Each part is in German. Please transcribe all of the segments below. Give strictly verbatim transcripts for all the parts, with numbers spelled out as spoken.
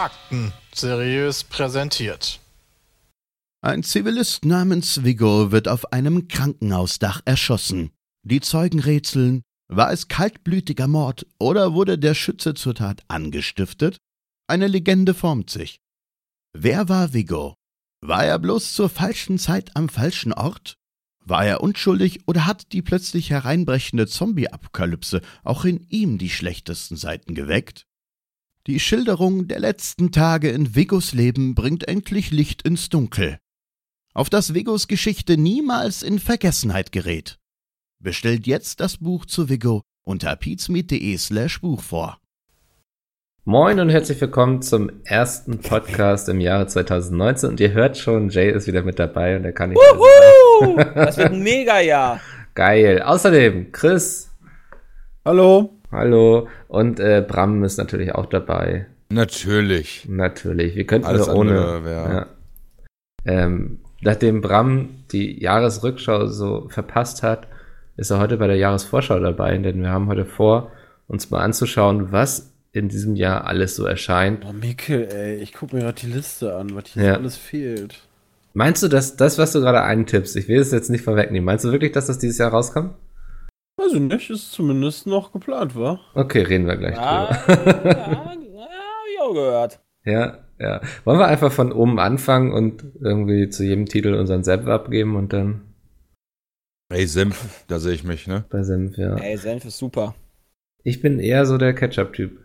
Fakten seriös präsentiert. Ein Zivilist namens Viggo wird auf einem Krankenhausdach erschossen. Die Zeugen rätseln, war es kaltblütiger Mord oder wurde der Schütze zur Tat angestiftet? Eine Legende formt sich. Wer war Viggo? War er bloß zur falschen Zeit am falschen Ort? War er unschuldig oder hat die plötzlich hereinbrechende Zombie-Apokalypse auch in ihm die schlechtesten Seiten geweckt? Die Schilderung der letzten Tage in Viggos Leben bringt endlich Licht ins Dunkel, auf das Viggos Geschichte niemals in Vergessenheit gerät. Bestellt jetzt das Buch zu Viggo unter pizmeet.de slash Buch vor. Moin und herzlich willkommen zum ersten Podcast im Jahre zwanzig neunzehn. Und ihr hört schon, Jay ist wieder mit dabei und er kann nicht Wuhu! Das wird ein Mega-Jahr. Geil. Außerdem Chris. Hallo. Hallo. Und äh, Bram ist natürlich auch dabei. Natürlich. Natürlich. Wir könnten Alles nur ohne. andere, ja. Ja. Ähm, nachdem Bram die Jahresrückschau so verpasst hat, ist er heute bei der Jahresvorschau dabei, denn wir haben heute vor, uns mal anzuschauen, was in diesem Jahr alles so erscheint. Oh, Mikkel, ey, ich guck mir gerade die Liste an, was hier Ja. alles fehlt. Meinst du, dass das, was du gerade eintippst, ich will es jetzt nicht vorwegnehmen, meinst du wirklich, dass das dieses Jahr rauskommt? Weiß ich nicht, ist zumindest noch geplant, wa? Okay, reden wir gleich Ja, drüber. ja, ja, hab ich auch gehört. Ja, ja. Wollen wir einfach von oben anfangen und irgendwie zu jedem Titel unseren Senf abgeben und dann Ey, Senf, da sehe ich mich, ne? bei Senf, ja. Ey, Senf ist super. Ich bin eher so der Ketchup-Typ.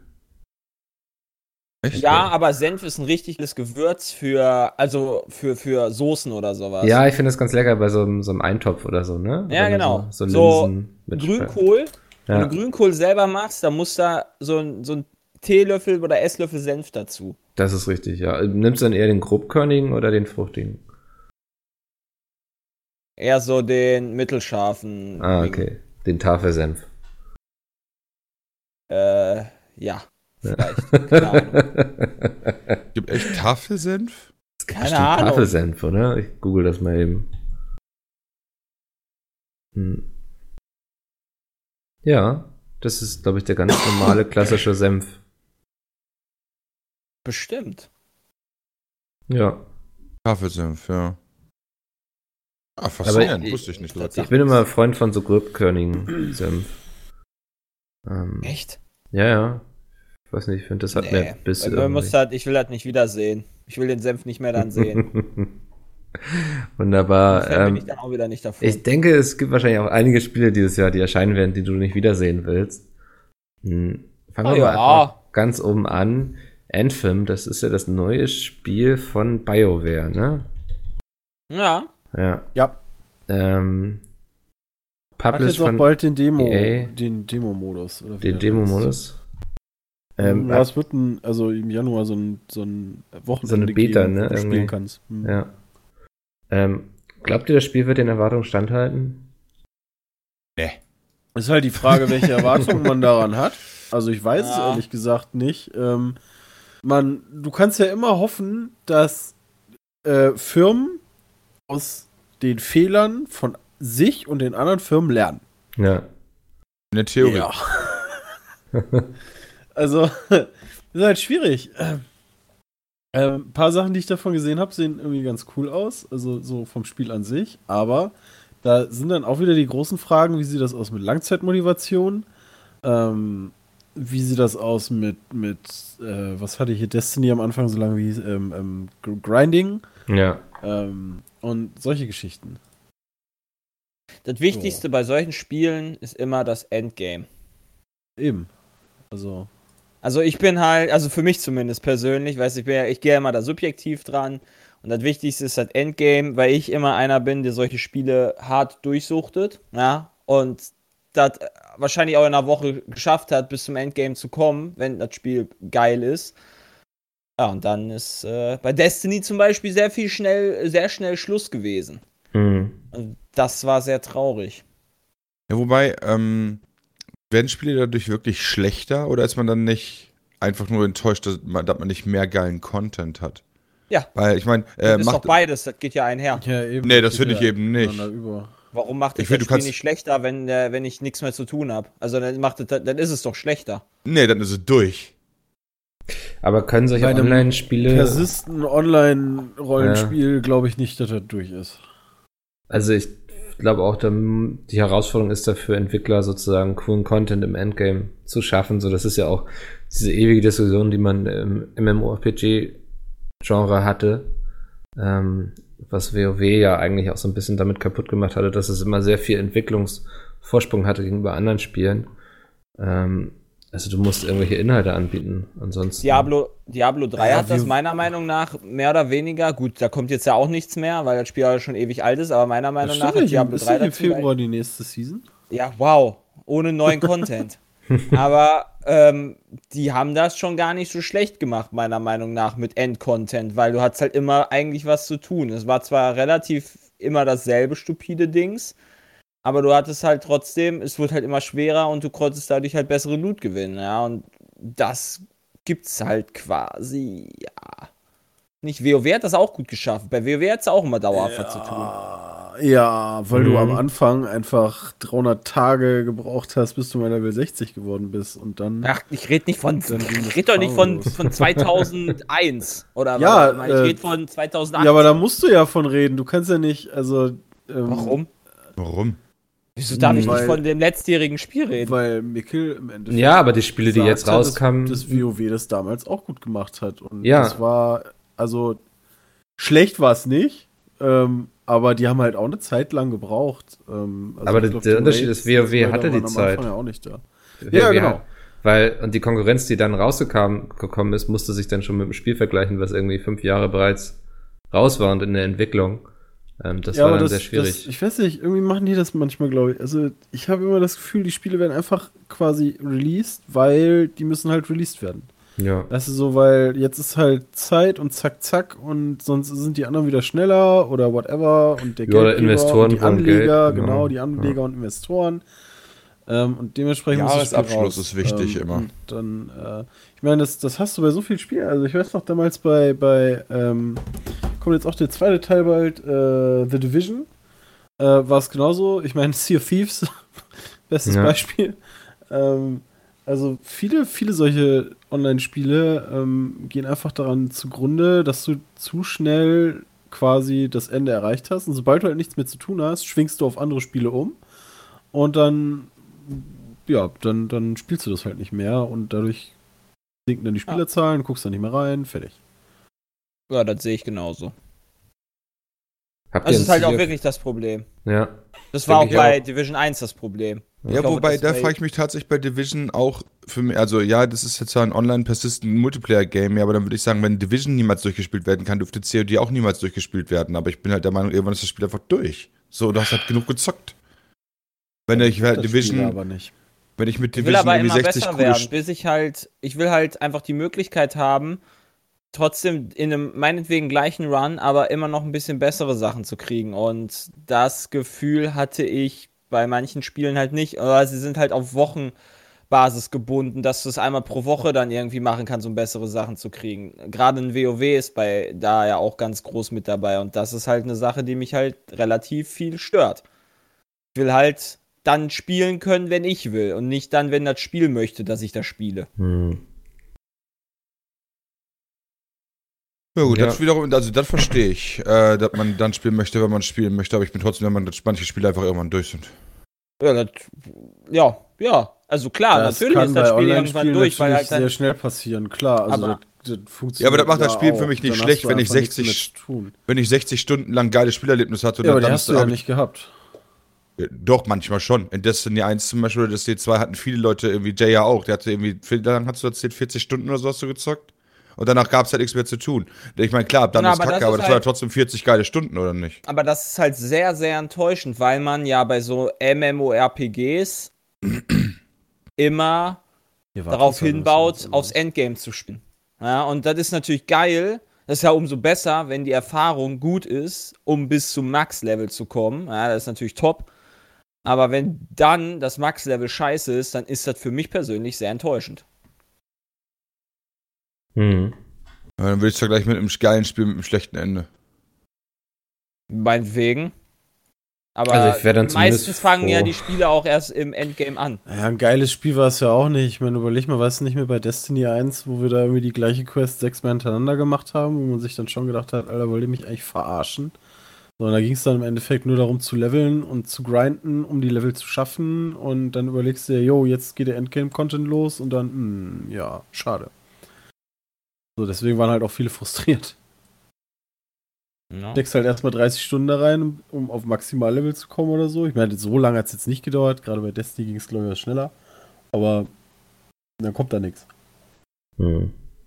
Echt? Ja, aber Senf ist ein richtiges Gewürz für, also für, für Soßen oder sowas. Ja, ich finde es ganz lecker bei so einem, so einem Eintopf oder so, ne? Ja, Oder genau. So, so So Linsen mit Grünkohl. Ja. Wenn du Grünkohl selber machst, dann muss da so ein, so ein Teelöffel oder Esslöffel Senf dazu. Das ist richtig, ja. Nimmst du dann eher den grobkörnigen oder den fruchtigen? Eher so den mittelscharfen. Ah, Ding. okay. Den Tafelsenf. Äh, ja. Vielleicht. Keine Ahnung. Gibt echt Tafelsenf? Keine Stimmt, Ahnung. Tafelsenf, oder? Ich google das mal eben. Hm. Ja, das ist, glaube ich, der ganz normale, klassische Senf. Bestimmt. Ja. Tafelsenf, ja. Ah, Aber faszinierend, ich- wusste ich nicht. das- Ich bin immer Freund von so grobkörnigen Senf. Ähm, Echt? ja, ja. Ich weiß nicht, ich finde, das hat mehr Biss Bei mir muss irgendwie. das, ich will das nicht wiedersehen. Ich will den Senf nicht mehr dann sehen. Wunderbar. Fan bin ich Ähm, dann auch wieder nicht davon. ich denke, es gibt wahrscheinlich auch einige Spiele dieses Jahr, die erscheinen werden, die du nicht wiedersehen willst. Hm. Fangen Oh wir mal ja. einfach ganz oben an. Anthem, das ist ja das neue Spiel von BioWare, ne? Ja. Ja. Ja. Ähm, Hat Published jetzt auch von bald den Demo, E A. den Demo-Modus. oder wie den das Demo-Modus. heißt. Ähm, ja, es wird ein, also im Januar so ein, so ein Wochenende So eine Beta, geben, ne, wo du irgendwie. spielen kannst. Hm. ja. Ähm, glaubt ihr, das Spiel wird den Erwartungen standhalten? Ist halt die Frage, welche Erwartungen man daran hat. Also ich weiß es Ja. ehrlich gesagt nicht. Ähm, man, du kannst ja immer hoffen, dass äh, Firmen aus den Fehlern von sich und den anderen Firmen lernen. Ja. In der Theorie. Ja. Also, ist halt schwierig. Ähm, ein paar Sachen, die ich davon gesehen habe, sehen irgendwie ganz cool aus. Also so vom Spiel an sich. Aber da sind dann auch wieder die großen Fragen, wie sieht das aus mit Langzeitmotivation? Ähm, wie sieht das aus mit, mit äh, was hatte ich hier, Destiny am Anfang so lange wie ähm, ähm, Gr- Grinding? Ja. Ähm, und solche Geschichten. Das Wichtigste bei solchen Spielen ist immer das Endgame. Eben. Also, Also ich bin halt, also für mich zumindest persönlich, weiß ich, bin ja- ich gehe ja immer da subjektiv dran. Und das Wichtigste ist das Endgame, weil ich immer einer bin, der solche Spiele hart durchsuchtet, ja, und das wahrscheinlich auch in einer Woche geschafft hat, bis zum Endgame zu kommen, wenn das Spiel geil ist. Ja, und dann ist äh, bei Destiny zum Beispiel sehr viel schnell, sehr schnell Schluss gewesen. Mhm. Und das war sehr traurig. ja, wobei, ähm, werden Spiele dadurch wirklich schlechter oder ist man dann nicht einfach nur enttäuscht, dass man, dass man nicht mehr geilen Content hat? Ja. Weil, ich meine, Das äh, ist doch macht. beides, das geht ja einher. Ja, eben. Nee, das finde ich ja eben nicht. Warum macht das, Ich find, das du Spiel kannst- nicht schlechter, wenn, äh, wenn ich nichts mehr zu tun habe? Also dann macht es, dann ist es doch schlechter. Nee, dann ist es durch. Aber können solche Bei einem Online-Spiele. Persisten Online-Rollenspiel glaube ich nicht, dass das durch ist. Also ich glaube auch, die Herausforderung ist dafür, Entwickler sozusagen coolen Content im Endgame zu schaffen. So, das ist ja auch diese ewige Diskussion, die man im MMORPG-Genre hatte, ähm, was WoW ja eigentlich auch so ein bisschen damit kaputt gemacht hatte, dass es immer sehr viel Entwicklungsvorsprung hatte gegenüber anderen Spielen. Ähm, also du musst irgendwelche Inhalte anbieten, ansonsten... Diablo, Diablo drei Ja, hat das wir- meiner Meinung nach mehr oder weniger, gut, da kommt jetzt ja auch nichts mehr, weil das Spiel ja schon ewig alt ist, aber meiner Das Meinung nach stimmt hat nicht. Diablo Ist drei nicht im dazu Februar die nächste Season? Ja, wow. Ohne neuen Content. Aber ähm, die haben das schon gar nicht so schlecht gemacht, meiner Meinung nach, mit End-Content, weil du hattest halt immer eigentlich was zu tun. Es war zwar relativ immer dasselbe stupide Dings, aber du hattest halt trotzdem, es wurde halt immer schwerer und du konntest dadurch halt bessere Loot gewinnen, ja. Und das gibt's halt quasi, ja. Nicht, WoW hat das auch gut geschafft. Bei WoW hat es auch immer dauerhaft was zu tun. Ja, weil Mhm. du am Anfang einfach dreihundert Tage gebraucht hast, bis du mal Level sechzig geworden bist und dann... Ach, ich rede nicht von, Dann ging das ich rede doch nicht von, pausenlos. von zweitausendeins oder Ja, was. Ich äh, rede von zweitausendachtzehn. Ja, aber da musst du ja von reden. Du kannst ja nicht, also... Ähm, Warum? Warum? Wieso darf ich Weil- nicht von dem letztjährigen Spiel reden? Weil Mikkel im Endeffekt... Ja, aber die Spiele, die gesagt jetzt hat, dass- rauskamen... dass WoW das damals auch gut gemacht hat. Und Ja. das war, also, schlecht war es nicht, ähm, aber die haben halt auch eine Zeit lang gebraucht. Ähm, also Aber ich der- glaub, der die Unterschied Raids ist, WoW und so weiter hatte die waren am Zeit. Anfang ja auch nicht da. WoW Ja, genau. hat- Weil, und die Konkurrenz, die dann rausgekommen gekommen ist, musste sich dann schon mit dem Spiel vergleichen, was irgendwie fünf Jahre bereits raus war und in der Entwicklung. Ähm, das Ja, war aber dann das, sehr schwierig. Das, ich weiß nicht, irgendwie machen die das manchmal, glaube ich. Also, ich habe immer das Gefühl, die Spiele werden einfach quasi released, weil die müssen halt released werden. ja. Das ist so, weil jetzt ist halt Zeit und zack, zack und sonst sind die anderen wieder schneller oder whatever und der Ja, oder Geldgeber Investoren und die wollen Anleger, Geld, genau, genau. die Anleger und Investoren. Ähm, und dementsprechend Jahresabschluss muss das ist wichtig ähm, immer. Und dann, äh, ich meine, das, das hast du bei so vielen Spielen. Also ich weiß noch damals bei, bei ähm, kommt jetzt auch der zweite Teil bald, äh, The Division, äh, war es genauso. Ich meine, Sea of Thieves, bestes Ja. Beispiel. Ähm, also viele, viele solche Online-Spiele ähm, gehen einfach daran zugrunde, dass du zu schnell quasi das Ende erreicht hast. Und sobald du halt nichts mehr zu tun hast, schwingst du auf andere Spiele um. Und dann, ja, dann, dann spielst du das halt nicht mehr. Und dadurch sinken dann die Spielerzahlen, guckst da nicht mehr rein, fertig. Ja, das sehe ich genauso. Habt Das ihr ist halt ein auch Sea of- wirklich das Problem. Ja. Das war auch Denke ich bei auch. Division eins das Problem. Ja, Ich hoffe, wobei, dass da bei- frage ich mich tatsächlich bei Division auch für mich, also ja, das ist jetzt zwar ein Online-Persistent-Multiplayer-Game, ja, aber dann würde ich sagen, wenn Division niemals durchgespielt werden kann, dürfte C O D auch niemals durchgespielt werden. Aber ich bin halt der Meinung, irgendwann ist das Spiel einfach durch. So, du hast halt genug gezockt. Wenn ich halt Das Division, Spiel aber nicht. wenn ich mit Ich will Division aber irgendwie immer sechzig besser coole werden, bis ich halt, ich will halt einfach die Möglichkeit haben, trotzdem in einem meinetwegen gleichen Run, aber immer noch ein bisschen bessere Sachen zu kriegen. Und das Gefühl hatte ich bei manchen Spielen halt nicht. Oder sie sind halt auf Wochenbasis gebunden, dass du es einmal pro Woche dann irgendwie machen kannst, um bessere Sachen zu kriegen. Gerade ein WoW ist bei da ja auch ganz groß mit dabei. Und das ist halt eine Sache, die mich halt relativ viel stört. Ich will halt dann spielen können, wenn ich will. Und nicht dann, wenn das Spiel möchte, dass ich das spiele. Hm. Ja gut, Ja. das wiederum, also das verstehe ich, äh, dass man dann spielen möchte, wenn man spielen möchte, aber ich bin trotzdem, wenn man dass manche Spiele einfach irgendwann durch sind. Ja, das, ja, ja. Also klar, Das natürlich kann ist das bei Spiel irgendwann Online-Spielen durch, weil natürlich halt sehr dann, schnell passieren, klar. Also Aber- das, das funktioniert Ja, aber das macht das da Spiel auch. für mich nicht Dann hast schlecht, du wenn ich einfach nichts sechzig mehr zu tun. Wenn ich sechzig Stunden lang geiles Spielerlebnis hatte und Ja, aber dann die hast du ja hab ich- nicht gehabt. Ja, doch, manchmal schon. In Destiny eins zum Beispiel oder Destiny zwei hatten viele Leute, irgendwie Jay ja auch, der hatte irgendwie, wie lange hast du erzählt, vierzig Stunden oder so hast du gezockt? Und danach gab es halt nichts mehr zu tun. Ich meine, klar, dann Na, ist aber Kacke, das aber ist das war halt- trotzdem vierzig geile Stunden, oder nicht? aber das ist halt sehr, sehr enttäuschend, weil man ja bei so MMORPGs immer Hier darauf war's, hinbaut, also, aufs Endgame zu spielen. Ja, und das ist natürlich geil. Das ist ja umso besser, wenn die Erfahrung gut ist, um bis zum Max-Level zu kommen. Ja, das ist natürlich top. Aber wenn dann das Max-Level scheiße ist, dann ist das für mich persönlich sehr enttäuschend. Hm. Ja, dann würde ich es vergleichen mit einem geilen Spiel mit einem schlechten Ende. Meinetwegen. Aber Also ich wär dann zumindest meistens fangen ja froh. die Spiele auch erst im Endgame an. Ja, ein geiles Spiel war es ja auch nicht. Ich meine, überleg mal, weißt du nicht mehr bei Destiny eins, wo wir da irgendwie die gleiche Quest sechsmal hintereinander gemacht haben, wo man sich dann schon gedacht hat, Alter, wollt ihr mich eigentlich verarschen? Sondern da ging es dann im Endeffekt nur darum zu leveln und zu grinden, um die Level zu schaffen. Und dann überlegst du dir, jo, jetzt geht der Endgame-Content los und dann, hm, ja, schade. So, deswegen waren halt auch viele frustriert. Ja. Steckst halt erstmal dreißig Stunden da rein, um, um auf Maximallevel zu kommen oder so. Ich meine, so lange hat es jetzt nicht gedauert. Gerade bei Destiny ging es, glaube ich, was schneller. Aber dann kommt da nichts. Hm.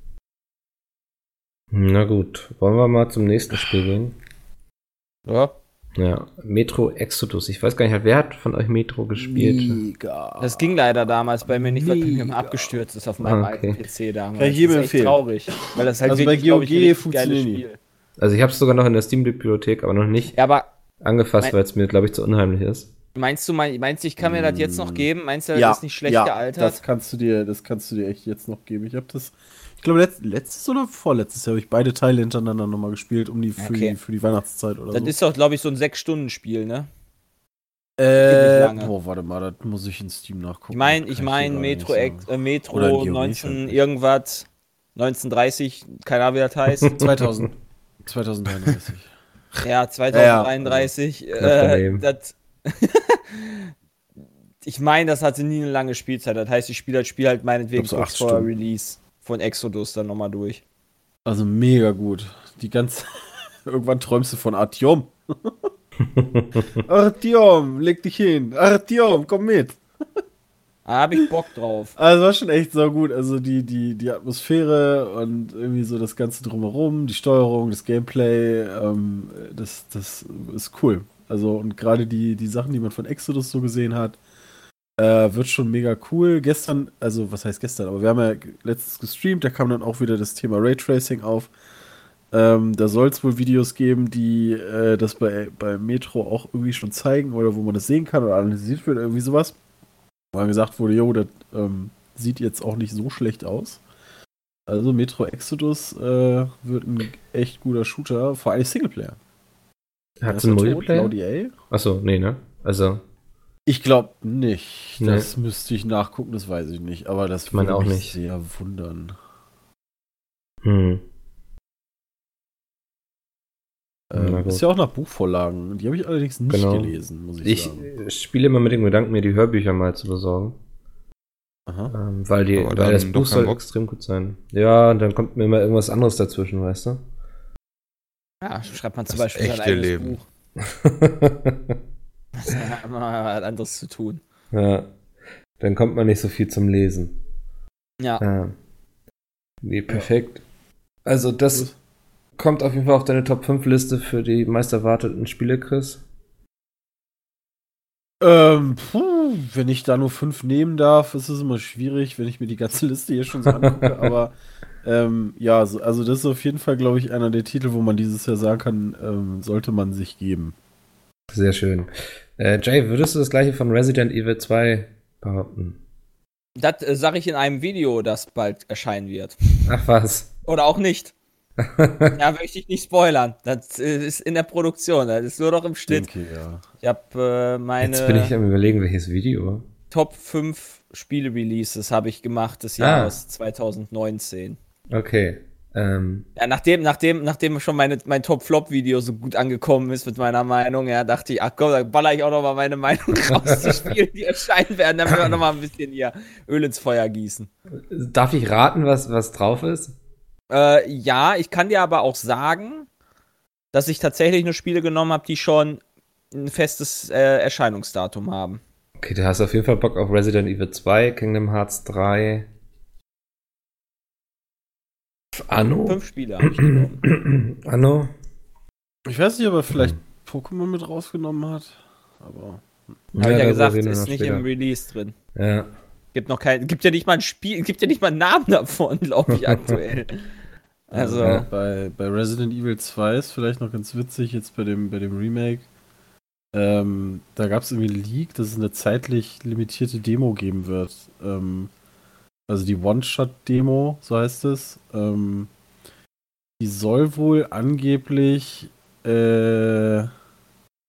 Na gut, wollen wir mal zum nächsten Spiel gehen? Ja. Ja, Metro Exodus. Ich weiß gar nicht, wer hat von euch Metro gespielt? Mega. Das ging leider damals bei mir nicht, weil bei mir immer Mega. abgestürzt ist auf meinem Ah, okay. alten P C damals. Kann ich jedem das ist echt empfehlen. traurig. Weil das halt Also bei wirklich, glaub ich, ein G O G richtig geiles funktioniert Spiel. Also ich habe es sogar noch in der Steam-Bibliothek, aber noch nicht Ja, aber angefasst, Mein- weil es mir, glaube ich, zu unheimlich ist. meinst du, mein, meinst du, ich kann mir das jetzt noch geben? Meinst du, das ja, ist nicht schlecht ja, gealtert? Das kannst du dir, das kannst du dir echt jetzt noch geben. Ich habe das, ich glaube, letzt, letztes oder vorletztes Jahr habe ich beide Teile hintereinander nochmal gespielt, um die für, Okay. die für die Weihnachtszeit oder Das so. ist doch, glaube ich, so ein sechs-Stunden-Spiel, ne? äh, nicht lange. boah, warte mal, das muss ich in Steam nachgucken. Ich meine, Kann ich dir meine gar Metro, nicht Ex- sagen. äh, Metro Oder G O G neunzehn halt. irgendwas, neunzehnhundertdreißig, keine Ahnung, wie das heißt. zweitausend, zweitausenddreiunddreißig. Ja, zweitausenddreiunddreißig. Knapp äh, daneben. das ich meine, das hatte nie eine lange Spielzeit. Das heißt, ich spiele das Spiel halt meinetwegen Ich glaub, so kurz acht vor Stunden. Release von Exodus dann nochmal durch. Also mega gut. Die ganze. Irgendwann träumst du von Artyom. Artyom, leg dich hin. Artyom, komm mit. Da habe ich Bock drauf. Also war schon echt so gut. Also die, die, die Atmosphäre und irgendwie so das Ganze drumherum, die Steuerung, das Gameplay, ähm, das, das ist cool. Also und gerade die, die Sachen, die man von Exodus so gesehen hat, äh, wird schon mega cool. Gestern, also was heißt gestern, aber wir haben ja letztens gestreamt, da kam dann auch wieder das Thema Raytracing auf. Ähm, da soll es wohl Videos geben, die äh, das bei, bei Metro auch irgendwie schon zeigen oder wo man das sehen kann oder analysiert wird, irgendwie sowas. Wo dann gesagt wurde, jo, das ähm, sieht jetzt auch nicht so schlecht aus. Also Metro Exodus äh, wird ein echt guter Shooter, vor allem Singleplayer. Hat es Ist einen er tot, Multiplayer? laut E A? Achso, nee, ne? Also, Ich glaube nicht. Nee. Das müsste ich nachgucken, das weiß ich nicht. Aber das Ich meine würde auch mich nicht. sehr wundern. hm. Na Ähm, gut. ist ja auch nach Buchvorlagen. Die habe ich allerdings nicht Genau. gelesen, muss ich, Ich sagen. äh, spiele immer mit dem Gedanken, mir die Hörbücher mal zu besorgen. Aha. Ähm, weil die, Aber weil dann das doch Buch kein soll Bock. extrem gut sein. Ja, und dann kommt mir immer irgendwas anderes dazwischen, weißt du? Ja, schreibt man zum Das Beispiel sein echte eigenes Leben. Buch. Das hat immer was anderes zu tun. Ja. Dann kommt man nicht so viel zum Lesen. Ja. Ja. Nee, perfekt. Also das kommt auf jeden Fall auf deine Top fünf Liste für die meist erwarteten Spiele, Chris. Ähm, puh, wenn ich da nur fünf nehmen darf, ist es immer schwierig, wenn ich mir die ganze Liste hier schon so angucke. Aber ähm, ja, so, also das ist auf jeden Fall, glaube ich, einer der Titel, wo man dieses Jahr sagen kann, ähm, sollte man sich geben. Sehr schön. Äh, Jay, würdest du das gleiche von Resident Evil zwei behaupten? Das äh, sage ich in einem Video, das bald erscheinen wird. Ach was. Oder auch nicht. Ja, möchte ich nicht spoilern. Das äh, ist in der Produktion. Das ist nur noch im Schnitt. Denke, ja. Ich habe äh, meine Jetzt bin ich am überlegen, welches Video. Top fünf Spiele-Releases habe ich gemacht des Ah. Jahres zwanzig neunzehn. Okay. Ähm, Ja, nachdem, nachdem, nachdem schon meine, mein Top-Flop-Video so gut angekommen ist mit meiner Meinung, ja, dachte ich, ach komm, da baller ich auch noch mal meine Meinung raus zu Spielen, die erscheinen werden, damit wir noch mal ein bisschen hier Öl ins Feuer gießen. darf ich raten, was, was drauf ist? Äh, ja, ich kann dir aber auch sagen, dass ich tatsächlich nur Spiele genommen habe, die schon ein festes äh, Erscheinungsdatum haben. Okay, du hast auf jeden Fall Bock auf Resident Evil zwei, Kingdom Hearts drei. Anno? Fünf Spiele habe ich genommen. Anno? Ich weiß nicht, ob er vielleicht Pokémon mit rausgenommen hat. Aber Habe ich ja da gesagt, reden wir ist noch nicht später. im Release drin. Ja. Gibt noch kein, gibt ja nicht mal ein Spiel, gibt ja nicht mal einen Namen davon, glaube ich, aktuell. Also, Ja. bei, bei Resident Evil zwei ist vielleicht noch ganz witzig, jetzt bei dem, bei dem Remake. Ähm, da gab es irgendwie ein Leak, dass es eine zeitlich limitierte Demo geben wird. Ähm, also die One-Shot-Demo, so heißt es. Ähm, die soll wohl angeblich äh,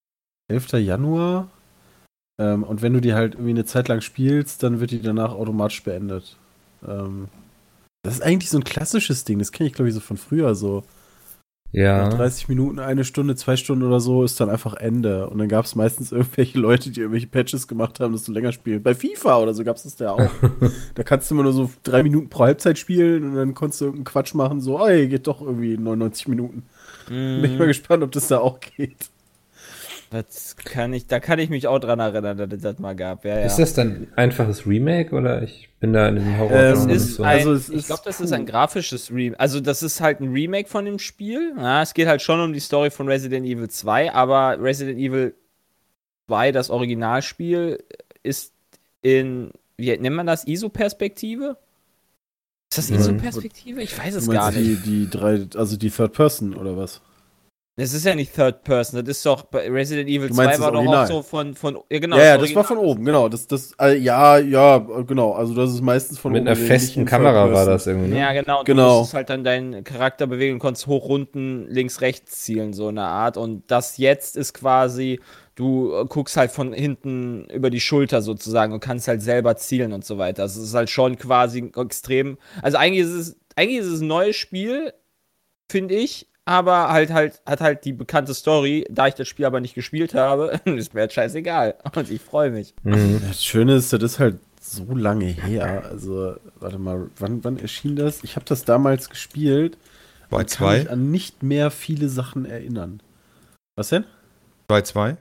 elfter Januar. Ähm, und wenn du die halt irgendwie eine Zeit lang spielst, dann wird die danach automatisch beendet. Ähm, das ist eigentlich so ein klassisches Ding. Das kenne ich, glaube ich, so von früher so. Ja. Nach dreißig Minuten, eine Stunde, zwei Stunden oder so ist dann einfach Ende. Und dann gab es meistens irgendwelche Leute, die irgendwelche Patches gemacht haben, dass du länger spielst. Bei FIFA oder so gab es das ja auch. Da kannst du immer nur so drei Minuten pro Halbzeit spielen und dann konntest du irgendeinen Quatsch machen, so, ey, geht doch irgendwie neunundneunzig Minuten. Mm, Bin ich mal gespannt, ob das da auch geht. das kann ich, da kann ich mich auch dran erinnern, dass es das mal gab. Ja, ja. Ist das dann einfaches Remake oder ich bin da in dem Horror Ähm, Das noch nicht ist so. ein, Also es ich ist- glaube, das ist ein grafisches Remake. Also das ist halt ein Remake von dem Spiel. Ja, es geht halt schon um die Story von Resident Evil zwei, aber Resident Evil zwei, das Originalspiel, ist in, wie nennt man das, I S O-Perspektive? Ist das I S O-Perspektive? Ich weiß es Du gar meinst nicht. die, die drei, also die Third Person oder was? Das ist ja nicht Third Person, das ist doch, bei Resident Evil Du meinst zwei war das doch auch Original? so von, von ja genau. ja, ja, das Original. war von oben, genau. Das, das, äh, ja, ja, genau. Also das ist meistens von Mit oben. einer gesehen, nicht festen in Kamera Third war Person. das irgendwie, ne? Ja, genau. Genau. Du musstest halt dann deinen Charakter bewegen und konntest hoch, unten, links, rechts zielen, so eine Art. Und das jetzt ist quasi, du äh, guckst halt von hinten über die Schulter sozusagen und kannst halt selber zielen und so weiter. Das ist halt schon quasi extrem. Also eigentlich ist es, eigentlich ist es ein neues Spiel, finde ich. Aber halt, halt, hat halt die bekannte Story, da ich das Spiel aber nicht gespielt habe, ist mir halt scheißegal. Und ich freue mich. Mhm. Das Schöne ist, das ist halt so lange her. Also, warte mal, wann, wann erschien das? Ich habe das damals gespielt. Bei und kann zwei? mich an nicht mehr viele Sachen erinnern. Was denn? Bei zwei?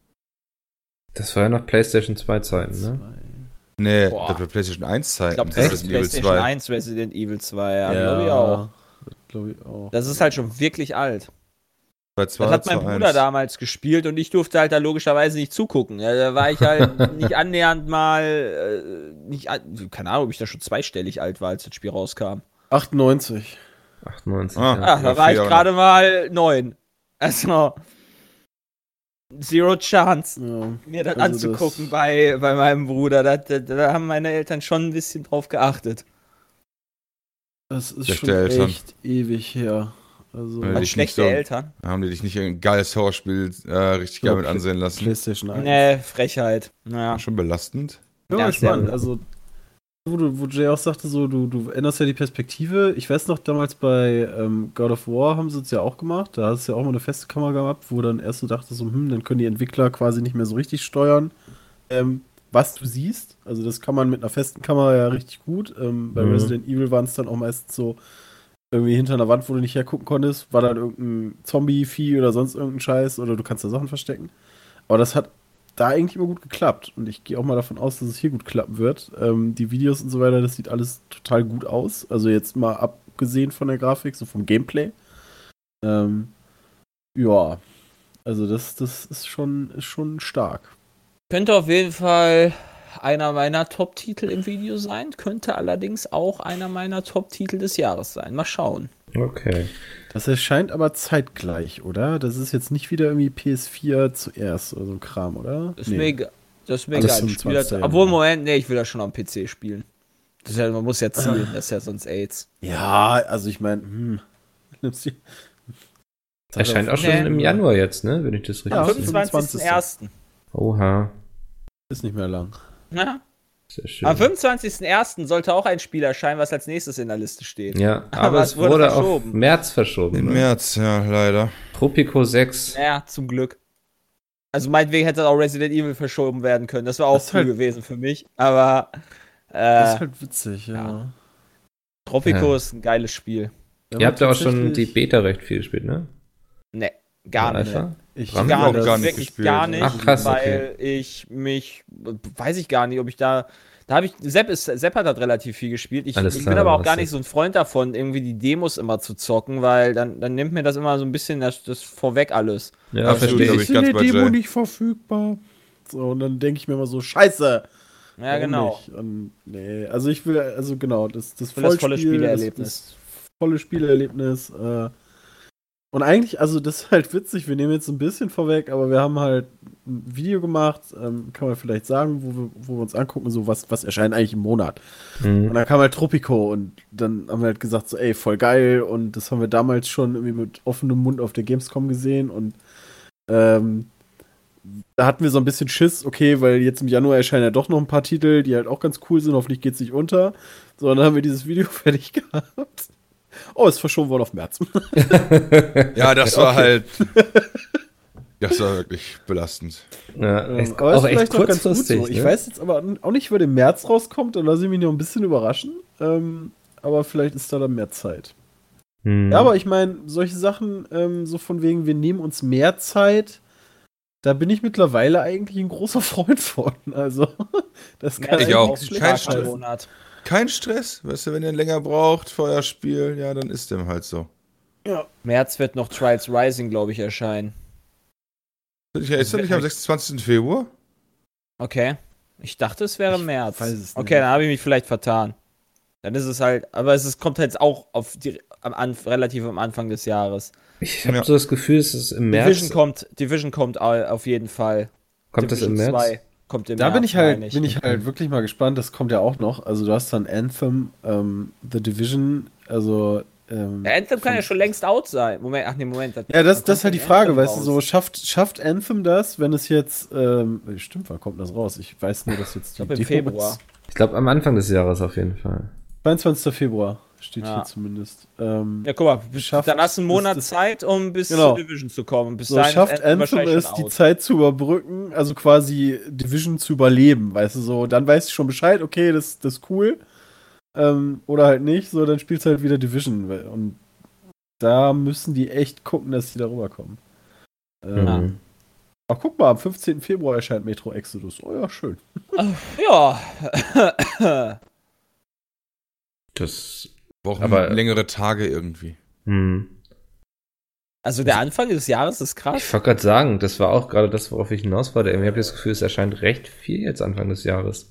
Das war ja noch PlayStation zwei Zeiten, ne? Nee, Boah. das war PlayStation eins Zeiten. Ich glaube, das das ist ist Resident Evil PlayStation zwei. eins Resident Evil zwei, ja, glaube ich auch. Glaube ich auch. Das ist halt schon wirklich alt. Bei zwei Das hat mein oder Bruder eins? damals gespielt und ich durfte halt da logischerweise nicht zugucken. Ja, da war ich halt nicht annähernd mal, äh, nicht, an- keine Ahnung, ob ich da schon zweistellig alt war, als das Spiel rauskam. achtundneunzig. achtundneunzig. Ah. ja. Ah, da Ja, war ich vier gerade mal neun. Also, zero chance, Ja. mir das Also anzugucken das- bei, bei meinem Bruder. Da, da, da haben meine Eltern schon ein bisschen drauf geachtet. Das ist Schlechte schon Eltern. echt ewig her. Also, Ja, Hatte ich schlechte nicht so. Eltern. Haben die dich nicht ein geiles Horrorspiel äh, richtig geil mit ansehen lassen? PlayStation eins. Nee, Frechheit. Naja. Schon belastend. Ja, Ja, ja spannend. sehr. Also, wo, du, wo Jay auch sagte, so, du, du änderst ja die Perspektive. Ich weiß noch, damals bei ähm, God of War haben sie es ja auch gemacht. Da hast du ja auch mal eine feste Kamera gehabt, wo dann erst so dachte, so, hm, dann können die Entwickler quasi nicht mehr so richtig steuern, ähm, was du siehst. Also, das kann man mit einer festen Kamera ja richtig gut. Ähm, bei Mhm. Resident Evil waren es dann auch meistens so, irgendwie hinter einer Wand, wo du nicht hergucken konntest, war dann irgendein Zombie-Vieh oder sonst irgendein Scheiß oder du kannst da Sachen verstecken. Aber das hat da eigentlich immer gut geklappt. Und ich gehe auch mal davon aus, dass es hier gut klappen wird. Ähm, die Videos und so weiter, das sieht alles total gut aus. Also jetzt mal abgesehen von der Grafik, so vom Gameplay. Ähm, ja, also das, das ist schon, ist schon stark. Könnte auf jeden Fall einer meiner Top-Titel im Video sein, könnte allerdings auch einer meiner Top-Titel des Jahres sein. Mal schauen. Okay. Das erscheint aber zeitgleich, oder? Das ist jetzt nicht wieder irgendwie P S vier zuerst oder so ein Kram, oder? Das ist mir egal. Das ist mir Also egal. Ich spiel das, fünfundzwanzigster obwohl, Januar. Moment, nee, ich will das schon am P C spielen. Das ist ja, man muss ja zielen, das ist ja sonst AIDS. Ja, also ich meine, hm. Nimmst die- Erscheint auch schon Nee. im Januar jetzt, ne? Wenn ich das richtig Ja, Am sehe. fünfundzwanzigsten ersten Oha. Ist nicht mehr lang. Ja. Sehr schön. Am fünfundzwanzigsten ersten sollte auch ein Spiel erscheinen, was als nächstes in der Liste steht. Ja, aber, Aber es es wurde wurde, auf verschoben. März verschoben. Im Ne? März, ja, leider. Tropico sechs. Ja, zum Glück. Also meinetwegen hätte auch Resident Evil verschoben werden können. Das wäre auch Das ist cool halt- gewesen für mich. Aber Das äh, ist halt witzig, ja. ja. Tropico Ja. ist ein geiles Spiel. Wenn Ihr man habt ja auch schon tatsächlich- die Beta recht viel gespielt, ne? Ne, gar Ja, nicht. Alpha? Ich Bram? Gar auch nicht, gar nicht wirklich gespielt. gar nicht, Ach, krass, weil ich mich, weiß ich gar nicht, ob ich da, da habe ich, Sepp, ist, Sepp hat halt relativ viel gespielt, ich, Alles ich klar, bin aber auch was gar ist- nicht so ein Freund davon, irgendwie die Demos immer zu zocken, weil dann, dann nimmt mir das immer so ein bisschen das, das vorweg alles. Ja, Absolut, verstehe glaub ich. ich. ganz bei Jay. nicht verfügbar. So, und dann denke ich mir immer so, scheiße. Ja, warum genau. nicht? Und, nee, also ich will, also genau, das, das, will das volle Vollspiel, Spielerlebnis. Das, das volle Spielerlebnis. Äh, und eigentlich, also das ist halt witzig, wir nehmen jetzt ein bisschen vorweg, aber wir haben halt ein Video gemacht, ähm, kann man vielleicht sagen, wo wir, wo wir uns angucken, so was, was erscheint eigentlich im Monat. Und Mhm. dann kam halt Tropico und dann haben wir halt gesagt, so ey, voll geil und das haben wir damals schon irgendwie mit offenem Mund auf der Gamescom gesehen und ähm, da hatten wir so ein bisschen Schiss, okay, weil jetzt im Januar erscheinen ja doch noch ein paar Titel, die halt auch ganz cool sind, hoffentlich geht's nicht unter. So, und dann haben wir dieses Video fertig gehabt. Oh, ist verschoben worden auf März. Ja, das war halt. Das war wirklich belastend. Ja, Ähm, echt, aber auch ist echt vielleicht auch ganz gut kurzfristig. so. Ich ne? weiß jetzt aber auch nicht, wer im März rauskommt, dann lasse ich mich noch ein bisschen überraschen. Ähm, aber vielleicht ist da dann mehr Zeit. Hm. Ja, aber ich meine, solche Sachen, ähm, so von wegen, wir nehmen uns mehr Zeit, da bin ich mittlerweile eigentlich ein großer Freund von. Also, das kann Ich eigentlich auch. nichts Kein Schlechtes Stress. heißen. Monat. Kein Stress, weißt du, wenn ihr länger braucht, Feuerspiel, ja, dann ist dem halt so. Ja. März wird noch Trials Rising, glaube ich, erscheinen. Ist das nicht am sechsundzwanzigsten Februar? Okay. Ich dachte, es wäre Ich März. weiß es Okay, nicht. dann habe ich mich vielleicht vertan. Dann ist es halt, aber es ist, kommt jetzt auch auf die, am, An- relativ am Anfang des Jahres. Ich habe Ja. so das Gefühl, es ist im März. Division kommt, Division kommt au- auf jeden Fall. kommt das im Division März? zwei kommt im Da März, bin ich halt, meine ich. bin ich halt wirklich mal gespannt, das kommt ja auch noch. Also du hast dann Anthem, ähm, The Division, also ähm, Ja, Anthem kann von- ja schon längst out sein. Moment, ach nee, Moment. Ja, das, wann das kommt ist halt die denn Frage, Anthem weißt du, raus? so schafft, schafft Anthem das, wenn es jetzt, ähm, stimmt, wann kommt das raus? Ich weiß nur, dass jetzt die Ich glaube im Demo Februar. ist. Ich glaube, am Anfang des Jahres auf jeden Fall. zweiundzwanzigsten Februar steht Ja. hier zumindest. Ähm, Ja, guck mal, Schafft- dann hast du einen Monat das- das- Zeit, um bis Genau. zur Division zu kommen. Bis so dahin schafft ist Anthem Anthem wahrscheinlich es, schon die out. Zeit zu überbrücken, also quasi Division zu überleben, weißt du, so, dann weißt du schon Bescheid, okay, das, das ist cool. Ähm, oder halt nicht, so, dann spielst du halt wieder Division. weil- Und da müssen die echt gucken, dass die da rüberkommen. Ähm, Mhm. Ach, guck mal, am fünfzehnten Februar erscheint Metro Exodus. Oh ja, schön. Ja. Das. Brauchen Aber- längere Tage irgendwie. Hm. Also der Anfang des Jahres ist krass. Ich wollte gerade sagen, das war auch gerade das, worauf ich hinaus wollte. Ich habe das Gefühl, es erscheint recht viel jetzt Anfang des Jahres.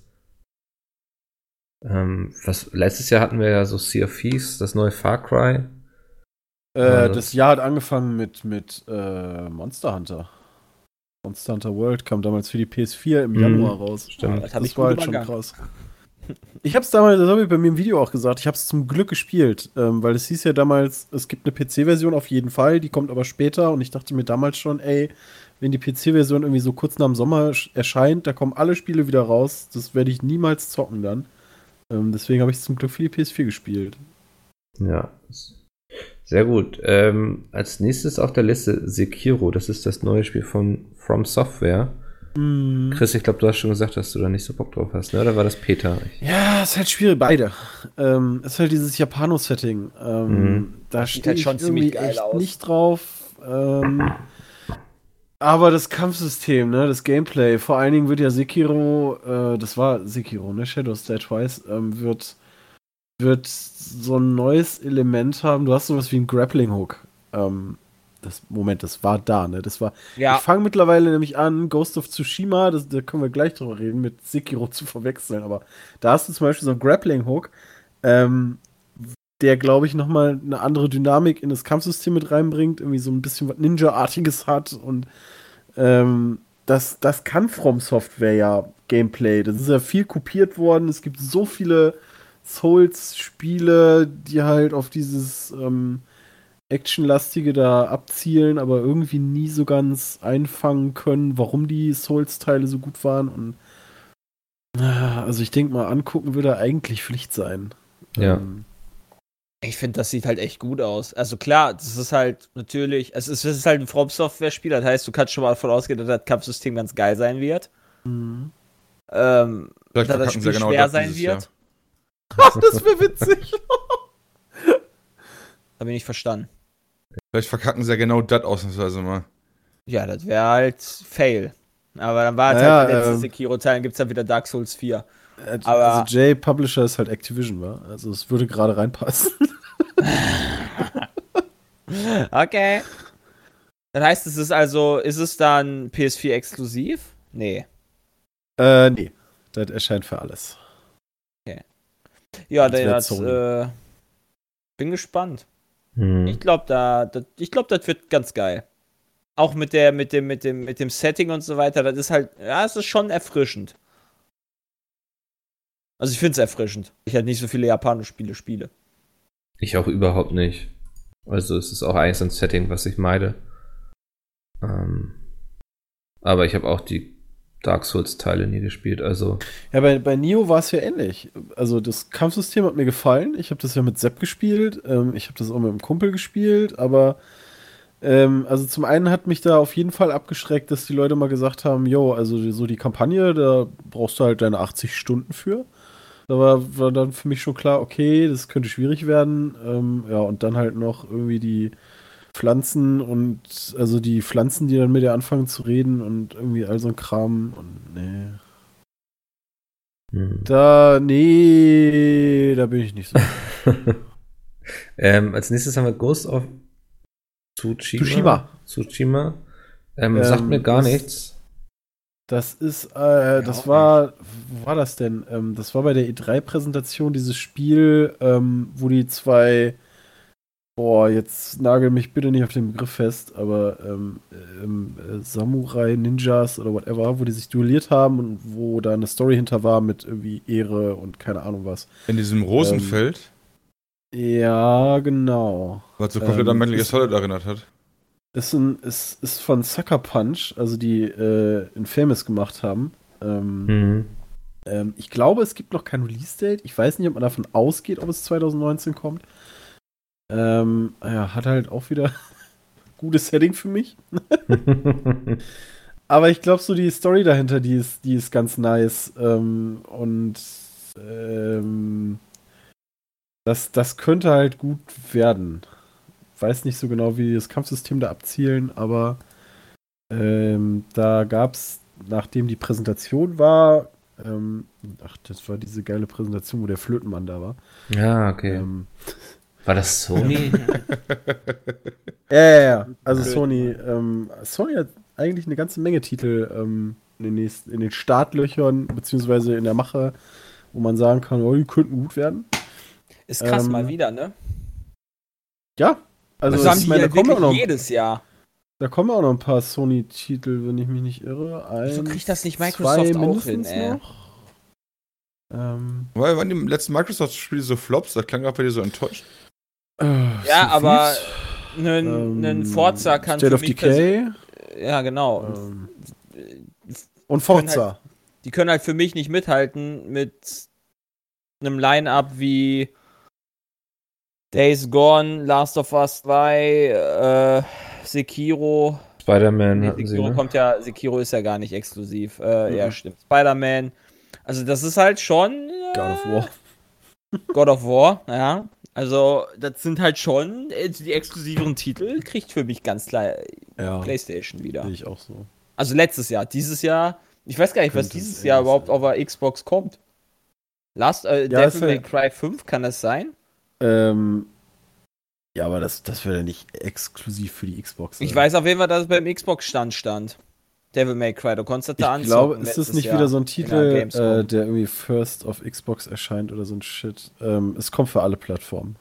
Ähm, was, letztes Jahr hatten wir ja so Sea of Thieves, das neue Far Cry. Äh, Ja, das das- Jahr hat angefangen mit, mit äh, Monster Hunter. Monster Hunter World kam damals für die P S vier im Mhm. Januar raus. Stimmt. Das hab Das ich war gut halt schon übergangen. krass. Ich hab's damals, das habe ich bei mir im Video auch gesagt, ich hab's zum Glück gespielt, ähm, weil es hieß ja damals, es gibt eine P C-Version auf jeden Fall, die kommt aber später und ich dachte mir damals schon, ey, wenn die P C-Version irgendwie so kurz nach dem Sommer sch- erscheint, da kommen alle Spiele wieder raus, das werde ich niemals zocken dann. Ähm, deswegen habe ich zum Glück für die P S vier gespielt. Ja. Sehr gut. Ähm, als nächstes auf der Liste Sekiro. Das ist das neue Spiel von From Software. Mhm. Chris, ich glaube, du hast schon gesagt, dass du da nicht so Bock drauf hast, ne? Oder war das Peter? Ich, Ja, ist halt schwierig, beide. Ähm, ist halt dieses Japano-Setting. Ähm, Mhm. Da sieht stehe halt ich schon ziemlich irgendwie geil echt aus. nicht drauf. Ähm, aber das Kampfsystem, ne, das Gameplay, vor allen Dingen wird ja Sekiro, äh, das war Sekiro, ne, Shadows Die Twice, ähm, wird, wird so ein neues Element haben. Du hast sowas wie einen Grappling-Hook. Ähm, das, Moment, das war da, ne? Das war. Ja. Ich fange mittlerweile nämlich an, Ghost of Tsushima, das, da können wir gleich drüber reden, mit Sekiro zu verwechseln, aber da hast du zum Beispiel so einen Grappling-Hook, ähm, der, glaube ich, nochmal eine andere Dynamik in das Kampfsystem mit reinbringt, irgendwie so ein bisschen was Ninja-artiges hat und ähm, das, das kann From Software ja Gameplay. Das ist ja viel kopiert worden. Es gibt so viele Souls-Spiele, die halt auf dieses ähm, Actionlastige da abzielen, aber irgendwie nie so ganz einfangen können, warum die Souls-Teile so gut waren. Und ah, also ich denke mal, angucken würde eigentlich Pflicht sein. Ja. Ähm, Ich finde, das sieht halt echt gut aus. Also klar, das ist halt natürlich, es ist, es ist halt ein From Software-Spiel, das heißt, du kannst schon mal davon ausgehen, dass das Kampfsystem ganz geil sein wird. mhm. Ähm, Vielleicht dass das verkacken Spiel sie genau schwer das sein dieses wird. Ach, das wäre witzig. Habe ich nicht verstanden. Vielleicht verkacken sie ja genau das ausnahmsweise mal. Ja, das wäre halt Fail. Aber dann war es Naja, halt der letzte ähm, Sekiro-Teil, dann gibt es dann wieder Dark Souls vier. Äh, Aber- also Jay Publisher ist halt Activision, wa? Also es würde gerade reinpassen. Okay. Das heißt, es ist also, ist es dann P S vier exklusiv? Nee. äh, nee. Das erscheint für alles. Ja, Das wär das, Sony. äh, bin gespannt. Hm. Ich glaube, da, das, ich glaube, das wird ganz geil. Auch mit der, mit dem, mit dem, mit dem Setting und so weiter. Das ist halt, ja, es ist schon erfrischend. Also ich finde es erfrischend. Ich halt nicht so viele japanische Spiele spiele. Ich auch überhaupt nicht. Also es ist auch eigentlich so ein Setting, was ich meide. Ähm, Aber ich habe auch die Dark Souls-Teile nie gespielt, also. Ja, bei, bei Nioh war es ja ähnlich. Also das Kampfsystem hat mir gefallen. Ich habe das ja mit Sepp gespielt. Ähm, ich habe das auch mit einem Kumpel gespielt. Aber ähm, also zum einen hat mich da auf jeden Fall abgeschreckt, dass die Leute mal gesagt haben, jo, also die, so die Kampagne, da brauchst du halt deine achtzig Stunden für. Da war, war dann für mich schon klar, okay, das könnte schwierig werden. Ähm, ja, und dann halt noch irgendwie die Pflanzen und also die Pflanzen, die dann mit dir anfangen zu reden und irgendwie all so ein Kram und nee. Hm. Da, nee, da bin ich nicht so. ähm, als nächstes haben wir Ghost of Tsushima. Tsushima. Tsushima. Ähm, Ähm, sagt mir gar das- nichts. Das ist, äh, das auch war, wo war das denn? Ähm, das war bei der E drei Präsentation dieses Spiel, ähm, wo die zwei, boah, jetzt nagel mich bitte nicht auf den Begriff fest, aber ähm, ähm, äh, Samurai Ninjas oder whatever, wo die sich duelliert haben und wo da eine Story hinter war mit irgendwie Ehre und keine Ahnung was. In diesem Rosenfeld, Ja, genau. was so komplett ähm, an Metal Gear ist- Solid erinnert hat. Ist, ein, ist, ist von Sucker Punch, also die äh, Infamous gemacht haben. Ähm, Mhm. ähm, ich glaube, es gibt noch kein Release-Date. Ich weiß nicht, ob man davon ausgeht, ob es zwanzig neunzehn kommt. Ähm, ja, hat halt auch wieder gutes Setting für mich. Aber ich glaube, so die Story dahinter, die ist, die ist ganz nice. Ähm, und ähm, das, das könnte halt gut werden. Weiß nicht so genau, wie die das Kampfsystem da abzielen, aber ähm, da gab es, nachdem die Präsentation war, ähm, ach, das war diese geile Präsentation, wo der Flötenmann da war. Ja, okay. Ähm, War das Sony? ja, ja, ja. Also Sony, ähm, Sony hat eigentlich eine ganze Menge Titel ähm, in, den nächsten, in den Startlöchern, beziehungsweise in der Mache, wo man sagen kann, oh, die könnten gut werden. Ist krass Ähm, mal wieder, ne? Ja, also das haben ich die meine, ja da kommen, auch wirklich noch, jedes Jahr. da kommen auch noch ein paar Sony-Titel, wenn ich mich nicht irre. Wieso Eins, kriegt das nicht zwei Microsoft auch mindestens hin, ey? noch. Ähm, Weil waren die letzten Microsoft-Spiele so Flops? Das klang gerade bei dir so enttäuscht. äh, Ja, so aber Thieves, Ein, ähm, ein Forza kann State für of mich Decay pers- Ja, genau. ähm, Die und können Forza. Die können halt für mich nicht mithalten mit einem Line-Up wie Days Gone, Last of Us zwei, äh, Sekiro. Spider-Man Nee, hatten sie, Sekiro ne? kommt ja, Sekiro ist ja gar nicht exklusiv. Äh, Mhm. Ja, stimmt. Spider-Man. Also das ist halt schon äh, God of War. God of War, ja. Also das sind halt schon äh, die exklusiveren Titel, kriegt für mich ganz klar Ja, PlayStation wieder. sehe ich auch so. Also letztes Jahr, dieses Jahr, ich weiß gar nicht, was Könnte dieses es Jahr ähnlich überhaupt sein. auf der Xbox kommt. Last, äh, Ja, es Devil May wär- Cry fünf, kann das sein? Ähm, ja, aber das, das wäre ja nicht exklusiv für die Xbox. Ich sein. weiß auf jeden Fall, dass es beim Xbox-Stand stand. Devil May Cry, du konntest das da Ich anzocken. glaube, ist das letztes nicht Jahr wieder so ein in der Titel, Gamescom. äh, der irgendwie first auf Xbox erscheint oder so ein Shit? Ähm, es kommt für alle Plattformen.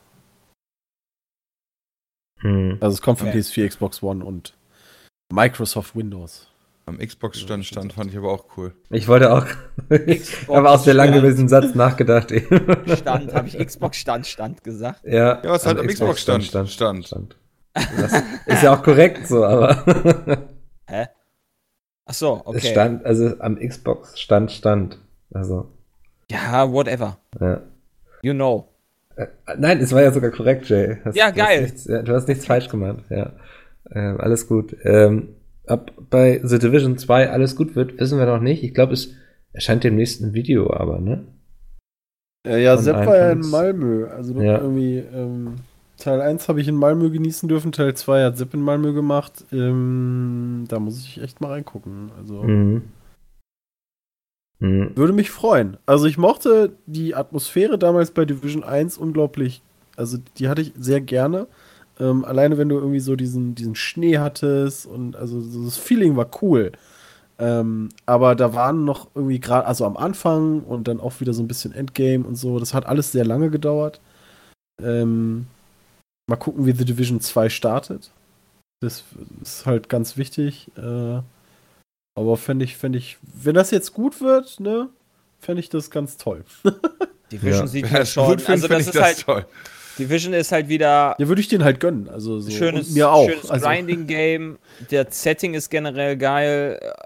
Hm. Also es kommt für Okay. P S vier, Xbox One und Microsoft Windows. Am Xbox-Stand stand, fand ich aber auch cool. Ich wollte auch. ich habe aus der lang gewesenen Satz nachgedacht. Stand, habe ich Xbox-Stand, Stand gesagt. Ja, Ja, was halt am Xbox-Stand stand, stand. stand. Das ist ja auch korrekt so, aber Hä? Ach so, okay. es stand, also am Xbox stand, stand. Also, Ja, whatever. ja. You know. Äh, Nein, es war ja sogar korrekt, Jay. Hast, Ja, du geil. Hast nichts, ja, du hast nichts falsch gemacht, ja. Ähm, alles gut. Ähm, ab bei The Division zwei alles gut wird, wissen wir noch nicht. Ich glaube, es erscheint demnächst ein Video, aber, ne? Äh, ja, Von Sepp war ja in Einfangs- Malmö. Also Ja. irgendwie, ähm, Teil eins habe ich in Malmö genießen dürfen, Teil zwei hat Sepp in Malmö gemacht. Ähm, da muss ich echt mal reingucken. Also Mhm. Mhm. würde mich freuen. Also ich mochte die Atmosphäre damals bei Division eins unglaublich. Also die hatte ich sehr gerne. Ähm, alleine wenn du irgendwie so diesen, diesen Schnee hattest und also so das Feeling war cool. Ähm, aber da waren noch irgendwie gerade, also am Anfang und dann auch wieder so ein bisschen Endgame und so. Das hat alles sehr lange gedauert. Ähm, mal gucken, wie The Division zwei startet. Das ist halt ganz wichtig. Äh, aber fände ich, fände ich, wenn das jetzt gut wird, ne, fände ich das ganz toll. Division Ja. sieht Wenn halt das schon. gut finde, Also finde das ich ist das halt. toll. Division ist halt wieder Ja, würde ich den halt gönnen. Also so. schönes, und mir auch. schönes Also, Grinding-Game. Der Setting ist generell geil.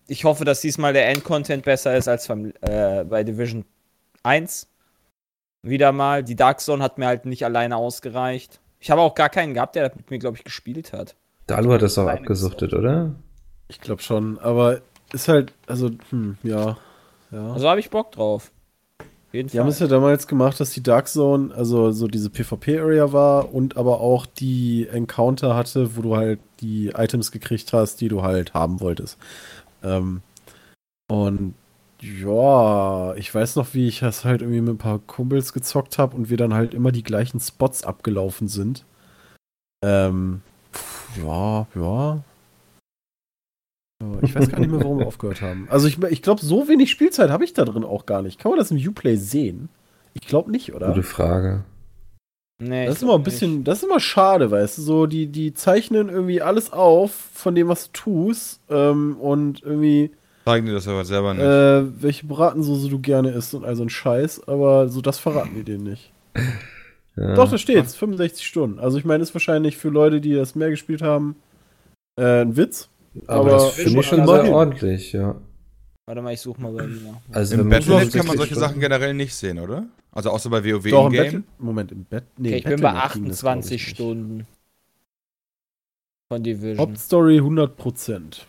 ich hoffe, dass diesmal der Endcontent besser ist als beim, äh, bei Division eins. Wieder mal. Die Dark Zone hat mir halt nicht alleine ausgereicht. Ich habe auch gar keinen gehabt, der mit mir, glaube ich, gespielt hat. Dalu hat das auch abgesuchtet, oder? Ich glaube schon, aber ist halt, also, hm, ja. ja. Also habe ich Bock drauf. Jeden Die Fall. haben es ja damals gemacht, dass die Dark Zone, also so diese PvP-Area war und aber auch die Encounter hatte, wo du halt die Items gekriegt hast, die du halt haben wolltest. Ähm, und ja, ich weiß noch, wie ich das halt irgendwie mit ein paar Kumpels gezockt habe und wir dann halt immer die gleichen Spots abgelaufen sind. Ähm, pff, ja, ja. Ja, ich weiß gar nicht mehr, warum wir aufgehört haben. Also ich, ich glaube, so wenig Spielzeit habe ich da drin auch gar nicht. Kann man das im Uplay sehen? Ich glaube nicht, oder? Gute Frage. Nee, Das ich ist immer ein glaub bisschen, nicht. das ist immer schade, weißt du, so, die, die zeichnen irgendwie alles auf von dem, was du tust, ähm, und irgendwie, Zeigen die das aber selber nicht. äh, welche Bratensoße du gerne isst und all so ein Scheiß, aber so, das verraten die denen nicht. Ja. Doch, da steht's, fünfundsechzig Stunden. Also ich meine, ist wahrscheinlich für Leute, die das mehr gespielt haben, äh, ein Witz. Aber, aber das finde ich schon immerhin. sehr ordentlich, ja. Warte mal, ich suche mal bei Lina. Also Im wenn man Battle.net kann man fünfundsechzig solche Sachen Stunden- generell nicht sehen, oder? Also außer bei WoW Doch, im in-game. Battle, Moment, im Bett, nee, Okay, im ich bin bei Battle.net ging das, glaub ich, achtundzwanzig nicht. Stunden von Division. Hauptstory hundert Prozent.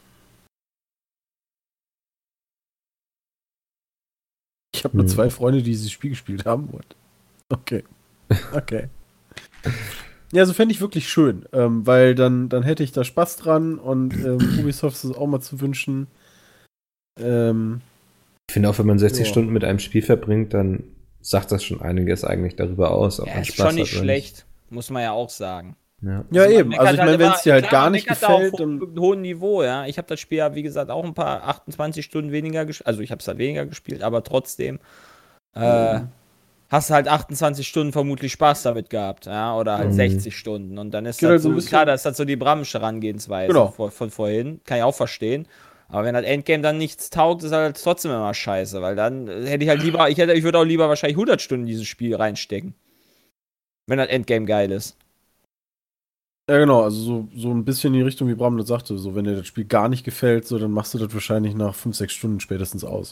Ich habe nur Hm. zwei Freunde, die dieses Spiel gespielt haben. What? Okay. Okay. Ja, so fände ich wirklich schön, ähm, weil dann, dann hätte ich da Spaß dran und ähm, Ubisoft ist es auch mal zu wünschen. Ähm, Ich finde auch, wenn man sechzig Ja. Stunden mit einem Spiel verbringt, dann sagt das schon einiges eigentlich darüber aus, ob Ja, man ist Spaß schon nicht hat oder schlecht, muss man ja auch sagen. Ja. ja, man eben. meckert Also ich meine, wenn immer- es dir halt klar, gar man nicht meckert da gefällt, auf dann. einem hohen Niveau, ja. Ich habe das Spiel ja, wie gesagt, auch ein paar achtundzwanzig Stunden weniger gespielt. Also ich habe es halt weniger gespielt, aber trotzdem äh, hast du halt achtundzwanzig Stunden vermutlich Spaß damit gehabt, ja, oder halt Mhm. sechzig Stunden. Und dann ist Geht das halt so so, ein bisschen- klar, das ist halt so die Bramsche Herangehensweise Genau. von, von vorhin. Kann ich auch verstehen. Aber wenn das Endgame dann nichts taugt, ist halt trotzdem immer scheiße, weil dann hätte ich halt lieber, ich hätte, ich würde auch lieber wahrscheinlich hundert Stunden in dieses Spiel reinstecken. Wenn das Endgame geil ist. Ja, genau, also so, so ein bisschen in die Richtung, wie Bram das sagte. So, wenn dir das Spiel gar nicht gefällt, so, dann machst du das wahrscheinlich nach fünf, sechs Stunden spätestens aus.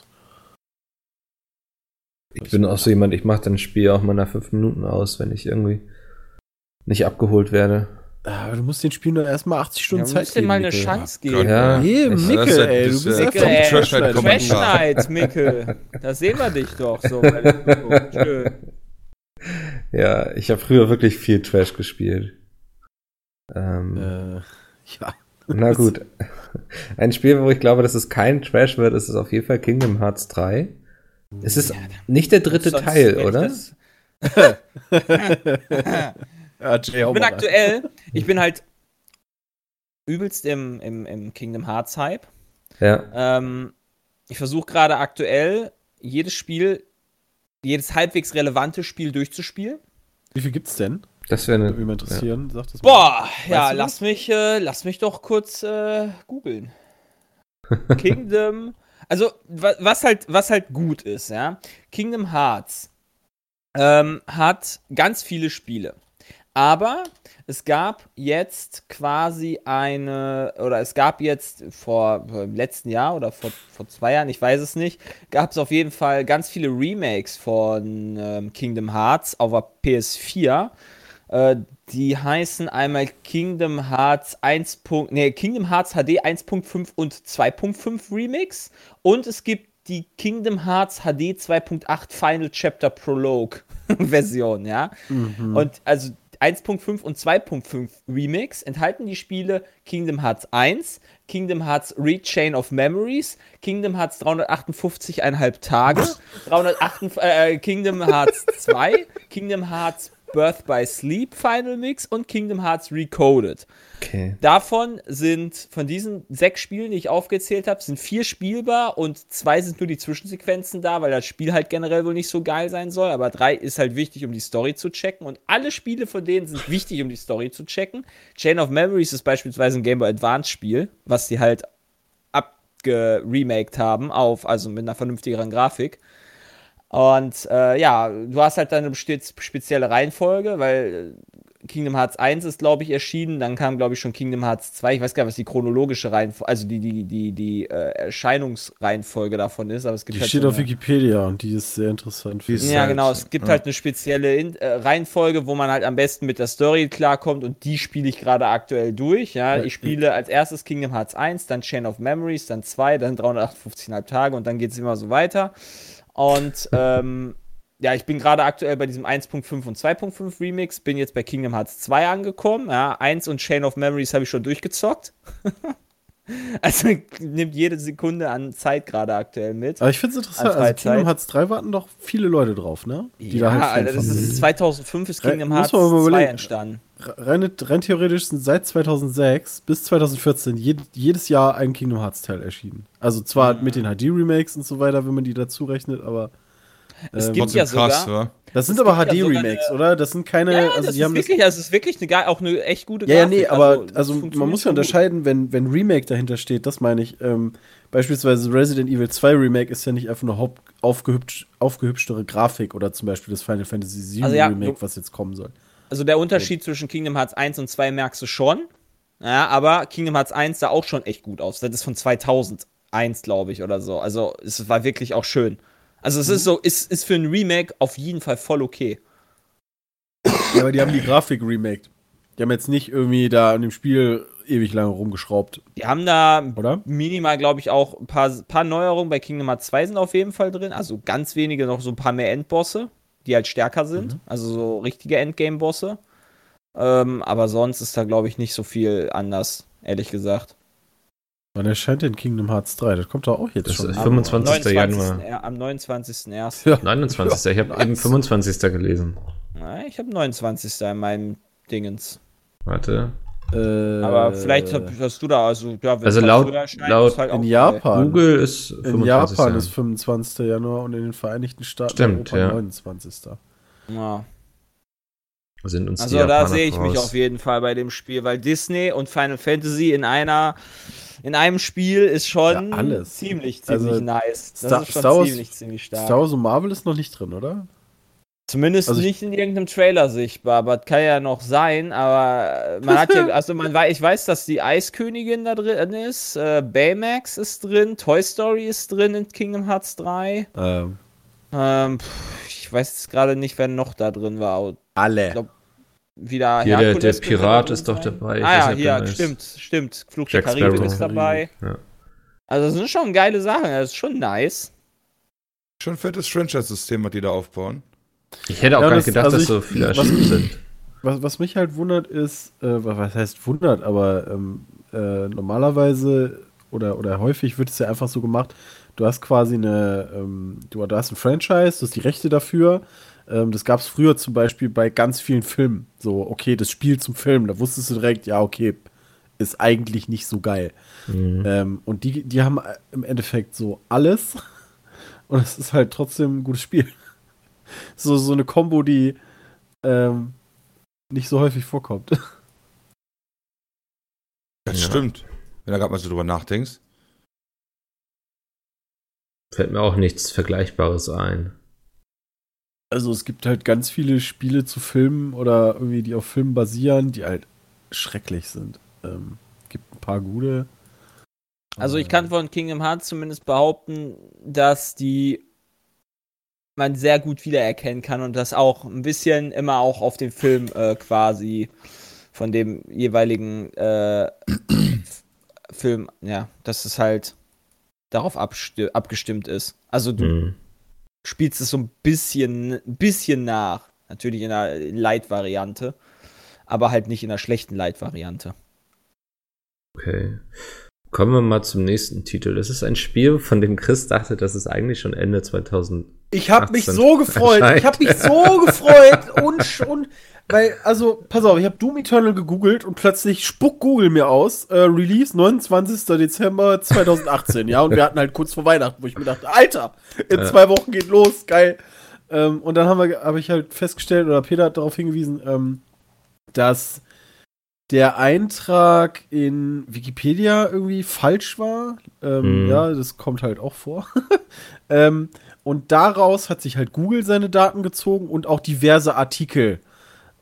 Ich bin auch so jemand, ich mache dann ein Spiel auch mal nach fünf Minuten aus, wenn ich irgendwie nicht abgeholt werde. Aber du musst den Spielen dann erstmal achtzig Stunden Ja, du Zeit musst dem geben. mal eine Mikkel. Chance Gott. geben. Ja, Nee, ich- Das Mikkel, ist ja- ey, du das bist ist ja einfach Mikkel, ein ey, Trash Night Trash-Night. Trash Trash Night, Mikkel. Da sehen wir dich doch so bei der Zukunft. Schön. Ja, ich habe früher wirklich viel Trash gespielt. Ähm, Äh, ja. na gut. Ein Spiel, wo ich glaube, dass es kein Trash wird, ist es auf jeden Fall Kingdom Hearts drei. Es ist nicht der dritte Sonst Teil, hätte ich oder? das- Ja, Jay, hau Ich bin mal rein. aktuell, ich bin halt übelst im, im, im Kingdom Hearts Hype. Ja. Ähm, ich versuche gerade aktuell jedes Spiel, jedes halbwegs relevante Spiel durchzuspielen. Wie viel gibt's denn? Das wäre Würde mich eine. mal interessieren. Sag das mal. Boah, ja, du lass das? mich, äh, lass mich doch kurz äh, googeln. Kingdom, also wa was halt, was halt gut ist, ja. Kingdom Hearts ähm, hat ganz viele Spiele, aber es gab jetzt quasi eine, oder es gab jetzt vor im letzten Jahr oder vor, vor zwei Jahren, ich weiß es nicht, gab es auf jeden Fall ganz viele Remakes von ähm, Kingdom Hearts auf der P S vier. Äh, die heißen einmal Kingdom Hearts eins. Nee, Kingdom Hearts H D eins Punkt fünf und zwei Punkt fünf Remix. Und es gibt die Kingdom Hearts H D zwei Punkt acht Final Chapter Prologue Version, ja. Mhm. Und also eins Punkt fünf und zwei Punkt fünf Remix enthalten die Spiele Kingdom Hearts eins, Kingdom Hearts Rechain of Memories, Kingdom Hearts dreihundertachtundfünfzig Komma fünf Tage, dreihundertacht, äh, Kingdom Hearts zwei, Kingdom Hearts Birth by Sleep Final Mix und Kingdom Hearts Recoded. Okay. Davon sind, von diesen sechs Spielen, die ich aufgezählt habe, sind vier spielbar und zwei sind nur die Zwischensequenzen da, weil das Spiel halt generell wohl nicht so geil sein soll, aber drei ist halt wichtig, um die Story zu checken und alle Spiele von denen sind wichtig, um die Story zu checken. Chain of Memories ist beispielsweise ein Game Boy Advance Spiel, was die halt abgeremaked haben auf, also mit einer vernünftigeren Grafik. Und äh, ja, du hast halt dann eine besti- spezielle Reihenfolge, weil Kingdom Hearts eins ist, glaube ich, erschienen, dann kam, glaube ich, schon Kingdom Hearts zwei. Ich weiß gar nicht, was die chronologische Reihenfolge, also die, die, die, die äh, Erscheinungsreihenfolge davon ist, aber es gibt Die halt steht so auf eine, Wikipedia und die ist sehr interessant. Die ist ja, halt, genau, es gibt ja. halt eine spezielle In äh, Reihenfolge, wo man halt am besten mit der Story klarkommt und die spiele ich gerade aktuell durch, ja. Ja, Ich spiele als erstes Kingdom Hearts eins, dann Chain of Memories, dann zwei, dann dreihundertachtundfünfzig Komma fünf Tage und dann geht es immer so weiter. Und, ähm, ja, ich bin gerade aktuell bei diesem eins Punkt fünf und zwei Punkt fünf Remix, bin jetzt bei Kingdom Hearts zwei angekommen, ja, eins und Chain of Memories habe ich schon durchgezockt. Also nimmt jede Sekunde an Zeit gerade aktuell mit. Aber ich finde es interessant, An also Freizeit. Kingdom Hearts drei warten doch viele Leute drauf, ne? Die da Ja, halt Fan Alter, das von ist sind. zweitausendfünf ist Re- Kingdom muss Hearts man mal zwei überlegen. entstanden. Rein, rein theoretisch sind seit zweitausendsechs bis zweitausendvierzehn jed, jedes Jahr ein Kingdom Hearts Teil erschienen. Also zwar Mhm. mit den H D-Remakes und so weiter, wenn man die dazu rechnet, aber Es ähm, gibt ja Trotzdem krass, sogar. wa? das sind es aber gibt ja sogar H D-Remakes, eine- oder? Das sind keine, Ja, also das die ist haben das wirklich, also es ist wirklich eine, ge- auch eine echt gute Ja, ja, Grafik. nee, aber das also man funktioniert muss ja schon gut. unterscheiden, wenn, wenn Remake dahinter steht, das meine ich. Ähm, beispielsweise Resident Evil zwei Remake ist ja nicht einfach nur haupt, aufgehübsch, aufgehübschtere Grafik oder zum Beispiel das Final Fantasy sieben Also ja, Remake, du- was jetzt kommen soll. Also der Unterschied zwischen Kingdom Hearts eins und zwei merkst du schon. Ja, aber Kingdom Hearts eins sah auch schon echt gut aus. Das ist von zweitausendeins, glaube ich, oder so. Also es war wirklich auch schön. Also es ist so, ist, ist für ein Remake auf jeden Fall voll okay. Ja, aber die haben die Grafik remaked. Die haben jetzt nicht irgendwie da an dem Spiel ewig lange rumgeschraubt, Die haben da oder? minimal, glaube ich, auch ein paar, paar Neuerungen bei Kingdom Hearts zwei sind auf jeden Fall drin. Also ganz wenige, noch so ein paar mehr Endbosse, die halt stärker sind. Mhm. Also so richtige Endgame-Bosse. Ähm, aber sonst ist da, glaube ich, nicht so viel anders, ehrlich gesagt. Wann erscheint denn Kingdom Hearts drei? Das kommt doch auch jetzt Das schon. ist Am- fünfundzwanzigster Januar. Er- Am neunundzwanzigsten ersten Ja. neunundzwanzigster Ich habe Ja, eben nice. fünfundzwanzigster gelesen. Na, ich habe neunundzwanzigsten in meinem Dingens. Warte. Äh, Aber vielleicht hab, hast du da, also, ja, wenn Also es halt laut- früher erscheint, laut ist halt in auch Japan. Google ist In fünfundzwanzigster Japan ist fünfundzwanzigster Januar und in den Vereinigten Staaten Stimmt, Europa ja. neunundzwanzigster geil. Ja. Sind uns die Also da Japaner sehe ich mich voraus. auf jeden Fall bei dem Spiel, weil Disney und Final Fantasy in einer in einem Spiel ist schon Ja, alles. ziemlich, ziemlich Also, nice. Das Star- ist schon Star Wars- ziemlich, ziemlich stark. Star Wars und Marvel ist noch nicht drin, oder? Zumindest Also ich- nicht in irgendeinem Trailer sichtbar, aber das kann ja noch sein, aber man hat ja, also man weiß, ich weiß, dass die Eiskönigin da drin ist, äh, Baymax ist drin, Toy Story ist drin in Kingdom Hearts drei. Ähm, Ähm, pff, ich weiß jetzt gerade nicht, wer noch da drin war. alle. glaub, Wieder Hier, der, der Herkules könnte Pirat drin ist doch sein. dabei. Ich Ah weiß ja, nicht, ob der hier, neu ist. stimmt, stimmt. Flug Jack der Karibik Sparrow. ist dabei. Ja. Also das sind schon geile Sachen, das ist schon nice. Schon fettes Franchise-System, was die da aufbauen. Ich hätte auch Ja, gar nicht das- gedacht, also dass ich- so viele was- erschienen sind. Was, was mich halt wundert ist, äh, was heißt wundert, aber ähm, äh, normalerweise oder, oder häufig wird es ja einfach so gemacht, du hast quasi eine, ähm, du, du hast ein Franchise, du hast die Rechte dafür. Ähm, das gab es früher zum Beispiel bei ganz vielen Filmen. So, okay, das Spiel zum Film, da wusstest du direkt, ja, okay, ist eigentlich nicht so geil. Mhm. Ähm, und die, die haben im Endeffekt so alles und es ist halt trotzdem ein gutes Spiel. So, so eine Kombo, die ähm, nicht so häufig vorkommt. Das Ja. stimmt. Wenn du gerade mal so drüber nachdenkst. Fällt mir auch nichts Vergleichbares ein. Also es gibt halt ganz viele Spiele zu Filmen oder irgendwie, die auf Filmen basieren, die halt schrecklich sind. Ähm, gibt ein paar gute. Also ich kann von Kingdom Hearts zumindest behaupten, dass die man sehr gut wiedererkennen kann und das auch ein bisschen immer auch auf den Film äh, quasi von dem jeweiligen äh, Film, ja, dass es halt darauf absti- abgestimmt ist. Also du Mhm. spielst es so ein bisschen, ein bisschen nach. Natürlich in einer Light-Variante, aber halt nicht in einer schlechten Light-Variante. Okay. Kommen wir mal zum nächsten Titel. Das ist ein Spiel, von dem Chris dachte, dass es eigentlich schon Ende zweitausend. Ich habe mich achtzehn so gefreut. erscheint. Ich habe mich so gefreut und und weil also pass auf, ich habe Doom Eternal gegoogelt und plötzlich spuckt Google mir aus äh, Release neunundzwanzigster Dezember zweitausendachtzehn, ja, und wir hatten halt kurz vor Weihnachten, wo ich mir dachte, Alter, in Ja. zwei Wochen geht los, geil. Ähm, und dann haben wir habe ich halt festgestellt oder Peter hat darauf hingewiesen, ähm, dass der Eintrag in Wikipedia irgendwie falsch war. Ähm, Mhm. Ja, das kommt halt auch vor. ähm, und daraus hat sich halt Google seine Daten gezogen und auch diverse Artikel.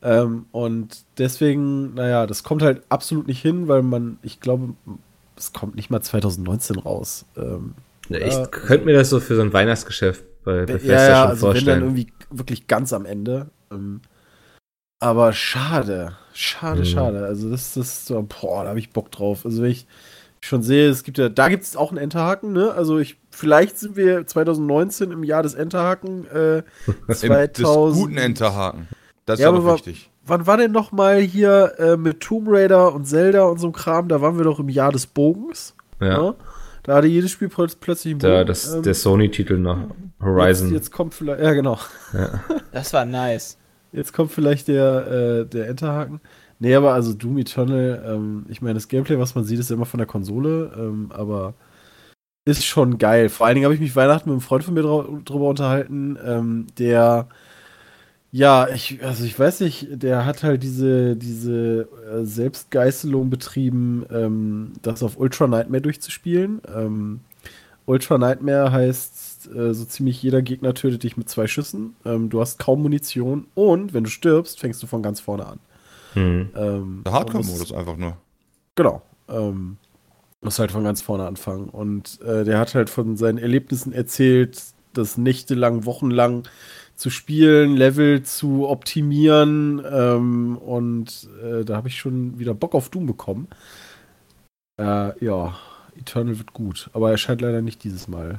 Ähm, und deswegen, naja, das kommt halt absolut nicht hin, weil man, ich glaube, es kommt nicht mal zwanzig neunzehn raus. Ähm, ja, ich ja, könnte mir das so für so ein Weihnachtsgeschäft bei Bethesda ja, ja, schon also vorstellen. Wenn dann irgendwie wirklich ganz am Ende. Ähm, aber schade, schade, Mhm. schade. Also das, das ist so, boah, da habe ich Bock drauf. Also wenn ich schon sehe, es gibt ja, da gibt es auch einen Enterhaken, ne? Also ich, vielleicht sind wir zwanzig neunzehn im Jahr des Enterhaken. Äh, zweitausend Des guten Enterhaken. Das ist Ja, ja, aber doch wa- wichtig. Wann war denn noch mal hier äh, mit Tomb Raider und Zelda und so einem Kram? Da waren wir doch im Jahr des Bogens. Ja, Ne? Da hatte jedes Spiel plöt- plötzlich einen Bogen. da, das, Ähm, der Sony-Titel noch. Horizon. Jetzt, jetzt kommt vielleicht, ja genau. Das war nice. Jetzt kommt vielleicht der, äh, der Enterhaken. Nee, aber also Doom Eternal, ähm, ich meine, das Gameplay, was man sieht, ist ja immer von der Konsole, ähm, aber ist schon geil. Vor allen Dingen habe ich mich Weihnachten mit einem Freund von mir drau- drüber unterhalten, ähm, der, ja, ich, also ich weiß nicht, der hat halt diese, diese äh, Selbstgeißelung betrieben, ähm, das auf Ultra Nightmare durchzuspielen. Ähm, Ultra Nightmare heißt, äh, so ziemlich jeder Gegner tötet dich mit zwei Schüssen. Ähm, du hast kaum Munition und wenn du stirbst, fängst du von ganz vorne an. Hm. Ähm, Der Hardcore-Modus einfach nur. Genau. Ähm, muss halt von ganz vorne anfangen. Und äh, der hat halt von seinen Erlebnissen erzählt, das nächtelang, wochenlang zu spielen, Level zu optimieren. Ähm, und äh, da habe ich schon wieder Bock auf Doom bekommen. Äh, ja, Eternal wird gut. Aber er erscheint leider nicht dieses Mal.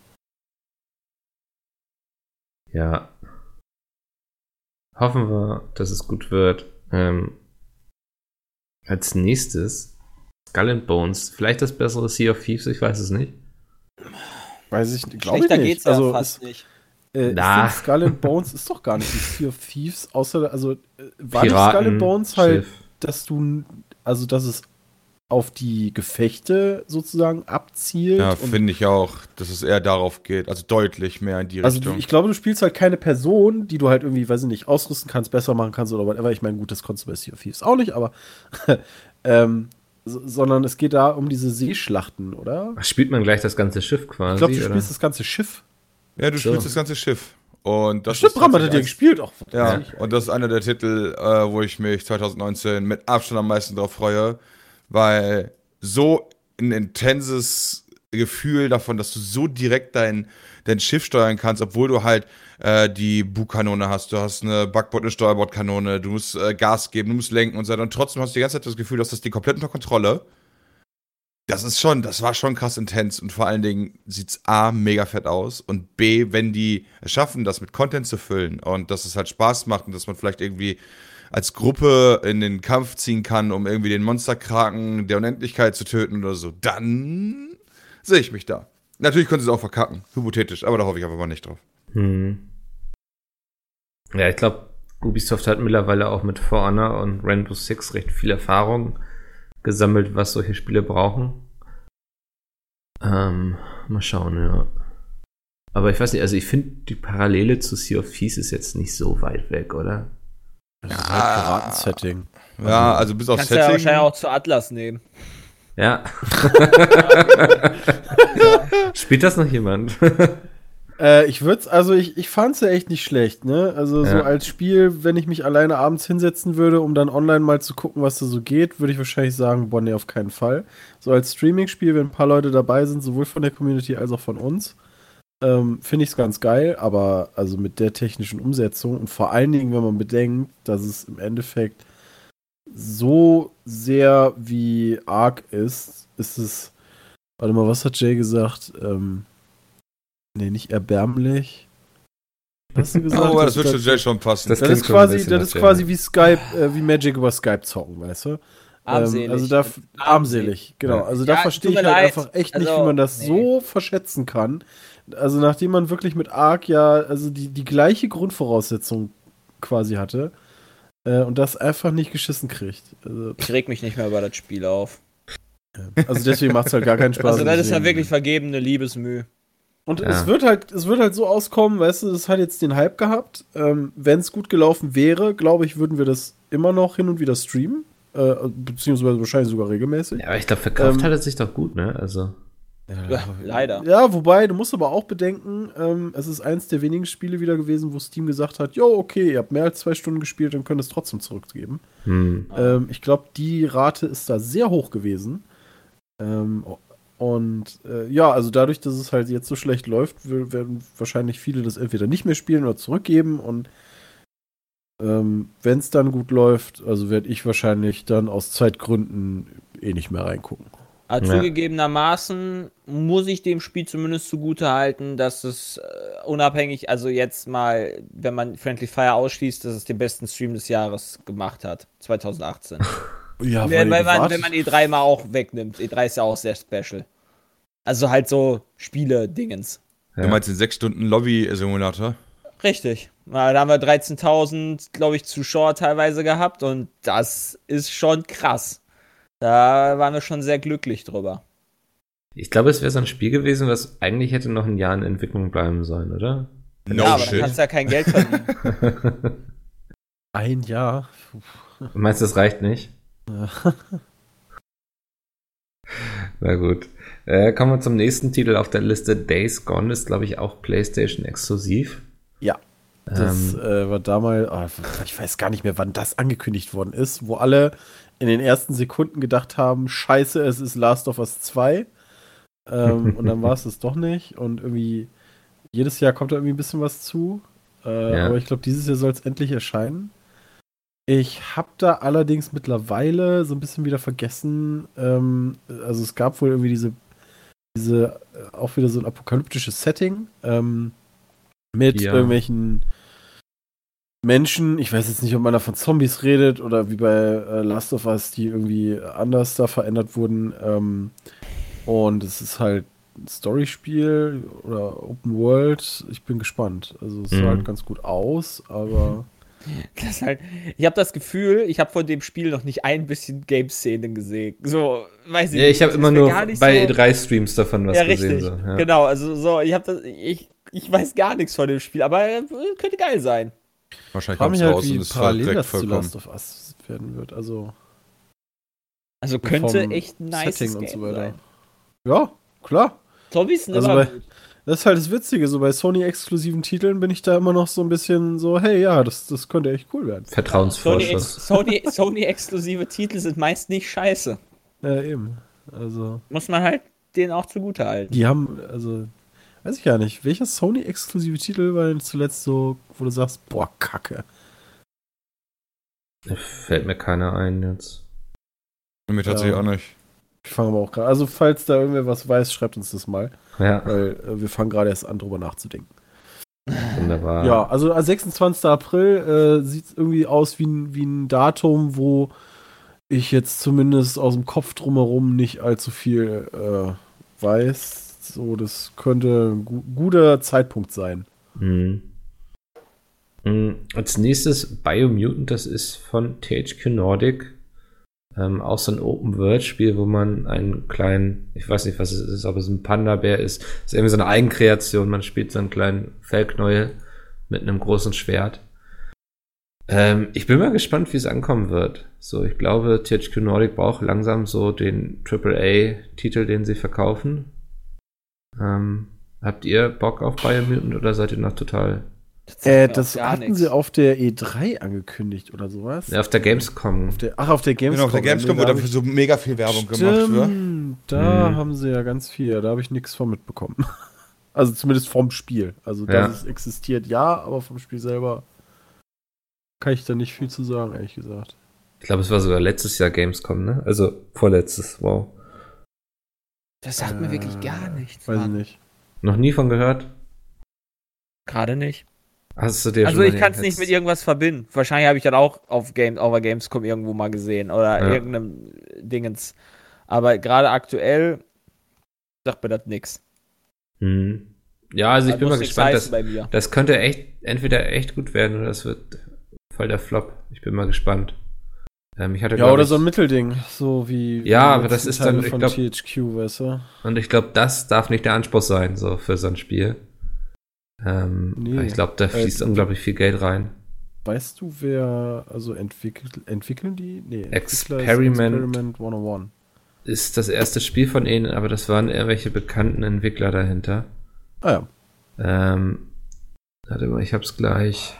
Ja. Hoffen wir, dass es gut wird. Ähm, als nächstes Skull and Bones. Vielleicht das bessere Sea of Thieves, ich weiß es nicht. Weiß ich, glaube ich Schlechter nicht. geht's ja also fast ist, nicht. äh, Na. ist denn Skull and Bones ist doch gar nicht wie Sea of Thieves, außer, also äh, war nicht Piraten, Skull and Bones halt, Schiff. dass du, also dass es auf die Gefechte sozusagen abzielt. Ja, und finde ich auch, dass es eher darauf geht. Also deutlich mehr in die also du, Richtung. ich glaube, du spielst halt keine Person, die du halt irgendwie, weiß ich nicht, ausrüsten kannst, besser machen kannst oder whatever. Ich meine, gut, das konntest du bei Sea of Thieves auch nicht, aber ähm, so, sondern es geht da um diese Seeschlachten, oder? Spielt man gleich das ganze Schiff quasi? Ich glaube, du oder? spielst das ganze Schiff. ja, du So. spielst das ganze Schiff. Und das Stimmt, ist Bram hat er dir tatsächlich gespielt. Auch Ja, und das ist einer der Titel, äh, wo ich mich zwanzig neunzehn mit Abstand am meisten drauf freue, weil so ein intenses Gefühl davon, dass du so direkt dein, dein Schiff steuern kannst, obwohl du halt äh, die Bugkanone hast, du hast eine Backbord, eine Steuerbordkanone, du musst äh, Gas geben, du musst lenken und so weiter und trotzdem hast du die ganze Zeit das Gefühl, dass das die komplett unter Kontrolle. Das ist schon, das war schon krass intens und vor allen Dingen sieht's A, mega fett aus und B, wenn die es schaffen, das mit Content zu füllen und dass es halt Spaß macht und dass man vielleicht irgendwie als Gruppe in den Kampf ziehen kann, um irgendwie den Monsterkraken der Unendlichkeit zu töten oder so, dann sehe ich mich da. Natürlich können sie es auch verkacken, hypothetisch, aber da hoffe ich einfach mal nicht drauf. Hm. Ja, ich glaube, Ubisoft hat mittlerweile auch mit For Honor und Rainbow Six recht viel Erfahrung gesammelt, was solche Spiele brauchen. Ähm, mal schauen, ja. Aber ich weiß nicht, also ich finde, die Parallele zu Sea of Thieves ist jetzt nicht so weit weg, oder? Das ist halt Piraten-Setting. Ja, also bis auf Kannst du ja Setting. wahrscheinlich auch zu Atlas nehmen. Ja. Spielt das noch jemand? Äh, ich würde also ich, ich fand es ja echt nicht schlecht, ne? Also so Ja. als Spiel, wenn ich mich alleine abends hinsetzen würde, um dann online mal zu gucken, was da so geht, würde ich wahrscheinlich sagen, boah, nee, auf keinen Fall. So als Streaming-Spiel, wenn ein paar Leute dabei sind, sowohl von der Community als auch von uns, ähm, finde ich es ganz geil, aber also mit der technischen Umsetzung und vor allen Dingen, wenn man bedenkt, dass es im Endeffekt so sehr wie Ark ist, ist es, warte mal, was hat Jay gesagt? Ähm, nee, nicht erbärmlich. Was hast du gesagt? Oh, das wird schon Jay schon passen. Das Das klingt ist schon ein quasi, bisschen das nach ist Jay. quasi wie Skype, äh, wie Magic über Skype zocken, weißt du? Armselig. Ähm, also da f- armselig, genau. Ja. Also da Ja, verstehe tut ich mir halt leid. einfach echt nicht, Also, wie man das nee. so verschätzen kann. Also nachdem man wirklich mit Ark ja also die, die gleiche Grundvoraussetzung quasi hatte äh, und das einfach nicht geschissen kriegt. Also, Ich reg mich nicht mehr über das Spiel auf. also deswegen macht es halt gar keinen Spaß. Also das ist ja deswegen- wirklich vergebene Liebesmüh. Und Ja. es wird halt, es wird halt so auskommen, weißt du, das hat jetzt den Hype gehabt. Ähm, Wenn es gut gelaufen wäre, glaube ich, würden wir das immer noch hin und wieder streamen. Äh, beziehungsweise wahrscheinlich sogar regelmäßig. Ja, aber ich glaube, verkauft Ähm, hat es sich doch gut, ne? Also. Ja, leider. Ja, wobei, du musst aber auch bedenken, ähm, es ist eins der wenigen Spiele wieder gewesen, wo Steam gesagt hat, jo, okay, ihr habt mehr als zwei Stunden gespielt, dann könnt ihr es trotzdem zurückgeben. Hm. Ähm, ich glaube, die Rate ist da sehr hoch gewesen. Ähm, und äh, ja, also dadurch, dass es halt jetzt so schlecht läuft, w- werden wahrscheinlich viele das entweder nicht mehr spielen oder zurückgeben. Und ähm, wenn es dann gut läuft, also werde ich wahrscheinlich dann aus Zeitgründen eh nicht mehr reingucken. Aber Ja. zugegebenermaßen muss ich dem Spiel zumindest zugute halten, dass es äh, unabhängig, also jetzt mal, wenn man Friendly Fire ausschließt, dass es den besten Stream des Jahres gemacht hat, zwanzig achtzehn. Ja, wenn, ihr wenn, man, gewartet- wenn man E drei mal auch wegnimmt. E drei ist ja auch sehr special. Also halt so Spiele-Dingens. Ja. Du meinst den sechs Stunden Lobby-Simulator? Richtig. Na, da haben wir dreizehntausend, glaube ich, Zuschauer teilweise gehabt und das ist schon krass. Da waren wir schon sehr glücklich drüber. Ich glaube, es wäre so ein Spiel gewesen, was eigentlich hätte noch ein Jahr in Entwicklung bleiben sollen, oder? No ja, aber dann shit. kannst du ja kein Geld verdienen. Ein Jahr. Du meinst, das reicht nicht? Na gut. Äh, kommen wir zum nächsten Titel auf der Liste. Days Gone ist, glaube ich, auch PlayStation exklusiv. Ja. Das Ähm, äh, war damals, oh, ich weiß gar nicht mehr, wann das angekündigt worden ist, wo alle in den ersten Sekunden gedacht haben, scheiße, es ist Last of Us zwei. Ähm, und dann war es es doch nicht. Und irgendwie jedes Jahr kommt da irgendwie ein bisschen was zu. Äh, Ja. Aber ich glaube, dieses Jahr soll es endlich erscheinen. Ich habe da allerdings mittlerweile so ein bisschen wieder vergessen, ähm, also es gab wohl irgendwie diese, diese äh, auch wieder so ein apokalyptisches Setting, ähm, mit Ja. irgendwelchen Menschen, ich weiß jetzt nicht, ob man da von Zombies redet oder wie bei äh, Last of Us, die irgendwie anders da verändert wurden. Ähm, und es ist halt ein Storyspiel oder Open World. Ich bin gespannt. Also es sah Mhm. halt ganz gut aus, aber Das halt, ich habe das Gefühl, ich habe von dem Spiel noch nicht ein bisschen Game-Szenen gesehen. So, weiß ich ja, ich habe das immer ist mir nur gar nicht bei so- E drei Streams davon was ja, gesehen. richtig. So. Ja. Genau, also so, ich habe das, ich, ich weiß gar nichts von dem Spiel, aber äh, könnte geil sein. Wahrscheinlich ich frage kommt mich es halt, raus wie und es parallel direkt das zu vollkommen. Last of Us werden wird. Also Also könnte vom echt ein nice Setting Game und so weiter. sein. Ja, klar. Zombies sind Also immer bei- gut. Das ist halt das Witzige, so bei Sony-exklusiven Titeln bin ich da immer noch so ein bisschen so, hey, ja, das, das könnte echt cool werden. Vertrauensvorschuss. Sony, Sony, Sony-exklusive Titel sind meist nicht scheiße. Ja, eben. Also, Muss man halt denen auch zugute halten. die haben, also, weiß ich gar nicht, welcher Sony-exklusive Titel war denn zuletzt so, wo du sagst, boah, Kacke. Fällt mir keiner ein jetzt. Mir tatsächlich Ja. auch nicht. Ich fange aber auch gerade, also falls da irgendwer was weiß, schreibt uns das mal, Ja, weil äh, wir fangen gerade erst an, drüber nachzudenken. wunderbar. Ja, also am sechsundzwanzigsten April äh, sieht es irgendwie aus wie ein, wie ein Datum, wo ich jetzt zumindest aus dem Kopf drumherum nicht allzu viel äh, weiß. So, das könnte ein gu guter Zeitpunkt sein. Mhm. Mhm. Als nächstes Biomutant, das ist von T H Q Nordic. Ähm, auch so ein Open-World-Spiel, wo man einen kleinen, ich weiß nicht, was es ist, ob es ein Panda-Bär ist. Es ist irgendwie so eine Eigenkreation. Man spielt so einen kleinen Fellknäuel mit einem großen Schwert. Ähm, ich bin mal gespannt, wie es ankommen wird. So, ich glaube, T H Q Nordic braucht langsam so den Triple A-Titel, den sie verkaufen. Ähm, habt ihr Bock auf Biomutant oder seid ihr noch total... Äh, sagt mir das auch gar hatten nix. sie auf der E drei angekündigt oder sowas. Ja, auf der Gamescom. Auf der, ach, auf der Gamescom. Genau, auf der Gamescom Nee, wurde da hab dafür ich- so mega viel Werbung gemacht für. Stimmt, da Mhm. haben sie ja ganz viel. Da habe ich nichts von mitbekommen. Also zumindest vom Spiel. Also, dass Ja. es existiert, ja, aber vom Spiel selber kann ich da nicht viel zu sagen, ehrlich gesagt. Ich glaube, es war sogar letztes Jahr Gamescom, ne? Also vorletztes, wow. Das sagt mir wirklich gar nichts. Äh, Weiß ich Mann. nicht. Noch nie von gehört? Gerade nicht. Hast du dir Also schon ich mal kann es den- nicht mit irgendwas verbinden. Wahrscheinlich habe ich dann auch auf, Game, auf der Gamescom irgendwo mal gesehen oder Ja. irgendeinem Dingens. Aber gerade aktuell sagt mir das nix. Hm. Ja, also ich Das bin muss mal nichts gespannt. heißen Das, bei mir. das könnte echt, entweder echt gut werden oder es wird voll der Flop. Ich bin mal gespannt. Ähm, ich hatte, Ja, glaub oder ich, so ein Mittelding. So wie. Ja, wie die aber letzten das ist Teile dann, ich von glaub- T H Q, weißt du? Und ich glaube, das darf nicht der Anspruch sein, so für so ein Spiel. Ähm, Nee. Ich glaube, da fließt Äh, unglaublich viel Geld rein. Weißt du, wer. Also entwickelt, entwickeln die? Nee, Entwickler ist Experiment. Experiment hundertundeins. ist das erste Spiel von ihnen, aber das waren irgendwelche bekannten Entwickler dahinter. Ah ja. Ähm, warte mal, ich hab's gleich.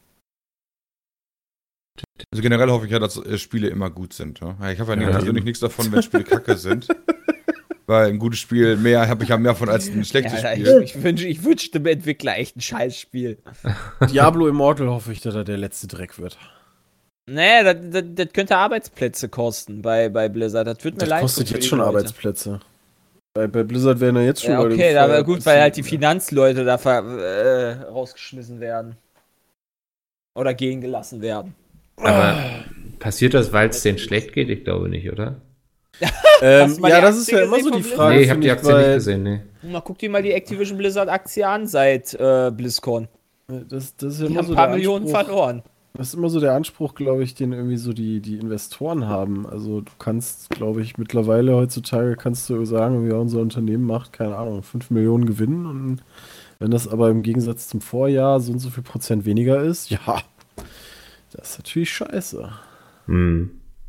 Also generell hoffe ich ja, dass äh, Spiele immer gut sind. Ne? Ich habe ja, Ja, persönlich eben. nichts davon, wenn Spiele kacke sind. Weil ein gutes Spiel, mehr habe ich ja mehr von als ein schlechtes Ja, Spiel. ich, ich, wünsch, ich wünschte dem Entwickler echt ein Scheißspiel. Diablo Immortal hoffe ich, dass er der letzte Dreck wird. Nee, das, das, das könnte Arbeitsplätze kosten bei, bei Blizzard. Das wird mir Das leid kostet tun für jetzt die schon Leute. Arbeitsplätze. Bei, bei Blizzard werden ja jetzt schon Ja, Leute okay, aber gefeuert. gut, weil halt die Finanzleute da ver, äh, rausgeschmissen werden. Oder gehen gelassen werden. Aber passiert das, weil es denen schlecht geht? Ich glaube nicht, oder? Ähm, Hast du mal ja, die das ist Aktie ja immer gesehen so die von Frage. nee, ich habe finde die Aktie nicht weil- gesehen, nee. Mal guck dir mal die Activision Blizzard Aktie an seit äh, BlizzCon. Das, das ist ja Die immer haben so ein paar der Millionen Anspruch, verloren. Das ist immer so der Anspruch, glaube ich, den irgendwie so die, die Investoren haben. Also du kannst, glaube ich, mittlerweile heutzutage kannst du sagen, ja, unser Unternehmen macht, keine Ahnung, fünf Millionen Gewinn und wenn das aber im Gegensatz zum Vorjahr so und so viel Prozent weniger ist, ja, das ist natürlich scheiße. Hm.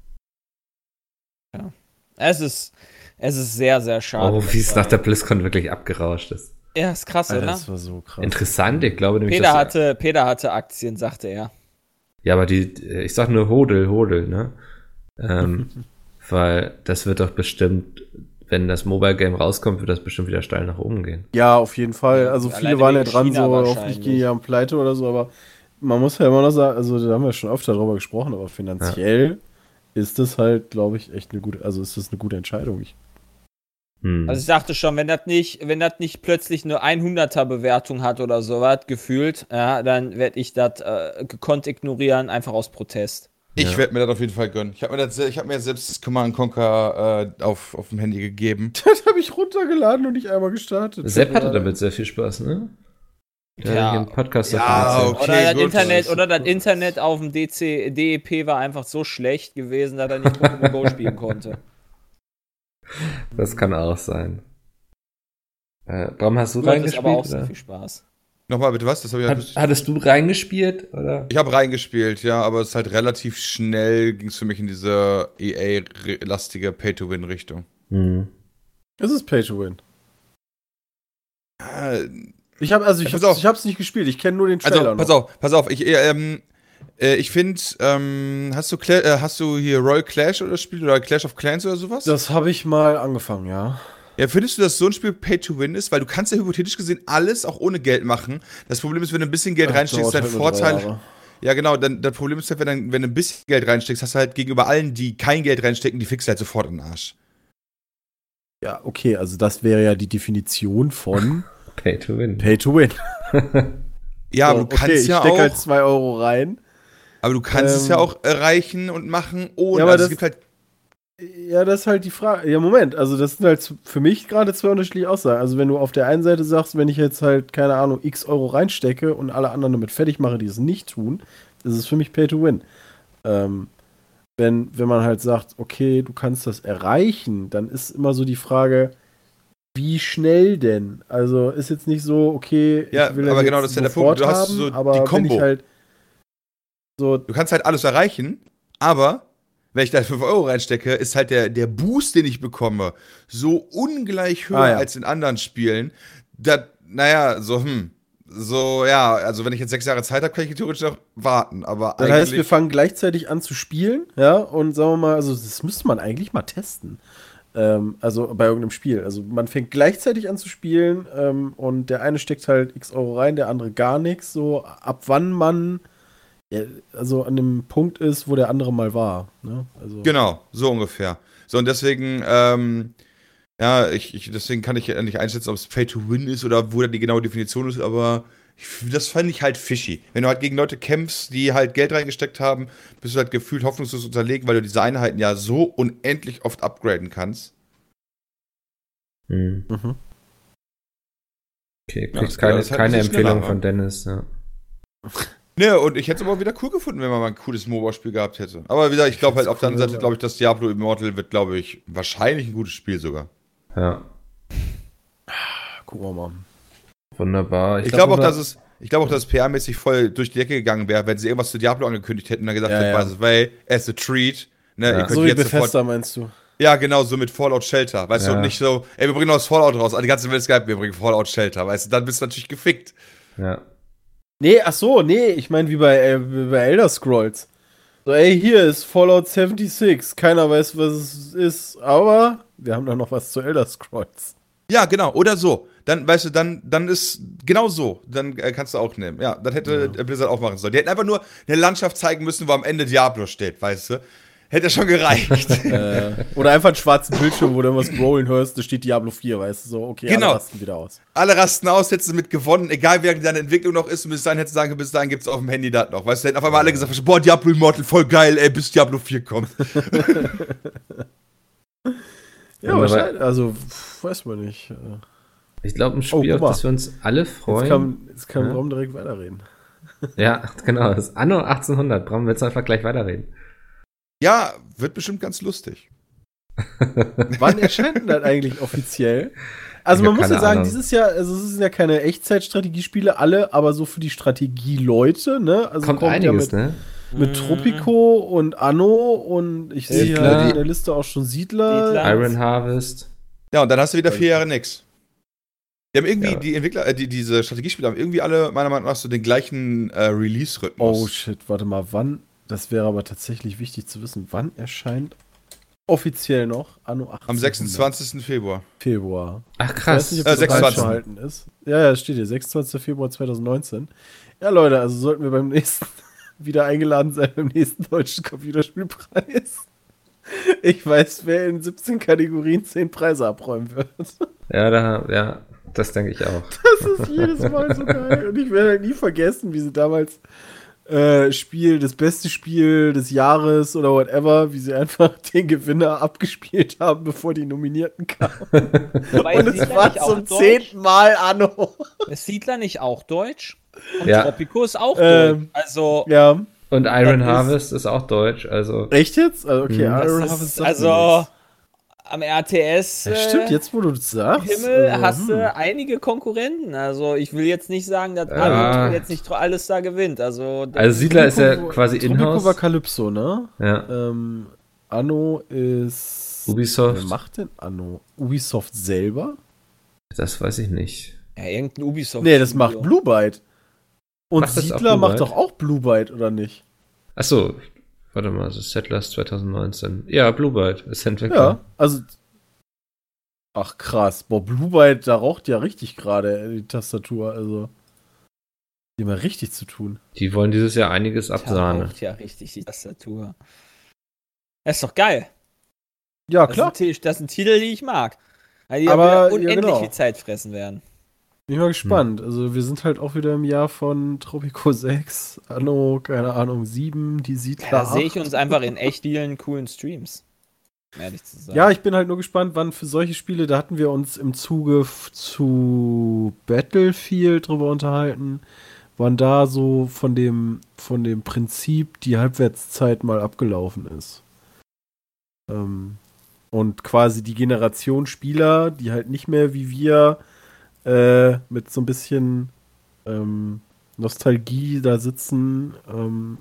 Es ist, es ist sehr, sehr schade. Oh, wie es nach der BlizzCon wirklich abgerauscht ist. Ja, ist krass, Alter, oder? das war so krass. Interessant, ich glaube nämlich, Peter dass... hatte, Peter hatte Aktien, sagte er. Ja, aber die, ich sag nur Hodel, Hodel, ne? Ähm, weil das wird doch bestimmt, wenn das Mobile Game rauskommt, wird das bestimmt wieder steil nach oben gehen. Ja, auf jeden Fall. Also Alleine viele waren ja wegen dran, China so wahrscheinlich. hoffentlich gehen die ja pleite oder so, aber man muss ja immer noch sagen, also da haben wir schon oft darüber gesprochen, aber finanziell ist das halt, glaube ich, echt eine gute, also ist das eine gute Entscheidung. Ich, Hm. Also ich dachte schon, wenn das nicht, wenn das nicht plötzlich eine hunderter Bewertung hat oder sowas, gefühlt, ja, dann werde ich das äh, gekonnt ignorieren, einfach aus Protest. Ich Ja. werde mir das auf jeden Fall gönnen. Ich habe mir, das- ich hab mir selbst das Command Conquer äh, auf, auf dem Handy gegeben. das habe ich runtergeladen und nicht einmal gestartet. Sepp hatte damit sehr viel Spaß, ne? Der Ja. hat hier im Podcast Ja, davon erzählt. okay. oder das gut. Internet, oder das Internet auf dem D C, D E P war einfach so schlecht gewesen, dass er nicht Pokémon Go spielen konnte. Das kann auch sein. Äh, Bram, hast du Das ist aber auch reingespielt? sehr Oder? viel Spaß. Nochmal bitte was? Das hab ich Hat, hattest du reingespielt? Oder? Ich habe reingespielt, ja, aber es ist halt relativ schnell, ging es für mich in diese E A-lastige Pay-to-Win-Richtung. Hm. Es ist Pay to Win. Äh, Ich habe also ich, Pass hab's, auf. ich hab's nicht gespielt, ich kenne nur den Trailer. Also, pass noch. auf, pass auf. Ich, äh, ähm, äh, ich finde, ähm, hast du, Cla äh, hast du hier Royal Clash oder Spiel oder Clash of Clans oder sowas? Das habe ich mal angefangen, ja. Ja, findest du, dass so ein Spiel Pay-to-Win ist? Weil du kannst ja hypothetisch gesehen alles auch ohne Geld machen. Das Problem ist, wenn du ein bisschen Geld Ach, reinsteckst, ist dauert dein halt nur drei Vorteil. Jahre. Ja, genau. Dann, das Problem ist halt, wenn, dann, wenn du ein bisschen Geld reinsteckst, hast du halt gegenüber allen, die kein Geld reinstecken, die fixst halt sofort in den Arsch. Ja, okay, also das wäre ja die Definition von Pay to win. Pay to Win. Ja, So, aber du kannst okay, ich ja steck auch. halt zwei Euro rein. Aber du kannst es Ähm, ja auch erreichen und machen ohne. Ja, aber also das- es gibt halt. Ja, das ist halt die Frage. Ja, Moment, also das sind halt für mich gerade zwei unterschiedliche Aussagen. Also wenn du auf der einen Seite sagst, wenn ich jetzt halt, keine Ahnung, x Euro reinstecke und alle anderen damit fertig mache, die es nicht tun, ist es für mich Pay to Win. Ähm, wenn, wenn man halt sagt, okay, du kannst das erreichen, dann ist immer so die Frage, wie schnell denn? Also ist jetzt nicht so, okay, Ja, ich will aber das genau, jetzt das ist ja der sofort Punkt. Du hast haben, so die aber wenn Kombo. ich halt so, Du kannst halt alles erreichen, aber wenn ich da fünf Euro reinstecke, ist halt der, der Boost, den ich bekomme, so ungleich höher Ah, ja. als in anderen Spielen. Das, naja, so, hm. So, ja, also wenn ich jetzt sechs Jahre Zeit habe, kann ich theoretisch noch warten. Aber das eigentlich. heißt, wir fangen gleichzeitig an zu spielen, ja, und sagen wir mal, also das müsste man eigentlich mal testen. Ähm, also bei irgendeinem Spiel. Also man fängt gleichzeitig an zu spielen ähm, und der eine steckt halt x Euro rein, der andere gar nichts. So, ab wann man ja, also an dem Punkt ist, wo der andere mal war. Ne? Also, Genau, so ungefähr. So, und deswegen, ähm, ja, ich, ich, deswegen kann ich ja nicht einschätzen, ob es Pay to Win ist oder wo da die genaue Definition ist, aber ich, das fand ich halt fishy. Wenn du halt gegen Leute kämpfst, die halt Geld reingesteckt haben, bist du halt gefühlt hoffnungslos unterlegen, weil du diese Einheiten ja so unendlich oft upgraden kannst. Hm. Mhm. Okay, Ja, kriegst das keine, ist halt keine ein bisschen schneller, Empfehlung wa? von Dennis, ja. Ne, und ich hätte es aber wieder cool gefunden, wenn man mal ein cooles MOBA-Spiel gehabt hätte. Aber wie gesagt, ich glaube halt auf der anderen Seite, glaube ich, dass Diablo Immortal wird, glaube ich, wahrscheinlich ein gutes Spiel sogar. Ja, Gucken wir mal. wunderbar. Ich glaub, glaube auch, unser- dass es, ich glaube auch, dass es P R-mäßig voll durch die Decke gegangen wäre, wenn sie irgendwas zu Diablo angekündigt hätten und dann gesagt Ja, hätten, ja. by the way, as a treat, ne, Ja. ihr könnt So wie jetzt sofort. Bethesda meinst du? Ja, genau, so mit Fallout Shelter, weißt Ja. du, und nicht so, ey, wir bringen noch das Fallout raus, die ganze Welt ist geil, wir bringen Fallout Shelter, weißt du, dann bist du natürlich gefickt. Ja. Nee, ach so, nee, ich meine wie bei, äh, wie bei Elder Scrolls. So, ey, hier ist Fallout sechsundsiebzig, keiner weiß, was es ist, aber wir haben da noch was zu Elder Scrolls. Ja, genau, oder so. Dann, weißt du, dann, dann ist genau so. Dann äh, kannst du auch nehmen. Ja, das hätte ja. Blizzard auch machen sollen. Die hätten einfach nur eine Landschaft zeigen müssen, wo am Ende Diablo steht, weißt du? Hätte schon gereicht. äh, oder einfach einen schwarzen Bildschirm, wo du was rollen hörst, da steht Diablo vier, weißt du, so, okay, Genau. alle rasten wieder aus. Alle rasten aus, hättest du mit gewonnen, egal wie lange deine Entwicklung noch ist, und bis dahin hättest du sagen, bis dahin gibt's auf dem Handy das noch. Weißt du, hätten auf einmal alle gesagt, boah, Diablo Immortal, voll geil, ey, bis Diablo vier kommt. Ja, wahrscheinlich, also, pff, weiß man nicht. Ich glaube, ein Spiel, Oh, auf guck mal. das wir uns alle freuen. Jetzt kann, jetzt kann Ja. Bram direkt weiterreden. Ja, genau. Das ist Anno achtzehnhundert. Bram, willst du einfach gleich weiterreden? Ja, wird bestimmt ganz lustig. Wann erscheint denn das eigentlich offiziell? Also Ich man hab muss ja keine sagen, Ahnung. dieses Jahr, also es sind ja keine Echtzeitstrategiespiele, alle, aber so für die Strategieleute, ne? Also Kommt, ja einiges, mit, ne? mit Tropico und Anno und ich sehe Siedler. ja in der Liste auch schon Siedler. Siedler. Iron Harvest. Ja, und dann hast du wieder vier Jahre nix. Die haben irgendwie, Ja. die Entwickler, äh, die, diese Strategiespiele haben irgendwie alle, meiner Meinung nach, so den gleichen äh, Release-Rhythmus. Oh shit, warte mal, wann? Das wäre aber tatsächlich wichtig zu wissen, wann erscheint offiziell noch Anno achtzehnhundert? Am sechsundzwanzigsten Februar. Februar. Ach, Ich weiß krass. nicht, ob Äh, das falsch sechsundzwanzigsten verhalten ist. Ja, ja, das steht hier, sechsundzwanzigsten Februar zweitausendneunzehn. Ja, Leute, also sollten wir beim nächsten wieder eingeladen sein, beim nächsten deutschen Computerspielpreis. Ich weiß, wer in siebzehn Kategorien zehn Preise abräumen wird. Ja, da, ja, das denke ich auch. Das ist jedes Mal so geil. Und ich werde halt nie vergessen, wie sie damals äh, Spiel, das beste Spiel des Jahres oder whatever, wie sie einfach den Gewinner abgespielt haben, bevor die Nominierten kamen. Wobei Und es Siedler war nicht auch zum Deutsch? zehnten Mal Anno. Ist Siedler nicht auch deutsch? Und Ja. Tropico ist auch Ähm, deutsch. Also, Ja. Und Iron Das ist- Harvest ist auch deutsch, also. Echt jetzt? Also, okay, Mhm. Iron das Harvest ist, sagt mir also nichts. am R T S Ja, stimmt, äh, jetzt wo du das sagst. Himmel also, hast hm. du einige Konkurrenten. Also ich will jetzt nicht sagen, dass Ja. Anno jetzt nicht alles da gewinnt. Also, das- Also Siedler ist ja Tropico- quasi Tropico war in-house. Calypso, ne? Ja. Ähm, Anno ist. Ubisoft. Wer macht denn Anno? Ubisoft selber? Das weiß ich nicht. ja, irgendein Ubisoft. Nee, das macht Blue Byte. Und Macht das auch Siedler Blue macht Byte? doch auch Blue Byte, oder nicht? Achso, warte mal, das ist Settlers zwanzig neunzehn. Ja, Blue Byte ist Entwickler. Ja, also. Ach krass, boah, Blue Byte, da raucht ja richtig gerade die Tastatur, also. Die haben ja richtig zu tun. Die wollen dieses Jahr einiges Da absahnen. raucht ja richtig die Tastatur. Das ist doch geil. Ja, Das klar. sind, Ti- das sind Titel, die ich mag. Weil die Aber, aber ja, unendlich genau. viel Zeit fressen werden. Bin ich mal gespannt. Also, wir sind halt auch wieder im Jahr von Tropico sechs, Anno, keine Ahnung, sieben, die Siedler. Ja, da sehe ich acht. uns einfach in echt vielen coolen Streams. um Ehrlich zu sein. Ja, ich bin halt nur gespannt, wann für solche Spiele, da hatten wir uns im Zuge f- zu Battlefield drüber unterhalten, wann da so von dem, von dem Prinzip die Halbwertszeit mal abgelaufen ist. Ähm, und quasi die Generation Spieler, die halt nicht mehr wie wir äh, mit so ein bisschen ähm, Nostalgie da sitzen, ähm,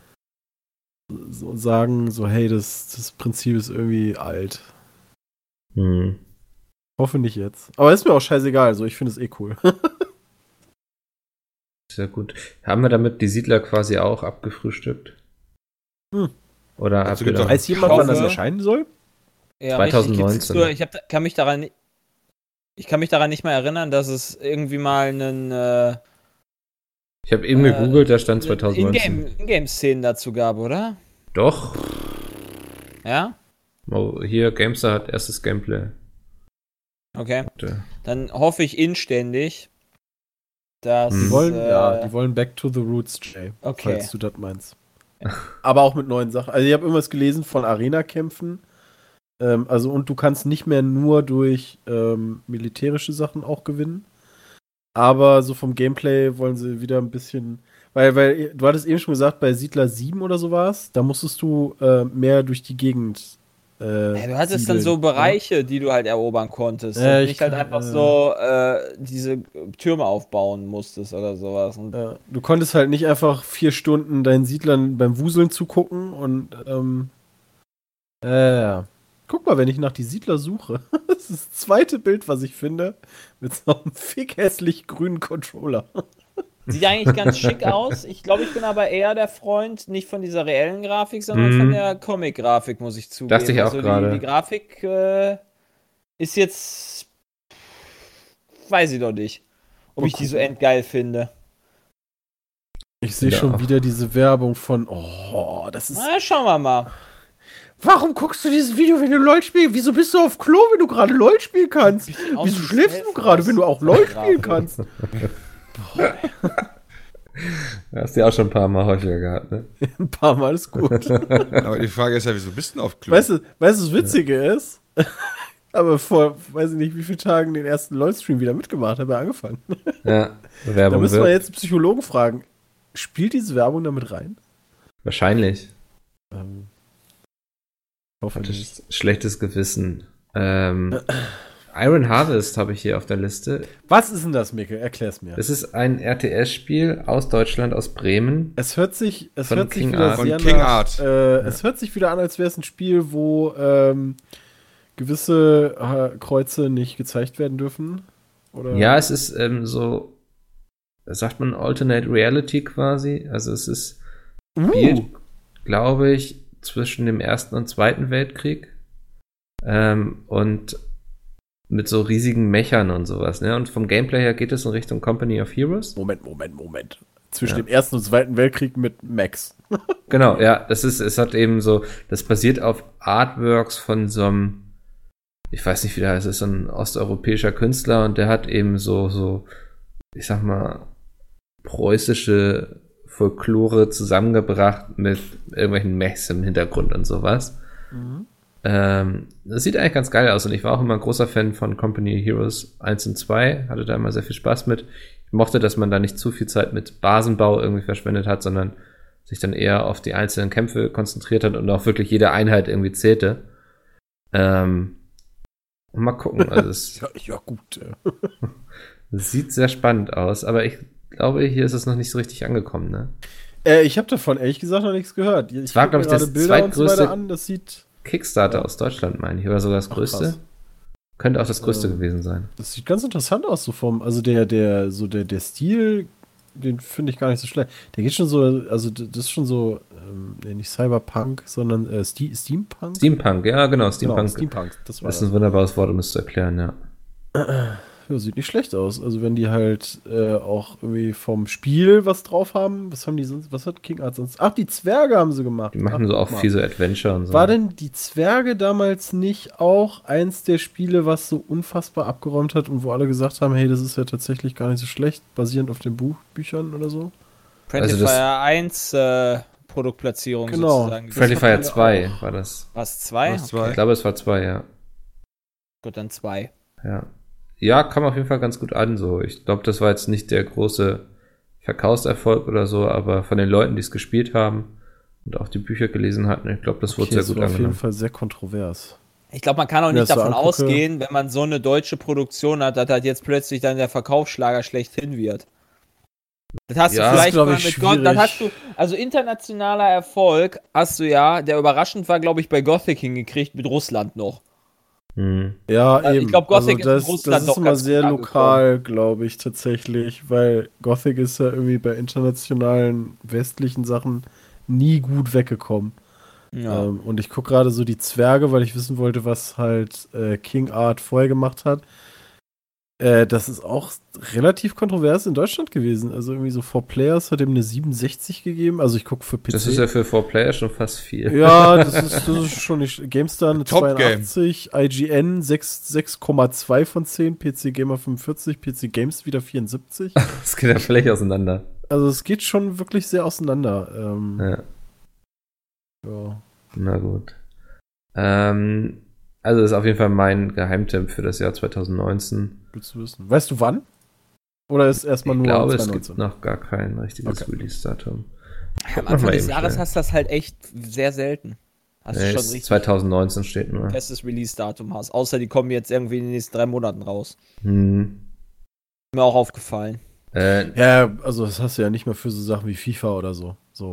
so sagen, so hey, das, das Prinzip ist irgendwie alt. Hm. Hoffe nicht jetzt. Aber ist mir auch scheißegal, also ich finde es eh cool. Sehr gut. Haben wir damit die Siedler quasi auch abgefrühstückt? Hm. Oder Also habt ihr gibt's da- auch- Weiß jemand, wann das hoffe- erscheinen soll? Ja, zwanzig neunzehn. richtig. Gibt's nur- Ich hab, kann mich daran ni- ich kann mich daran nicht mehr erinnern, dass es irgendwie mal einen äh, Ich habe eben äh, gegoogelt, da stand zwanzig neunzehn. Ingame- Ingame-Szenen dazu gab, oder? Doch. Ja? Oh, hier, GameStar hat erstes Gameplay. Okay. Warte. Dann hoffe ich inständig, dass. Hm. Die wollen, äh, ja, die wollen Back to the Roots, Jay. Okay. Falls du das meinst. Aber auch mit neuen Sachen. Also ich habe irgendwas gelesen von Arena-Kämpfen. Ähm, also und du kannst nicht mehr nur durch ähm, militärische Sachen auch gewinnen. Aber so vom Gameplay wollen sie wieder ein bisschen. Weil, weil du hattest eben schon gesagt, bei Siedler sieben oder so war es, da musstest du äh, mehr durch die Gegend. Äh, Ja, du hattest siedeln, dann so ne? Bereiche, die du halt erobern konntest. Ja, und ich nicht halt kann- einfach äh, so äh, diese Türme aufbauen musstest oder sowas. Und Ja, du konntest halt nicht einfach vier Stunden deinen Siedlern beim Wuseln zugucken und ähm, äh, ja. Guck mal, wenn ich nach die Siedler suche. Das ist das zweite Bild, was ich finde, mit so einem fick hässlich grünen Controller. Sieht eigentlich ganz schick aus. Ich glaube, ich bin aber eher der Freund, nicht von dieser reellen Grafik, sondern mm. von der Comic-Grafik, muss ich zugeben. Dachte ich auch also gerade. Die, die Grafik äh, ist jetzt, weiß ich noch nicht, ob oh, ich die so endgeil finde. Ich sehe ja. schon wieder diese Werbung von, oh, das ist... Na, schauen wir mal. Warum guckst du dieses Video, wenn du LOL spielst? Wieso bist du auf Klo, wenn du gerade LOL spielen kannst? Wieso schläfst du gerade, wenn du auch LOL spielen kannst? Boah. Hast du ja auch schon ein paar Mal häufiger gehabt, ne? Ein paar Mal ist gut. Aber die Frage ist ja, wieso bist du denn auf Klo? Weißt du, weißt du, was Witzige ja. ist? Aber vor, weiß ich nicht, wie viele Tagen den ersten LOL-Stream wieder mitgemacht, habe er angefangen. Ja, Werbung. Da müssen wir jetzt einen Psychologen fragen. Spielt diese Werbung damit rein? Wahrscheinlich. Ähm, Hoffentlich. Schlechtes Gewissen. Ähm, Iron Harvest habe ich hier auf der Liste. Was ist denn das, Mikkel? Erklär's mir. Es ist ein R T S-Spiel aus Deutschland, aus Bremen. Es hört sich, es von hört sich King wieder Art. sehr von King nach, Art. Äh, ja. Es hört sich wieder an, als wäre es ein Spiel, wo ähm, gewisse äh, Kreuze nicht gezeigt werden dürfen. Oder? Ja, es ist ähm, so, sagt man Alternate Reality quasi. Also es ist spielt, uh. glaube ich, zwischen dem Ersten und Zweiten Weltkrieg. Ähm, und mit so riesigen Mechern und sowas. Ne? Und vom Gameplay her geht es in Richtung Company of Heroes. Moment, Moment, Moment. Zwischen Ja. dem Ersten und Zweiten Weltkrieg mit Max. Genau, ja, das ist, es hat eben so, das basiert auf Artworks von so einem, ich weiß nicht, wie der heißt, es ist so ein osteuropäischer Künstler und der hat eben so, so, ich sag mal, preußische Folklore zusammengebracht mit irgendwelchen Mechs im Hintergrund und sowas. Mhm. Ähm, das sieht eigentlich ganz geil aus und ich war auch immer ein großer Fan von Company Heroes eins und zwei, hatte da immer sehr viel Spaß mit. Ich mochte, dass man da nicht zu viel Zeit mit Basenbau irgendwie verschwendet hat, sondern sich dann eher auf die einzelnen Kämpfe konzentriert hat und auch wirklich jede Einheit irgendwie zählte. Ähm, mal gucken. Also es ja, ja, gut. es sieht sehr spannend aus, aber ich glaube, hier ist es noch nicht so richtig angekommen, ne? Äh, ich habe davon ehrlich gesagt noch nichts gehört. Ich Es war, guck mir glaube ich, das gerade Bilder und so zweitgrößte weiter an. Das sieht, Kickstarter Ja. aus Deutschland, meine ich, oder sogar das Ach, größte. krass. Könnte auch das größte Ähm, gewesen sein. das sieht ganz interessant aus, so vom, also der, der, so der, der Stil, den finde ich gar nicht so schlecht. Der geht schon so, also das ist schon so, ähm, nee, nicht Cyberpunk, sondern äh, Ste- Steampunk? Steampunk, ja, genau, Steampunk. Genau, Steampunk, das war Das das. ist ein wunderbares Wort, um es zu erklären, ja. Ja, sieht nicht schlecht aus. Also wenn die halt äh, auch irgendwie vom Spiel was drauf haben, was haben die sonst, was hat King Art sonst? Ach, die Zwerge haben sie gemacht. Die machen Ach, so guck auch mal. viel so Adventure und so. War denn die Zwerge damals nicht auch eins der Spiele, was so unfassbar abgeräumt hat und wo alle gesagt haben, hey, das ist ja tatsächlich gar nicht so schlecht, basierend auf den Buch, Büchern oder so? Friendly Also das- Fire eins äh, Produktplatzierung Genau. sozusagen. Friendly das Fire hatten wir zwei auch. war das. Was, zwei? Was, zwei? Ich glaube, es war zwei, ja. Gut, dann zwei. Ja. Ja, kam auf jeden Fall ganz gut an, so. Ich glaube, das war jetzt nicht der große Verkaufserfolg oder so, aber von den Leuten, die es gespielt haben und auch die Bücher gelesen hatten, ich glaube, das wurde Okay, sehr das gut war auf jeden angenommen. Fall sehr kontrovers. Ich glaube, man kann auch Wenn ich nicht das so davon angucke- ausgehen, wenn man so eine deutsche Produktion hat, dass halt jetzt plötzlich dann der Verkaufsschlager schlechthin wird. Das hast Ja, du das vielleicht ist, glaub mal ich, mit Gott, schwierig. das hast du, also internationaler Erfolg hast du ja, der überraschend war, glaube ich, bei Gothic hingekriegt mit Russland noch. Hm. Ja, Also ich eben. glaub, Gothic ist in das, Russland das ist doch immer ganz sehr gut lokal, glaube ich, tatsächlich, weil Gothic ist ja irgendwie bei internationalen westlichen Sachen nie gut weggekommen. Ja. Ähm, und ich gucke gerade so die Zwerge, weil ich wissen wollte, was halt äh, King Art vorher gemacht hat. Äh, das ist auch relativ kontrovers in Deutschland gewesen. Also irgendwie so four Players hat ihm eine siebenundsechzig gegeben. Also ich gucke für P C. Das ist ja für four Player schon fast viel. Ja, das ist, das ist schon nicht. GameStar eine Top Game. zweiundachtzig, I G N sechs Komma zwei von zehn, P C Gamer fünfundvierzig, P C Games wieder vierundsiebzig. Das geht ja völlig auseinander. Also es geht schon wirklich sehr auseinander. Ähm, Ja, ja. na gut. Ähm, also das ist auf jeden Fall mein Geheimtipp für das Jahr zwanzig neunzehn. Gut zu wissen. Weißt du wann? Oder ist erstmal Ich nur glaube, es zwanzig gibt neunzehn? noch gar kein richtiges Okay. Release-Datum. Am Mach Anfang mal des eben Jahres schnell. hast du das halt echt sehr selten. Hast du Nee, schon es- richtig zwanzig neunzehn steht nur. festes Release-Datum hast. Außer die kommen jetzt irgendwie in den nächsten drei Monaten raus. Hm. Mir auch aufgefallen. Äh, Ja, also das hast du ja nicht mehr für so Sachen wie FIFA oder so. So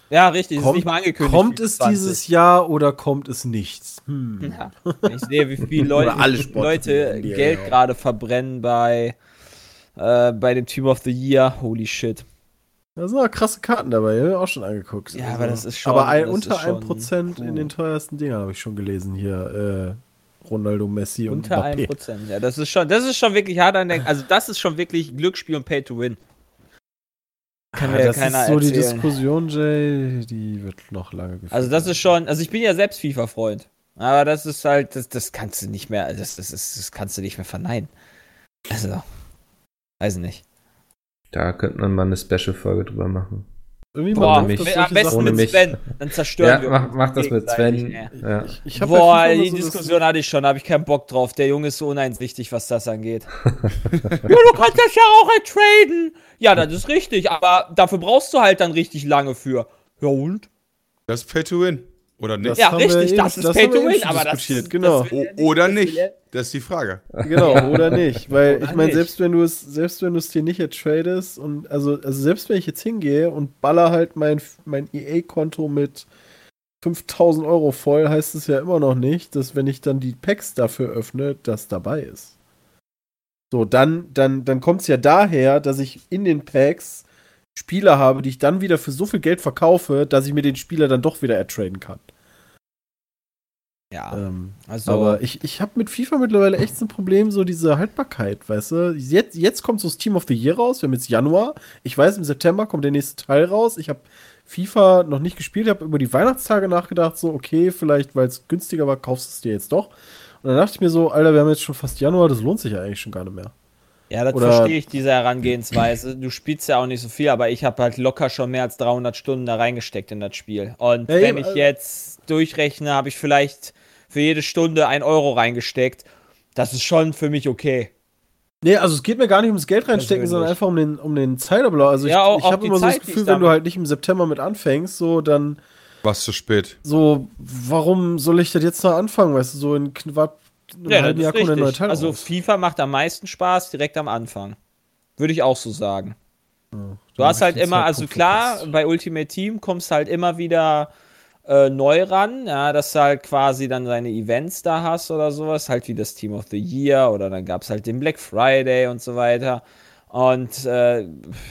Ja, richtig, ist Kommt, nicht mal angekündigt. kommt es zwanzig. dieses Jahr oder kommt es nicht? Hm. Ja, wenn ich sehe, wie viele Leute, Oder alle wie viele Sportspiele Leute in die Geld Area. gerade verbrennen bei, äh, bei dem Team of the Year. Holy shit. Da sind auch krasse Karten dabei, die habe ich auch schon angeguckt. Ja, aber das ist schon- Aber ein, das unter ist schon- ein Prozent in puh. den teuersten Dingern habe ich schon gelesen hier. Äh, Ronaldo, Messi und Unter ein Mbappé. Prozent. Ja, das ist schon, das ist schon wirklich hart an den, also das ist schon wirklich Glücksspiel und Pay to Win. Kann Ja, mir das keiner ist so die erzählen. Diskussion, Jay, die wird noch lange geführt. Also das ist schon, also ich bin ja selbst FIFA-Freund. Aber das ist halt, das, das kannst du nicht mehr, das, das, ist, das kannst du nicht mehr verneinen. Also, weiß nicht. Da könnte man mal eine Special-Folge drüber machen. Irgendwie Boah, mal mich. dass am solche besten Sachen- Ohne mit mich. Sven, dann zerstören Ja, wir mach, uns mach das mit gegenseitig, Sven. ey. Ja. Ich, ich hab Boah, bei FIFA immer die so das- Diskussion hatte ich schon, da habe ich keinen Bock drauf. Der Junge ist so uneinsichtig, was das angeht. ja, du kannst das ja auch ertraden. Ja, das ist richtig, aber dafür brauchst du halt dann richtig lange für. Ja und? Das ist Pay to Win. Oder nicht? Das Ja, haben wir richtig, eben- das ist das Pay haben wir to eben Win, schon aber das, diskutiert, das genau. will er O oder das nicht. will er- Das ist die Frage. Genau, oder nicht. Weil Oder ich meine, nicht. selbst wenn du es, selbst wenn du es dir nicht ertradest und also, also selbst wenn ich jetzt hingehe und baller halt mein, mein E A-Konto mit fünftausend Euro voll, heißt es ja immer noch nicht, dass wenn ich dann die Packs dafür öffne, das dabei ist. So, dann, dann, dann kommt es ja daher, dass ich in den Packs Spieler habe, die ich dann wieder für so viel Geld verkaufe, dass ich mir den Spieler dann doch wieder ertraden kann. Ja, Ähm, also. aber ich, ich habe mit FIFA mittlerweile echt so ein Problem, so diese Haltbarkeit, weißt du? Jetzt, jetzt kommt so das Team of the Year raus, wir haben jetzt Januar. Ich weiß, im September kommt der nächste Teil raus. Ich habe FIFA noch nicht gespielt, habe über die Weihnachtstage nachgedacht, so, okay, vielleicht, weil es günstiger war, kaufst du es dir jetzt doch. Und dann dachte ich mir so, Alter, wir haben jetzt schon fast Januar, das lohnt sich ja eigentlich schon gar nicht mehr. Ja, das Oder- verstehe ich, diese Herangehensweise. Du spielst ja auch nicht so viel, aber ich habe halt locker schon mehr als dreihundert Stunden da reingesteckt in das Spiel. Und Ja, wenn eben, ich also- jetzt durchrechne, habe ich vielleicht für jede Stunde ein Euro reingesteckt. Das ist schon für mich okay. Nee, also es geht mir gar nicht ums Geld reinstecken, Persönlich. sondern einfach um den, um den Zeitablauf. Also ich, Ja, auch- ich auch habe die immer so das Zeit, die Gefühl, ich wenn du damit- halt nicht im September mit anfängst, so, dann Was zu spät. so, warum soll ich das jetzt noch anfangen, weißt du, so in knapp einem Ja, halben das Jahr ist kommt der neue richtig. Teil Also raus. FIFA macht am meisten Spaß direkt am Anfang. Würde ich auch so sagen. Du Dann hast hab halt ich die immer, Zeit also gut klar, verpasst. bei Ultimate Team kommst halt immer wieder äh, neu ran, ja, dass du halt quasi dann deine Events da hast oder sowas, halt wie das Team of the Year oder dann gab es halt den Black Friday und so weiter. Und äh,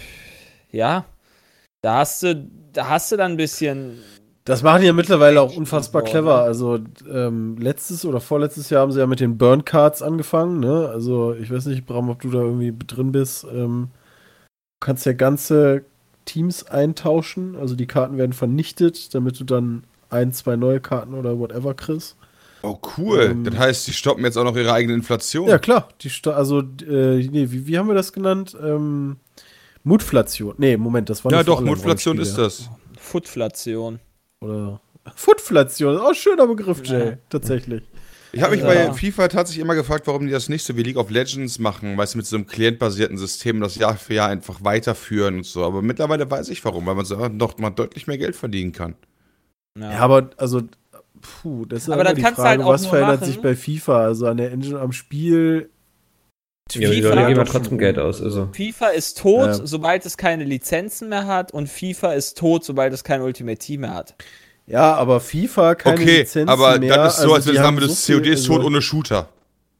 ja, da hast du, da hast du dann ein bisschen. Das machen die ja mittlerweile auch Action unfassbar und so, clever. ne? Also ähm, letztes oder vorletztes Jahr haben sie ja mit den Burn Cards angefangen, ne? Also ich weiß nicht, Bram, ob du da irgendwie drin bist. Ähm, du kannst ja ganze Teams eintauschen, also die Karten werden vernichtet, damit du dann ein, zwei neue Karten oder whatever kriegst. Oh, cool. Ähm, das heißt, die stoppen jetzt auch noch ihre eigene Inflation. Ja, klar. Die Sta- also, äh, nee, wie, wie haben wir das genannt? Ähm, Mutflation. Nee, Moment, das war Ja, nur für doch, Modflation ist Online-Rollenspiele. das. Footflation. Oder Footflation, auch ein schöner Begriff, Jay, Ja. tatsächlich. Ich habe mich Ja. bei FIFA tatsächlich immer gefragt, warum die das nicht so wie League of Legends machen, weißt du, mit so einem klientbasierten System das Jahr für Jahr einfach weiterführen und so. Aber mittlerweile weiß ich warum, weil man so noch mal deutlich mehr Geld verdienen kann. Ja. Ja, aber also, puh, das ist Aber immer das die kannst du Frage, halt auch was nur verändert machen. sich bei FIFA? Also an der Engine, am Spiel. Ja, die FIFA Leute hat geben ja doch trotzdem schon- Geld aus. Also. FIFA ist tot, Ja. sobald es keine Lizenzen mehr hat und FIFA ist tot, sobald es kein Ultimate Team mehr hat. Ja, aber FIFA keine Okay, Lizenzen aber mehr. das ist so, also als wenn die ich sagen haben würde, so C O D viel- ist tot also- ohne Shooter.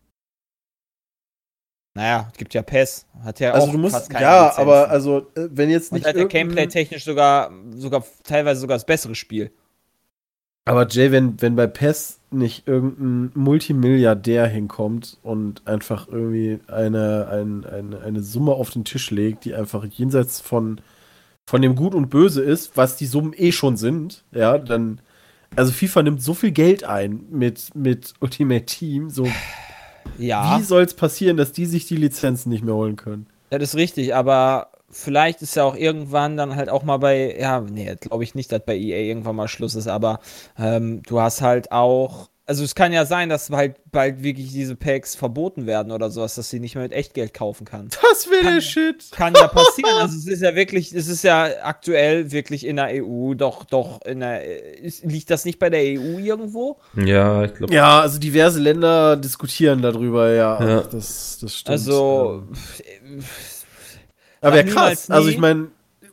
Naja, es gibt ja P E S. Hat ja Also auch du musst, fast keine ja, Lizenzen. aber also, äh, wenn jetzt Und nicht hat ja irgendein- gameplay-technisch sogar, sogar teilweise sogar das bessere Spiel. Aber Jay, wenn, wenn bei P E S nicht irgendein Multimilliardär hinkommt und einfach irgendwie eine, ein, eine, eine Summe auf den Tisch legt, die einfach jenseits von, von dem Gut und Böse ist, was die Summen eh schon sind, ja, dann, also FIFA nimmt so viel Geld ein mit, mit Ultimate Team, so, Ja, wie soll es passieren, dass die sich die Lizenzen nicht mehr holen können? das ist richtig, aber vielleicht ist ja auch irgendwann dann halt auch mal bei, ja, nee, glaube ich nicht, dass bei E A irgendwann mal Schluss ist, aber ähm, du hast halt auch, also es kann ja sein, dass halt bald wirklich diese Packs verboten werden oder sowas, dass sie nicht mehr mit Echtgeld kaufen kann. Das wäre der Shit. Kann ja passieren, also es ist ja wirklich, es ist ja aktuell wirklich in der E U, doch, doch, in der, ist, liegt das nicht bei der E U irgendwo? Ja, ich glaube. Ja, also diverse Länder diskutieren darüber, ja. Ja. Das, das stimmt. Also, Ähm, ähm, Aber Sag wäre krass. niemals nie. Also ich meine,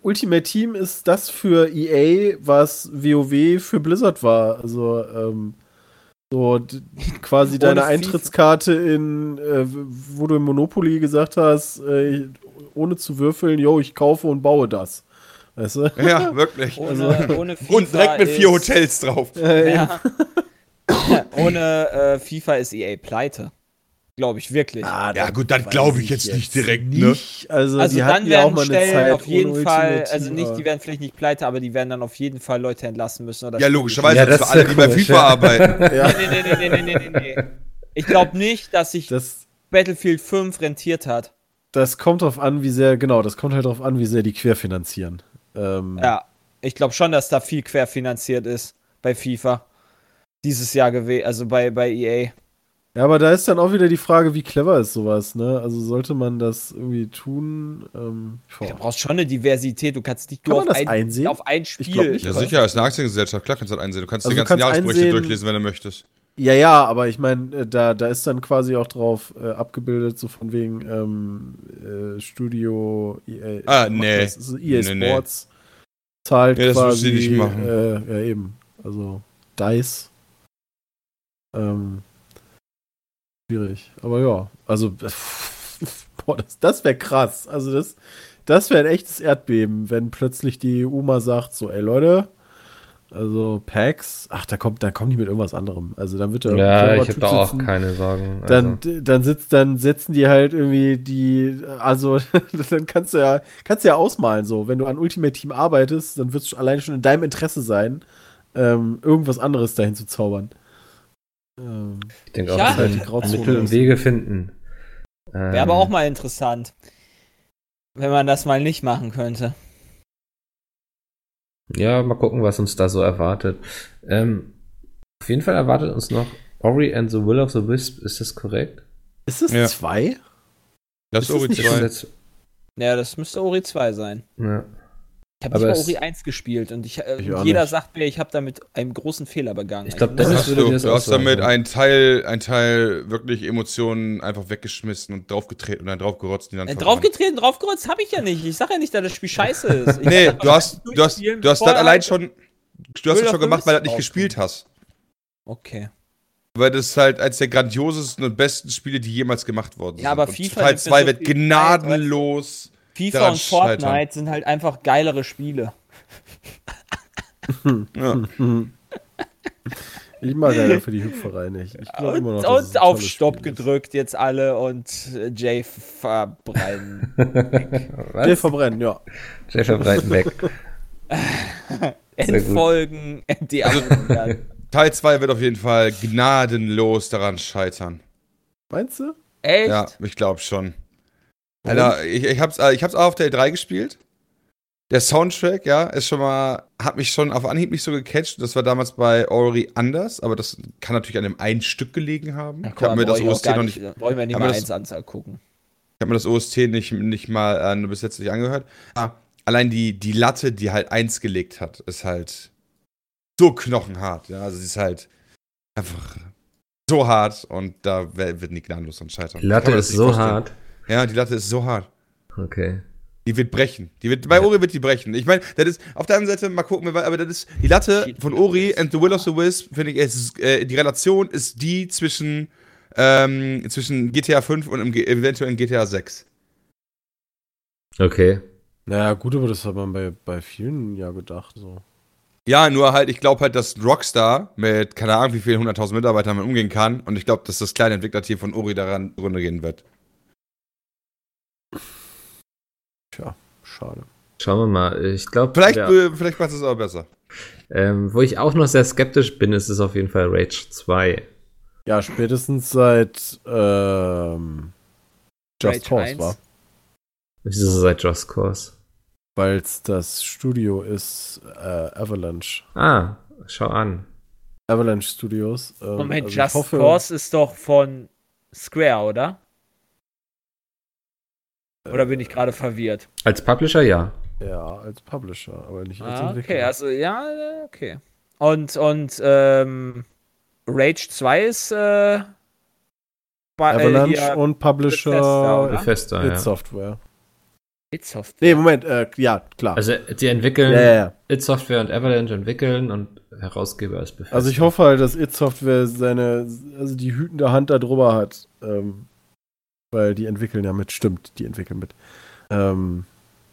Ultimate Team ist das für E A, was WoW für Blizzard war. Also, ähm, so d- quasi deine FIFA. Eintrittskarte in, äh, wo du im Monopoly gesagt hast, äh, ohne zu würfeln, yo, ich kaufe und baue das. Weißt du? Ja, wirklich. Ohne, ohne FIFA Und direkt mit vier ist- Hotels drauf. Äh, Ja. Ohne äh, FIFA ist E A pleite. Glaube ich wirklich. Ah, Ja, das gut, dann weiß glaube ich ich jetzt nicht direkt, ne? nicht. Also, Also die dann hatten ja auch werden mal eine Stellen Zeit auf jeden ohne Fall, Ultimate also Team, nicht, aber- die werden vielleicht nicht pleite, aber die werden dann auf jeden Fall Leute entlassen müssen. Oder Ja, Spiele logischerweise, Ja, das das für alle, ist die bei komisch, FIFA ja. arbeiten. Ja. Nee, nee, nee, nee, nee, nee, nee, nee. Ich glaube nicht, dass sich Das, Battlefield fünf rentiert hat. das kommt drauf an, wie sehr, genau, das kommt halt drauf an, wie sehr die querfinanzieren. Ähm, Ja, ich glaube schon, dass da viel querfinanziert ist bei FIFA. Dieses Jahr gewesen, also bei, bei E A. Ja, aber da ist dann auch wieder die Frage, wie clever ist sowas, ne? Also sollte man das irgendwie tun? Ähm, boah. Du brauchst schon eine Diversität, du kannst nicht Kann nur man auf das ein, einsehen? auf ein Ich Spiel. glaub nicht. Ja, sicher, ist eine Aktiengesellschaft, klar kannst du das einsehen. Du kannst Also die du ganzen kannst Jahresberichte einsehen- durchlesen, wenn du möchtest. Ja, ja, aber ich meine, äh, da, da ist dann quasi auch drauf äh, abgebildet, so von wegen ähm, äh, Studio E A. Ah, macht nee. das, also E A Nee, nee. Sports zahlt Ja, das quasi. müssen die nicht machen. Äh, ja, eben. Also DICE. Ähm, schwierig. Aber ja, also boah, das, das wäre krass. Also das, das wäre ein echtes Erdbeben, wenn plötzlich die E U mal sagt, so, ey Leute, also Packs, ach, da kommt, da kommen die mit irgendwas anderem. Also dann wird da Ja, irgendein ich habe Typ da auch sitzen. keine Sorgen. Dann, Also. dann sitzt, dann setzen die halt irgendwie die, also dann kannst du ja, kannst du ja ausmalen so. Wenn du an Ultimate Team arbeitest, dann wird es allein schon in deinem Interesse sein, ähm, irgendwas anderes dahin zu zaubern. Ähm, Ich denke auch, Ja. dass wir Die Grauzone Mittel und ist. Wege finden. Ähm, Wäre aber auch mal interessant, wenn man das mal nicht machen könnte. Ja, mal gucken, was uns da so erwartet. Ähm, auf jeden Fall erwartet uns noch Ori and the Will of the Wisp. Ist das korrekt? ist es Ja. zwei? Das Ist ist das Ori nicht Ist das zwei. jetzt, Ja, das müsste Ori zwei sein. ja. Ich habe Aber nicht mal es- Ori eins gespielt und ich, äh, Ich auch jeder nicht. sagt mir, ich habe damit einen großen Fehler begangen. Ich glaub, Also, das Das ist- hast würde du, dir das du auch hast damit sagen. einen Teil, ein Teil wirklich Emotionen einfach weggeschmissen und draufgetreten und dann draufgerotzt und dann äh, verbrannt. draufgetreten, draufgerotzt habe ich ja nicht. Ich sage ja nicht, dass das Spiel scheiße ist. Ich Nee, hab du hast, das du hast, durchspielen, du hast bevor das allein halt- schon, du hast Will das of schon the gemacht, weil du das Wisp nicht gespielt rauskommt. hast. Okay. Weil das ist halt eines der grandiosesten und besten Spiele, die jemals gemacht worden sind. Ja, aber und FIFA Teil nimmt mir zwei so wird viel Zeit, gnadenlos. FIFA daran und Fortnite scheitern. sind halt einfach geilere Spiele. Ja. Ich mag ja für die Hüpferei nicht. Ich glaube Und, immer noch, dass es und ein auf tolles Stopp Spiel ist. gedrückt jetzt alle und äh, Jay verbrennen. Der Was? verbrennen, ja. Jay verbreiten weg. Entfolgen, deabonnieren. Teil zwei wird auf jeden Fall gnadenlos daran scheitern. Meinst du? Echt? Ja, ich glaube schon. Alter, ich, ich, hab's, äh, ich hab's auch auf der E drei gespielt. Der Soundtrack, ja, ist schon mal, hat mich schon auf Anhieb nicht so gecatcht. Das war damals bei Ori anders, aber das kann natürlich an dem einen Stück gelegen haben. Ja, ich guck habe mal, mir das brauch ich auch O S T gar noch nicht, nicht, brauch ich mir nicht hab mal mir das- eins Anzahl gucken. ich habe mir das O S T nicht, nicht mal äh, nur bis jetzt nicht angehört. Ah, allein die, die Latte, die halt eins gelegt hat, ist halt so knochenhart. Ja, also sie ist halt einfach so hart und da wer- wird nie gnadenlos dran scheitern. Die Latte Kann man das ist nicht so vorstellen. hart. Ja, die Latte ist so hart. Okay. Die wird brechen. Die wird, bei Ori wird die brechen. Ich meine, das ist, auf der anderen Seite, mal gucken, aber das ist, die Latte von Ori and the Will of the Wisp, finde ich, ist, äh, die Relation ist die zwischen, ähm, zwischen G T A fünf und im, G- eventuell in G T A sechs. Okay. Naja, gut, aber das hat man bei, bei vielen ja gedacht. So. Ja, nur halt, ich glaube halt, dass Rockstar mit, keine Ahnung, wie vielen hunderttausend Mitarbeitern man umgehen kann und ich glaube, dass das kleine Entwicklerteam von Ori daran runtergehen wird. Tja, schade. Schauen wir mal. Ich glaube, Vielleicht, ja, äh, vielleicht macht es aber besser. ähm, wo ich auch noch sehr skeptisch bin, ist es auf jeden Fall Rage zwei. Ja, spätestens seit ähm, Just Rage Cause eins. war. Wieso so seit Just Cause? Weil es das Studio ist, äh, Avalanche. Ah, schau an. Avalanche Studios. Ähm, Moment, also ich Just hoffe, Cause ist doch von Square, oder? Oder bin ich gerade verwirrt? Als Publisher ja. Ja, als Publisher, aber nicht als Ah, Entwickler. okay, also ja, äh, okay. Und, und ähm, Rage zwei ist äh, bei, Avalanche äh, hier und Bethesda, Publisher oder? Bethesda, Hit ja. Software. id Software. Nee, Moment, äh, ja, klar. Also die entwickeln, ja, ja, ja. id Software und Avalanche entwickeln und Herausgeber ist Bethesda. Also ich hoffe halt, dass id Software seine, also die hütende Hand da drüber hat. Ähm, weil die entwickeln ja mit, stimmt, die entwickeln mit. Ähm,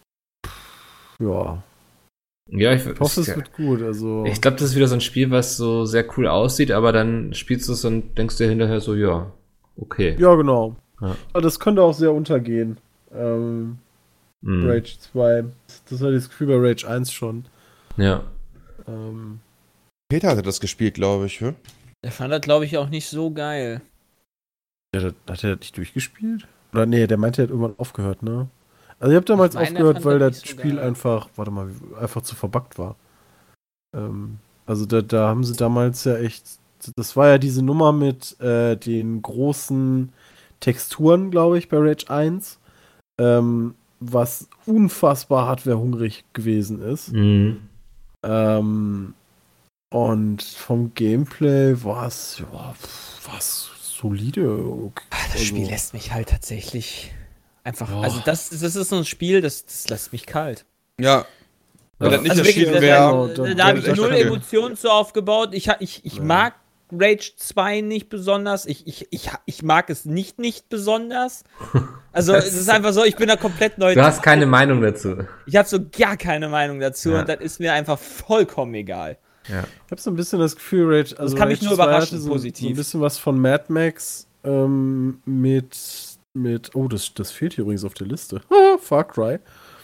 ja. Ja, ich, Ich hoffe, ich, es wird gut. Also ich glaube, das ist wieder so ein Spiel, was so sehr cool aussieht, aber dann spielst du es und denkst dir hinterher so, ja, okay. ja, genau. Ja. Aber das könnte auch sehr untergehen. Ähm, Mhm. Rage zwei. Das hatte ich das Gefühl bei Rage eins schon. Ja. Ähm, Peter hatte das gespielt, glaube ich, ne? Der fand das, glaube ich, auch nicht so geil. ja, das, hat er das nicht durchgespielt? Oder nee, der meinte, er hat irgendwann aufgehört, ne? Also ich habe damals Ich meine, er aufgehört, fand weil das das nicht so Spiel geil. einfach, warte mal, einfach zu verbuggt war. Ähm, also da, da haben sie damals ja echt, das war ja diese Nummer mit äh, den großen Texturen, glaube ich, bei Rage eins, ähm, was unfassbar hardwarehungrig gewesen ist. Mhm. Ähm, und vom Gameplay war es, ja, was solide. Okay. Das Also- Spiel lässt mich halt tatsächlich einfach. Boah. Also, das, das ist so ein Spiel, das, das lässt mich kalt. Ja. Wenn Ja. das nicht Also wirklich, erschienen da, wäre, da- da, da da habe das ich echt null kacke. Emotionen zu aufgebaut. Ich, ha- ich, ich Ja. mag Rage zwei nicht besonders. Ich, ich, ich, ich mag es nicht nicht besonders. Also, Das es ist ist- einfach so, ich bin da komplett neu. Du hast keine Meinung dazu. Ich habe so gar keine Meinung dazu Ja. und das ist mir einfach vollkommen egal. Ja. Ich habe so ein bisschen das Gefühl, Rage, also kann mich Rage nur zwei überraschen, hatte so, positiv. so ein bisschen was von Mad Max ähm, mit, mit, oh, das, das fehlt hier übrigens auf der Liste. Ah, Far Cry.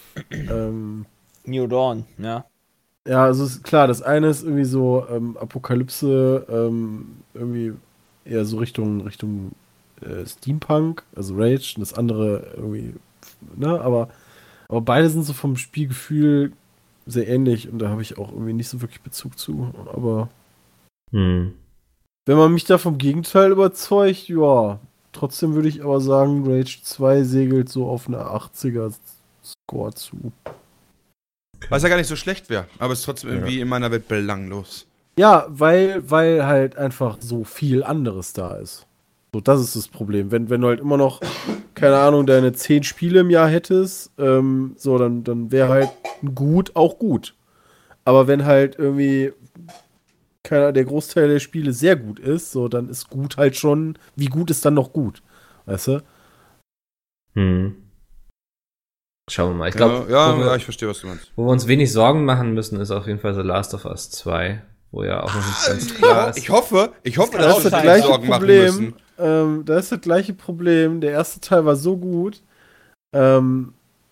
ähm, New Dawn, ja. ja, also ist klar, das eine ist irgendwie so ähm, Apokalypse, ähm, irgendwie eher so Richtung, Richtung äh, Steampunk, also Rage, und das andere irgendwie, ne, aber, aber beide sind so vom Spielgefühl sehr ähnlich und da habe ich auch irgendwie nicht so wirklich Bezug zu, aber Hm. wenn man mich da vom Gegenteil überzeugt, ja. Trotzdem würde ich aber sagen, Rage zwei segelt so auf eine achtziger Score zu. was ja gar nicht so schlecht wäre, aber es ist trotzdem irgendwie in meiner Welt belanglos. Ja, weil, weil halt einfach so viel anderes da ist. So, das ist das Problem. Wenn, wenn du halt immer noch, keine Ahnung, deine zehn Spiele im Jahr hättest, ähm, so, dann, dann wäre halt gut auch gut. Aber wenn halt irgendwie keiner, der Großteil der Spiele sehr gut ist, so, dann ist gut halt schon, wie gut ist dann noch gut? Weißt du? Hm. Schauen wir mal. Ich glaube, ja, ja, wo, wir- ja, ich verstehe, was du meinst. wo wir uns wenig Sorgen machen müssen, ist auf jeden Fall The Last of Us zwei, wo ja auch noch nicht ganz klar Ja, ist. ich hoffe, ich hoffe, kann dass auch wir Das ist uns das sein. keine gleiche Sorgen machen Problem. müssen. Ähm, da ist das gleiche Problem. Der erste Teil war so gut. Ähm,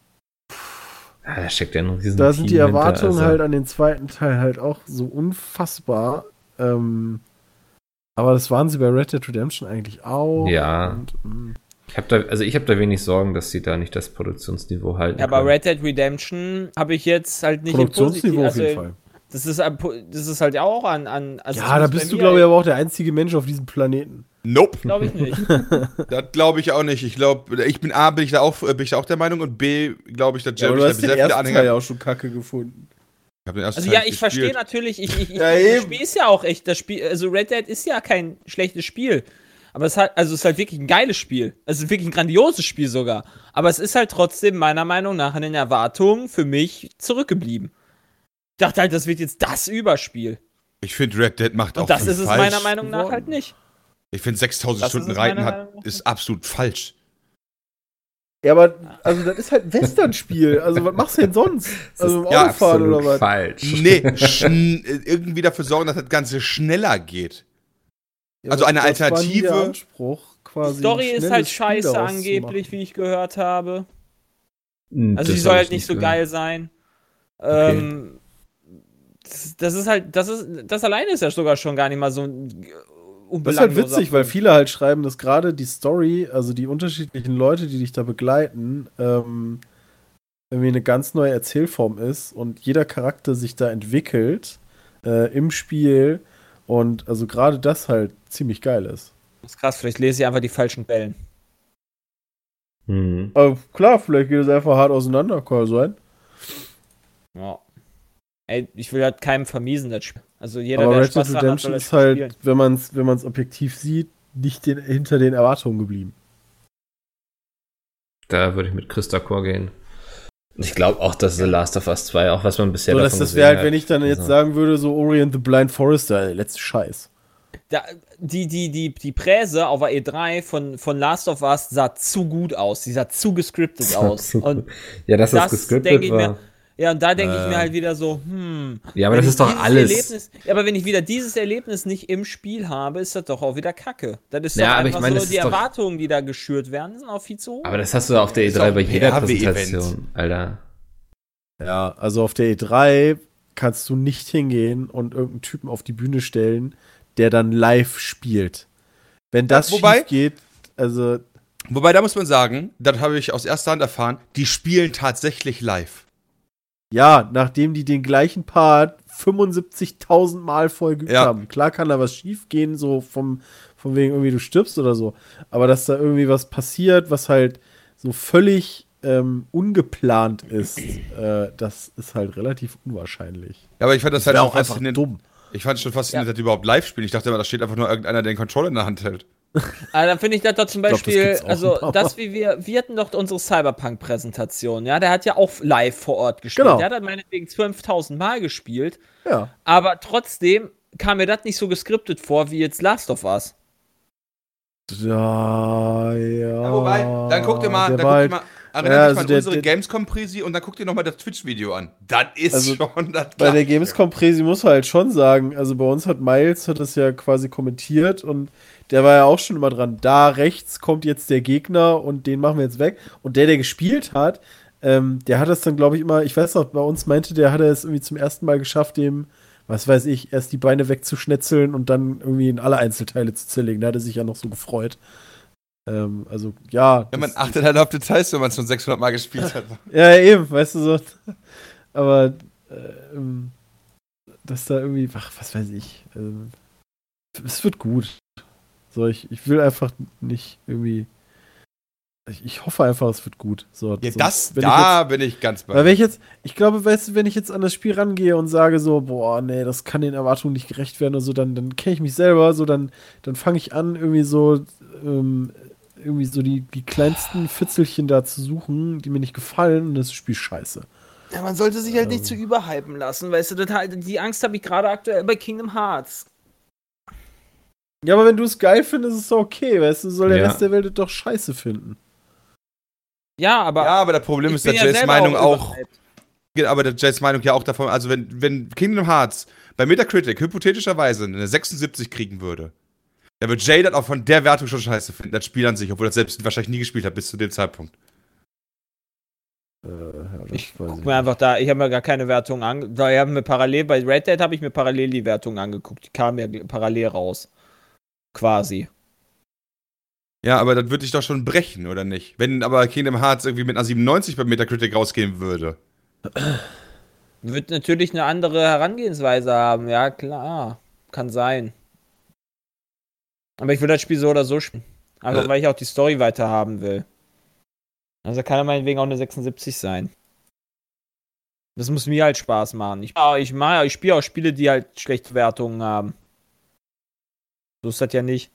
Ja, da steckt ja noch riesen da sind die Team hinter, Erwartungen also- halt an den zweiten Teil halt auch so unfassbar. Ähm, aber das waren sie bei Red Dead Redemption eigentlich auch. Ja. Und, ähm, Ich habe da, also ich habe da wenig Sorgen, dass sie da nicht das Produktionsniveau halten. Ja, aber können. Red Dead Redemption habe ich jetzt halt nicht im Produktionsniveau Positiv- auf jeden also, Fall. Das ist, am Po- das ist halt ja auch an. an also Ja, da bist du, glaube ich, aber auch der einzige Mensch auf diesem Planeten. Nope. Glaube ich nicht. Das glaube ich auch nicht. Ich glaube, ich bin A, bin ich da auch, bin ich da auch der Meinung und B, glaube ich, dass Ja, aber Jeremy du da hast den sehr viele ersten Anhänger. Teil ja auch schon kacke gefunden. Ich hab den ersten Also Teil ja, nicht ich verstehe gespielt. natürlich, ich, ich, ich Ja, das eben. Spiel ist ja auch echt, das Spiel, also Red Dead ist ja kein schlechtes Spiel. Aber es hat, also es ist halt wirklich ein geiles Spiel. Es ist wirklich ein grandioses Spiel sogar. Aber es ist halt trotzdem meiner Meinung nach in den Erwartungen für mich zurückgeblieben. Ich dachte halt, das wird jetzt das Überspiel. Ich finde, Red Dead macht auch Und das viel ist es falsch. meiner Meinung nach geworden. halt nicht. Ich finde, sechstausend Das ist Stunden es meiner Reiten Meinung hat, nach. ist absolut falsch. Ja, aber also das ist halt ein Western-Spiel. Also was machst du denn sonst? Also im ja Autofahren Absolut oder was? falsch. Nee, schn- irgendwie dafür sorgen, dass das Ganze schneller geht. Ja, Also eine das war nie Alternative- der Anspruch, quasi. Story ein ist schnelles halt Spiel scheiße daraus zu angeblich, machen. wie ich gehört habe. Hm, Also das die soll hab halt ich nicht so gehört. geil sein. Okay. Ähm, das, das ist halt, das ist, das alleine ist ja sogar schon gar nicht mal so ein äh, Das ist halt unbelangloser witzig, weil Punkt. viele halt schreiben, dass gerade die Story, also die unterschiedlichen Leute, die dich da begleiten, ähm, irgendwie eine ganz neue Erzählform ist und jeder Charakter sich da entwickelt äh, im Spiel und also gerade das halt ziemlich geil ist. Das ist krass, vielleicht lese ich einfach die falschen Quellen. Hm. Aber klar, vielleicht geht es einfach hart auseinander, kann sein. Ja. Ey, ich will halt keinem vermiesen, das Spiel. Also jeder, Aber der Red Dead Spaß daran hat, Redemption soll das ist Spiel halt, spielen. wenn man es wenn man's objektiv sieht, nicht den, hinter den Erwartungen geblieben. Da würde ich mit Chris d'accord gehen. Ich glaube auch, dass The Last of Us zwei, auch was man bisher So, davon dass das gesehen wäre halt, hat. wenn ich dann jetzt Also. sagen würde, so Ori and the Blind Forest, der letzte Scheiß. Da, die, die, die, die Präse auf der E drei von, von Last of Us sah zu gut aus. Die sah zu gescriptet aus. Und Ja, dass das, das gescriptet denke ich war. mir, ja, und da denke ich Äh. mir halt wieder so, hm. Ja, aber wenn das ich ist doch dieses alles. Erlebnis, ja, aber wenn ich wieder dieses Erlebnis nicht im Spiel habe, ist das doch auch wieder Kacke. Das ist Ja, doch aber einfach ich meine, so, das die ist doch- Erwartungen, die da geschürt werden, sind auch viel zu hoch. Aber das hast du auf der E Ist drei auch bei ein jeder P R W-Event. Präsentation, Alter. Ja, also auf der E drei kannst du nicht hingehen und irgendeinen Typen auf die Bühne stellen, der dann live spielt. Wenn das Ja, wobei- schief geht, also Wobei, da muss man sagen, das habe ich aus erster Hand erfahren, die spielen tatsächlich live. ja, nachdem die den gleichen Part fünfundsiebzigtausend Mal voll geübt Ja. haben. Klar kann da was schief gehen, so vom, von wegen irgendwie du stirbst oder so. Aber dass da irgendwie was passiert, was halt so völlig ähm, ungeplant ist, äh, das ist halt relativ unwahrscheinlich. Ja, aber ich fand das, Das halt wäre schon auch einfach faszinierend. dumm. Ich fand es schon faszinierend, Ja. dass die überhaupt live spielen. Ich dachte immer, da steht einfach nur irgendeiner, der den Controller in der Hand hält. Also dann finde ich das doch zum Ich glaub, das Beispiel, gibt's auch also ein paar das wie wir, wir hatten doch unsere Cyberpunk-Präsentation, ja, der hat ja auch live vor Ort gespielt. Genau. Der hat dann meinetwegen zwölftausend Mal gespielt, Ja. aber trotzdem kam mir das nicht so geskriptet vor wie jetzt Last of Us. Ja, ja. Ja, wobei, dann guck dir mal, der dann war guck halt- dir mal, erinnere ja, dich also mal an der- unsere der- Gamescom-Präsi und dann guck dir nochmal das Twitch-Video an. Das ist Also, schon das Bei der Gleiche. Gamescom-Präsi muss man halt schon sagen, also bei uns hat Miles hat das ja quasi kommentiert und der war ja auch schon immer dran, da rechts kommt jetzt der Gegner und den machen wir jetzt weg. Und der, der gespielt hat, ähm, der hat das dann, glaube ich, immer, ich weiß noch, bei uns meinte, der hat es irgendwie zum ersten Mal geschafft, dem, was weiß ich, erst die Beine wegzuschnetzeln und dann irgendwie in alle Einzelteile zu zerlegen. Da hat er sich ja noch so gefreut. Ähm, also, ja. Ja, man das- achtet halt auf Details, wenn man es schon sechshundert Mal gespielt hat. Ja, eben, weißt du so. Aber äh, ähm, dass da irgendwie, ach, was weiß ich. Ähm, es wird gut. So, ich, ich will einfach nicht irgendwie. Ich, ich hoffe einfach, es wird gut. So, Ja, sonst- das, wenn da ich jetzt, bin ich ganz bei weil wenn dir. ich jetzt, ich glaube, weißt du, wenn ich jetzt an das Spiel rangehe und sage so, boah, nee, das kann den Erwartungen nicht gerecht werden oder so, dann, dann kenne ich mich selber, so, dann, dann fange ich an, irgendwie so, ähm, irgendwie so die, die kleinsten Fitzelchen da zu suchen, die mir nicht gefallen und das Spiel scheiße. Ja, man sollte sich halt nicht zu überhypen lassen, weißt du, das halt, die Angst habe ich gerade aktuell bei Kingdom Hearts. Ja, aber wenn du es geil findest, ist es doch okay, weißt du, soll der Ja. Rest der Welt es doch scheiße finden. Ja, aber Ja, aber das Problem ich ist, bin dass ja Jays selber Meinung auch, überhypt. aber dass Jays Meinung ja auch davon, also wenn, wenn Kingdom Hearts bei Metacritic hypothetischerweise eine sechsundsiebzig kriegen würde, dann wird Jay das auch von der Wertung schon scheiße finden, das Spiel an sich, obwohl er das selbst wahrscheinlich nie gespielt hat bis zu dem Zeitpunkt. Äh, ja, das Ich weiß guck mir einfach da, ich habe mir gar keine Wertung angeguckt. Ich habe mir parallel, bei Red Dead habe ich mir parallel die Wertung angeguckt. Die kamen ja parallel raus. Quasi. Ja, aber das würde ich doch schon brechen, oder nicht? Wenn aber Kingdom Hearts irgendwie mit einer siebenundneunzig bei Metacritic rausgehen würde. Wird natürlich eine andere Herangehensweise haben, ja klar. Kann sein. Aber ich will das Spiel so oder so spielen. Einfach Äh. weil ich auch die Story weiter haben will. Also kann er meinetwegen auch eine sechsundsiebzig sein. Das muss mir halt Spaß machen. Ich, ja, ich, mach- ich spiele auch Spiele, die halt schlechte Wertungen haben. So ist das ja nicht.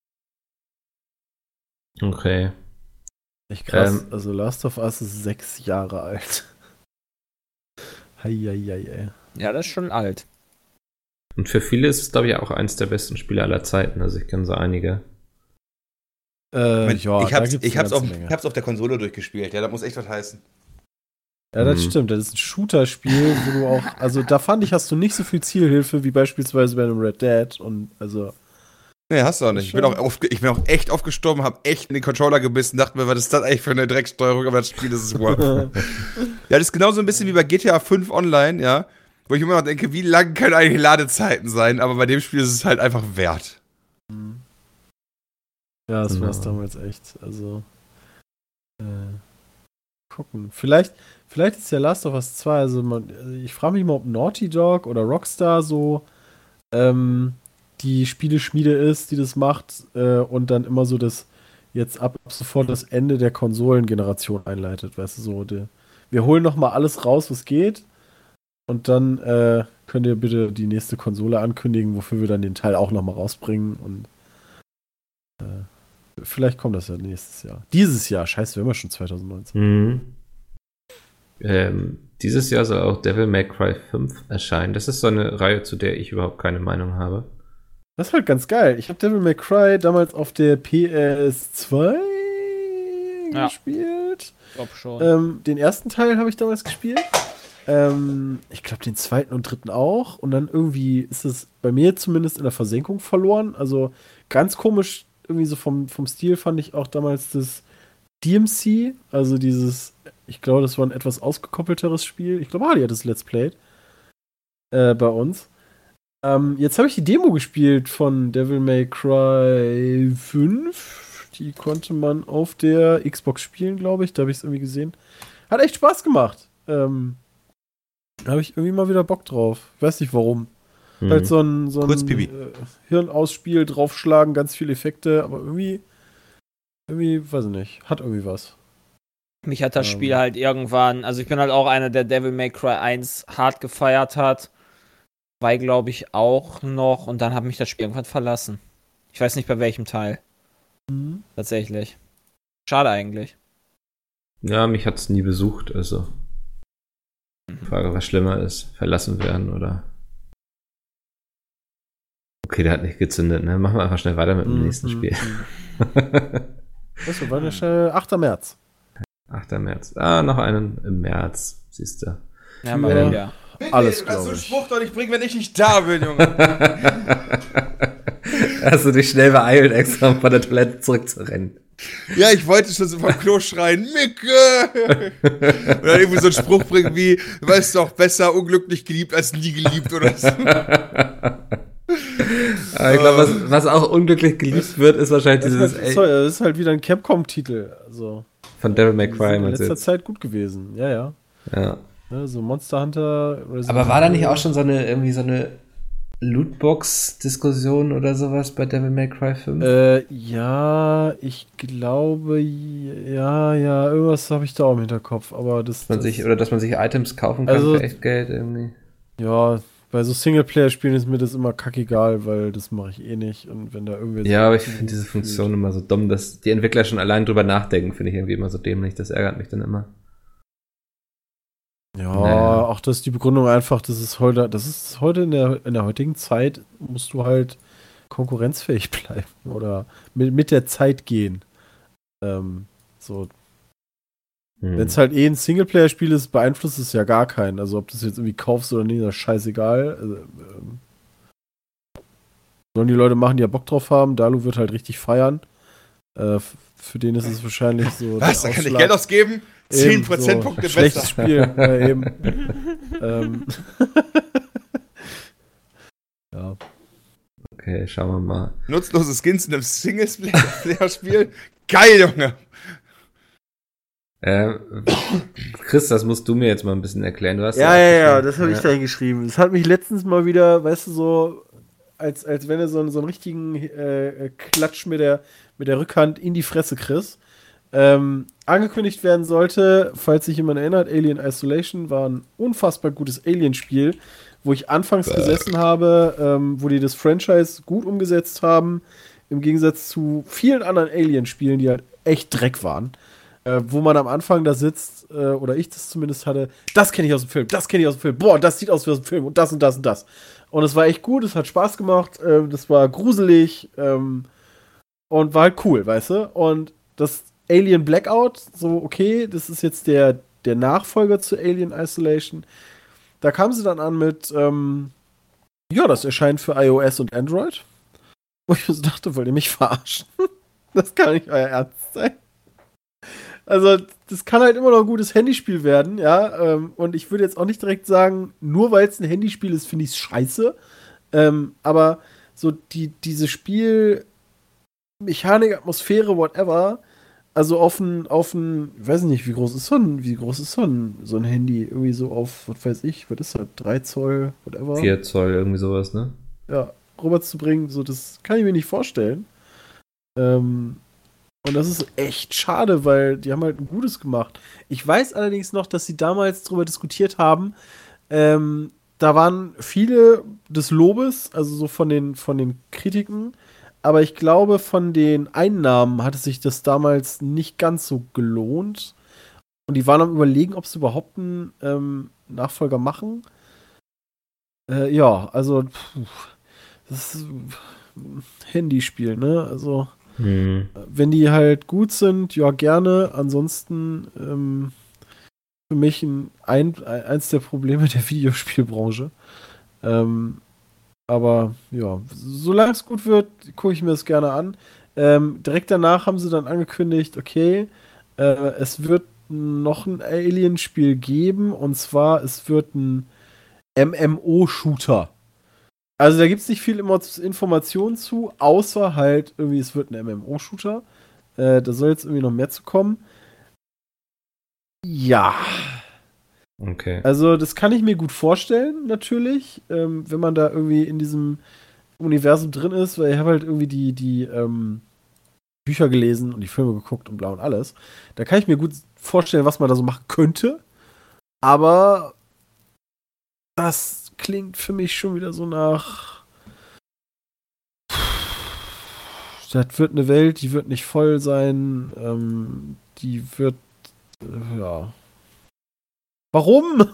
Okay. Echt krass. Ähm. Also Last of Us ist sechs Jahre alt. Heieiei, ey. Ja, das ist schon alt. Und für viele ist es, glaube ich, auch eins der besten Spiele aller Zeiten. Also ich kenne so einige. Äh, ich ja, ich da hab's, gibt's ich eine hab's, ganze auf, Menge. ich hab's auf der Konsole durchgespielt, ja, das muss echt was heißen. Ja, das Mhm. stimmt. Das ist ein Shooter-Spiel, wo du auch, also da fand ich, hast du nicht so viel Zielhilfe wie beispielsweise bei einem Red Dead und also. Nee, hast du auch nicht. Ich bin auch, oft, ich bin auch echt oft gestorben, hab echt in den Controller gebissen, dachte mir, was ist das eigentlich für eine Drecksteuerung, aber das Spiel, das ist wow. Ja, das ist genauso ein bisschen wie bei G T A fünf Online, ja, wo ich immer noch denke, wie lang können eigentlich Ladezeiten sein, aber bei dem Spiel ist es halt einfach wert. Ja, das war es damals echt. Also. Äh, gucken. Vielleicht, vielleicht ist ja Last of Us zwei, also man, also ich frage mich mal, ob Naughty Dog oder Rockstar so ähm, die Spieleschmiede ist, die das macht äh, und dann immer so das jetzt ab sofort das Ende der Konsolengeneration einleitet, weißt du, so die, wir holen noch mal alles raus, was geht und dann äh, könnt ihr bitte die nächste Konsole ankündigen, wofür wir dann den Teil auch noch mal rausbringen und äh, vielleicht kommt das ja nächstes Jahr. Dieses Jahr, scheiße, wir haben ja schon zwanzig neunzehn. Mhm. Ähm, dieses Jahr soll auch Devil May Cry fünf erscheinen. Das ist so eine Reihe, zu der ich überhaupt keine Meinung habe. Das ist halt ganz geil. Ich habe Devil May Cry damals auf der P S zwei Ja. gespielt. Ich glaub schon. Ähm, den ersten Teil habe ich damals gespielt. Ähm, ich glaube, den zweiten und dritten auch. Und dann irgendwie ist es bei mir zumindest in der Versenkung verloren. Also ganz komisch, irgendwie so vom, vom Stil fand ich auch damals das D M C. Also dieses, ich glaube, das war ein etwas ausgekoppelteres Spiel. Ich glaube, Harley hat das Let's Played äh, bei uns. Ähm, jetzt habe ich die Demo gespielt von Devil May Cry fünf. Die konnte man auf der Xbox spielen, glaube ich. Da habe ich es irgendwie gesehen. Hat echt Spaß gemacht. Ähm, da habe ich irgendwie mal wieder Bock drauf. Weiß nicht warum. Mhm. Halt so ein, so ein Kurzpipi. äh, Hirnausspiel, draufschlagen, ganz viele Effekte, aber irgendwie, irgendwie, weiß ich nicht, hat irgendwie was. Mich hat das ähm. Spiel halt irgendwann, also ich bin halt auch einer, der Devil May Cry eins hart gefeiert hat. Zwei, glaube ich, auch noch. Und dann hat mich das Spiel irgendwann verlassen. Ich weiß nicht, bei welchem Teil. Mhm. Tatsächlich. Schade eigentlich. Ja, mich hat es nie besucht, also. Frage, was schlimmer ist, verlassen werden oder. Okay, der hat nicht gezündet, ne? Machen wir einfach schnell weiter mit dem Mhm. nächsten Spiel. Das war der achter März. achter März. Ah, noch einen im März, siehst du. Ja, mal Ja. wieder. Alles, Was so glaube einen ich. Spruch doch nicht bringen, wenn ich nicht da bin, Junge. Hast du dich schnell beeilt, extra um von der Toilette zurückzurennen. Ja, ich wollte schon so vom Klo schreien, Micke! Oder irgendwie so einen Spruch bringen wie, du weißt doch, besser unglücklich geliebt als nie geliebt oder so. Aber ich glaube, was, was auch unglücklich geliebt wird, ist wahrscheinlich Das ist, dieses halt, sorry, das ist halt wieder ein Capcom-Titel. Also, von Devil May die sind Cry. in meinst du letzter jetzt? Zeit gut gewesen. Ja, ja. Ja. Ne, so Monster Hunter. Resident Aber war da nicht Evil. auch schon so eine, irgendwie so eine Lootbox-Diskussion oder sowas bei Devil May Cry fünf? Äh, ja, ich glaube, ja, ja, irgendwas habe ich da auch im Hinterkopf, aber das, Dass man das sich, oder dass man sich Items kaufen kann Also- für echt Geld irgendwie. ja, bei so Singleplayer-Spielen ist mir das immer kackegal, weil das mache ich eh nicht und wenn da irgendwie Ja, aber ich finde diese Funktion immer so dumm, dass die Entwickler schon allein drüber nachdenken, finde ich irgendwie immer so dämlich. Das ärgert mich dann immer. Ja, Naja. auch das ist die Begründung einfach, das ist heute, das ist heute in der, in der heutigen Zeit, musst du halt konkurrenzfähig bleiben oder mit, mit der Zeit gehen. Ähm, so, Hm. wenn es halt eh ein Singleplayer-Spiel ist, beeinflusst es ja gar keinen. Also ob du es jetzt irgendwie kaufst oder nicht, das ist scheißegal. Also, ähm, sollen die Leute machen, die ja Bock drauf haben. Dalu wird halt richtig feiern. Äh, f- für den ist es wahrscheinlich so. Was, der da kann ich Ausschlag- Geld ausgeben? zehn Eben, Prozentpunkte so, schlechtes besser. Spiel. Ja, eben. ähm. ja. Okay, schauen wir mal. Nutzlose Skins in einem Singles-Player-Spiel? Geil, Junge! Ähm, Chris, das musst du mir jetzt mal ein bisschen erklären. Du hast Ja, ja, ja, aufgeschrieben. das habe ich da hingeschrieben. Das hat mich letztens mal wieder, weißt du, so, als, als wenn du so, einen- so einen richtigen äh, Klatsch mit der, mit der Rückhand in die Fresse kriegst. Ähm, angekündigt werden sollte, falls sich jemand erinnert, Alien Isolation war ein unfassbar gutes Alien-Spiel, wo ich anfangs gesessen habe, ähm, wo die das Franchise gut umgesetzt haben, im Gegensatz zu vielen anderen Alien-Spielen, die halt echt Dreck waren. Äh, wo man am Anfang da sitzt, äh, oder ich das zumindest hatte, das kenne ich aus dem Film, das kenne ich aus dem Film, boah, das sieht aus wie aus dem Film und das und das und das. Und es war echt gut, es hat Spaß gemacht, äh, das war gruselig ähm, und war halt cool, weißt du? Und das Alien Blackout, so okay, das ist jetzt der, der Nachfolger zu Alien Isolation. Da kam sie dann an mit, ähm, ja, das erscheint für iOS und Android. Wo ich mir so dachte, wollt ihr mich verarschen? Das kann nicht euer Ernst sein. Also, das kann halt immer noch ein gutes Handyspiel werden, ja. Ähm, und ich würde jetzt auch nicht direkt sagen, nur weil es ein Handyspiel ist, finde ich es scheiße. Ähm, aber so die, diese Spiel, Mechanik, Atmosphäre, whatever, also auf ein, auf ein, ich weiß nicht, wie groß ist so ein, wie groß ist so ein, so ein Handy? Irgendwie so auf, was weiß ich, was ist das? drei Zoll, whatever. vier Zoll, irgendwie sowas, ne? Ja, rüber zu bringen, so, das kann ich mir nicht vorstellen. Ähm, und das ist echt schade, weil die haben halt ein Gutes gemacht. Ich weiß allerdings noch, dass sie damals darüber diskutiert haben, ähm, da waren viele des Lobes, also so von den, von den Kritiken, aber ich glaube, von den Einnahmen hatte sich das damals nicht ganz so gelohnt. Und die waren am Überlegen, ob sie überhaupt einen ähm, Nachfolger machen. Äh, ja, also puh, das ist ein Handyspiel, ne? Also Hm. wenn die halt gut sind, ja gerne. Ansonsten ähm, für mich ein, ein, eins der Probleme der Videospielbranche. Ähm, aber ja, solange es gut wird, gucke ich mir das gerne an. Ähm, direkt danach haben sie dann angekündigt, okay, äh, es wird noch ein Alien-Spiel geben, und zwar es wird ein M M O-Shooter. Also da gibt es nicht viel Informationen zu, außer halt irgendwie, es wird ein M M O-Shooter. Äh, da soll jetzt irgendwie noch mehr zu kommen. Ja. Okay. Also das kann ich mir gut vorstellen, natürlich, ähm, wenn man da irgendwie in diesem Universum drin ist, weil ich habe halt irgendwie die, die ähm, Bücher gelesen und die Filme geguckt und bla und alles. Da kann ich mir gut vorstellen, was man da so machen könnte. Aber das klingt für mich schon wieder so nach. Das wird eine Welt, die wird nicht voll sein. Ähm, die wird. Äh, ja. Warum?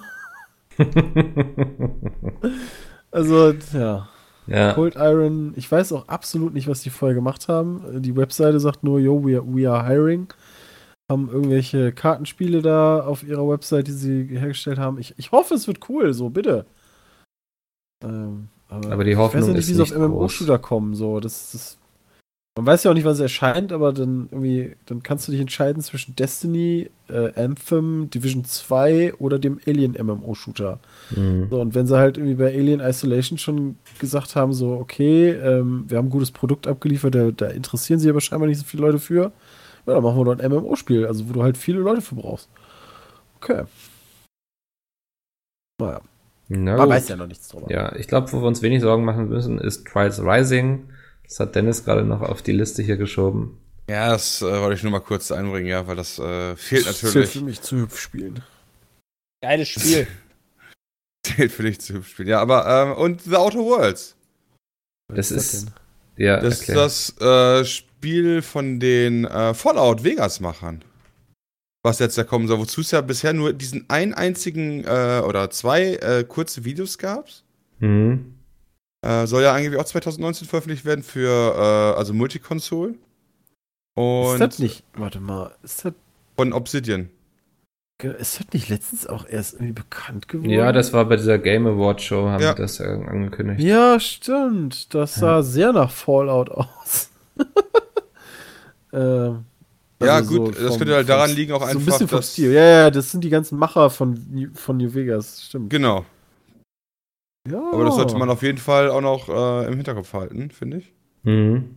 Also, ja. Ja. Cold Iron, ich weiß auch absolut nicht, was die vorher gemacht haben. Die Webseite sagt nur, yo, we are, we are hiring. Haben irgendwelche Kartenspiele da auf ihrer Website, die sie hergestellt haben. Ich, ich hoffe, es wird cool, so, bitte. Ähm, aber, Aber die Hoffnung ich weiß ja nicht, ist wie sie auf nicht M M O-Shooter kommen. So. Das, das, man weiß ja auch nicht, wann es erscheint, aber dann irgendwie, dann kannst du dich entscheiden zwischen Destiny, äh, Anthem, Division zwei oder dem Alien-M M O-Shooter. Mhm. So, und wenn sie halt irgendwie bei Alien Isolation schon gesagt haben, so, okay, ähm, wir haben ein gutes Produkt abgeliefert, da, da interessieren sich aber scheinbar nicht so viele Leute für, ja, dann machen wir doch ein M M O-Spiel, also wo du halt viele Leute für brauchst. Okay. Naja. Na Man gut. weiß ja noch nichts drüber. Ja, ich glaube, wo wir uns wenig Sorgen machen müssen, ist Trials Rising. Das hat Dennis gerade noch auf die Liste hier geschoben. Ja, das äh, wollte ich nur mal kurz einbringen, ja, weil das äh, fehlt Das natürlich. für mich zu hübsch spielen. Geiles Spiel. Zählt für dich zu spielen. Ja, aber, ähm, und The Outer Worlds. Das Was ist, denn? ja, Das ist erklär. das äh, Spiel von den äh, Fallout Vegas-Machern. Was jetzt da kommen soll, wozu es ja bisher nur diesen einen einzigen äh, oder zwei äh, kurze Videos gab. Mhm. Äh, soll ja eigentlich auch zwanzig neunzehn veröffentlicht werden für, äh, also Multiconsole. Und Ist das nicht, warte mal, ist das, von Obsidian. ist das nicht letztens auch erst irgendwie bekannt geworden? Ja, das war bei dieser Game Award Show, haben Ja. die das äh, angekündigt. Ja, stimmt. Das sah Ja. sehr nach Fallout aus. ähm, Ja, also gut, so das vom- könnte halt vom- daran liegen, auch so ein einfach, bisschen vom dass- Stil. Ja, ja, das sind die ganzen Macher von, New- von New Vegas, stimmt. Genau. Ja. Aber das sollte man auf jeden Fall auch noch äh, im Hinterkopf halten, finde ich. Mhm.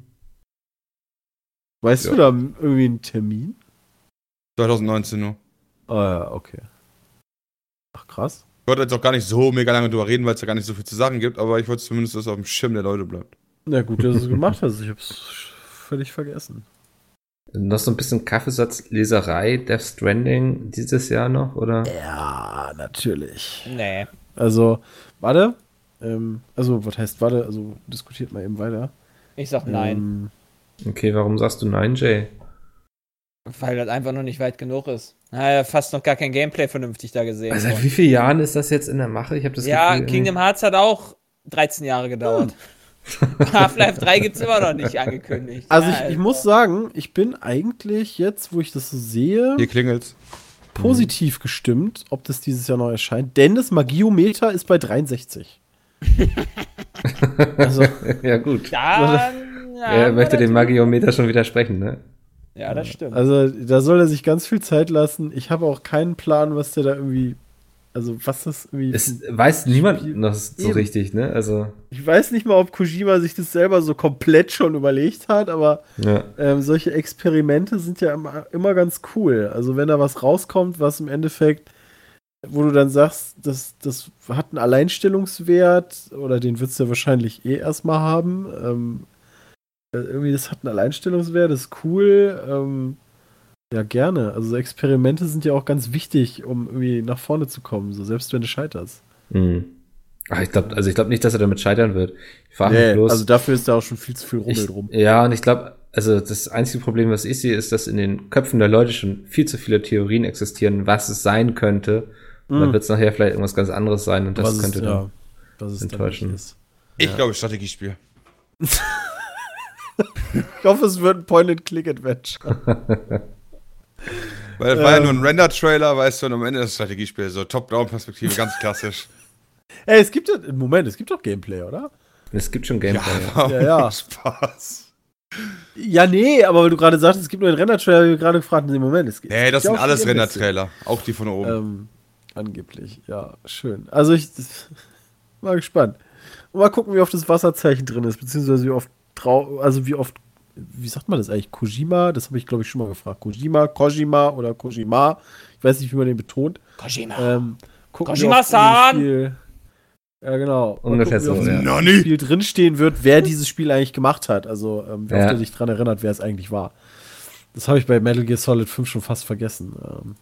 Weißt Ja. du da irgendwie einen Termin? zwanzig neunzehn nur. Ah ja, okay. Ach, krass. Ich wollte jetzt auch gar nicht so mega lange drüber reden, weil es da gar nicht so viel zu sagen gibt, aber ich wollte zumindest, dass es auf dem Schirm der Leute bleibt. Na gut, dass du es gemacht hast. Ich hab's völlig vergessen. Noch so ein bisschen Kaffeesatzleserei, Death Stranding dieses Jahr noch, oder? Ja, natürlich. Nee. Also, warte. Ähm, also, was heißt warte? Also, diskutiert mal eben weiter. Ich sag nein. Ähm, Okay, warum sagst du nein, Jay? Weil das einfach noch nicht weit genug ist. Naja, fast noch gar kein Gameplay vernünftig da gesehen. Also, seit wie vielen Jahren ist das jetzt in der Mache? Ich habe das ja, Gefühl, Kingdom Hearts hat auch dreizehn Jahre gedauert. Half-Life drei gibt's immer noch nicht angekündigt. also, Ja, ich, ich muss sagen, ich bin eigentlich jetzt, wo ich das so sehe, Hier klingelt's. positiv gestimmt, ob das dieses Jahr noch erscheint. Denn das Magiometer ist bei dreiundsechzig. Also, ja, gut. Dann, ja, Er möchte den natürlich- Magiometer schon widersprechen, ne? Ja, das stimmt. also, da soll er sich ganz viel Zeit lassen. Ich habe auch keinen Plan, was der da irgendwie. Also, was das irgendwie. Es weiß niemand Spiel- noch so Eben. richtig, ne? Also, Ich weiß nicht mal, ob Kojima sich das selber so komplett schon überlegt hat, aber ja. ähm, solche Experimente sind ja immer, immer ganz cool. Also wenn da was rauskommt, was im Endeffekt, wo du dann sagst, das, das hat einen Alleinstellungswert, oder den wird es ja wahrscheinlich eh erstmal haben. Ähm, äh, irgendwie, das hat einen Alleinstellungswert, das ist cool. Ähm, ja, gerne. Also so Experimente sind ja auch ganz wichtig, um irgendwie nach vorne zu kommen, so selbst wenn du scheiterst. Hm. Ach, ich glaube, also ich glaube nicht, dass er damit scheitern wird. Ich frage mich bloß. also dafür ist da auch schon viel zu viel Rummel ich, drum. Ja, und ich glaube, also das einzige Problem, was ich sehe, ist, dass in den Köpfen der Leute schon viel zu viele Theorien existieren, was es sein könnte. Und dann Mhm. wird es nachher vielleicht irgendwas ganz anderes sein und das Was könnte es, dann ja, was es dann enttäuschen. nicht ist. Ich glaube, Strategiespiel. Ich hoffe, es wird ein Point-and-Click-Adventure. Weil das war ja Ähm. nur ein Render-Trailer, weißt du, und am Ende das Strategiespiel. So Top-Down-Perspektive, ganz klassisch. Ey, es gibt ja, Moment, es gibt doch Gameplay, oder? Es gibt schon Gameplay. Ja, warum Ja, ja. Spaß. Ja, nee, aber weil du gerade sagst, es gibt nur einen Render-Trailer, habe ich gerade gefragt, nee, Moment, es gibt Nee, das ja sind auch alles Gameplay. Render-Trailer. Auch die von oben. Ähm, angeblich, ja, schön. Also ich mal gespannt. Und mal gucken, wie oft das Wasserzeichen drin ist, beziehungsweise wie oft trau also wie oft, wie sagt man das eigentlich? Kojima, das habe ich glaube ich schon mal gefragt. Kojima, Kojima oder Kojima. Ich weiß nicht, wie man den betont. Kojima. Ähm, gucken, wie Kojima-san! oft in dem Spiel- Ja, genau. Mal Ungefähr gucken, wie so, oft ja. in dem Spiel drinstehen wird, wer dieses Spiel eigentlich gemacht hat. Also, ähm, wer Ja. oft er sich dran erinnert, wer es eigentlich war. Das habe ich bei Metal Gear Solid fünf schon fast vergessen. Ähm,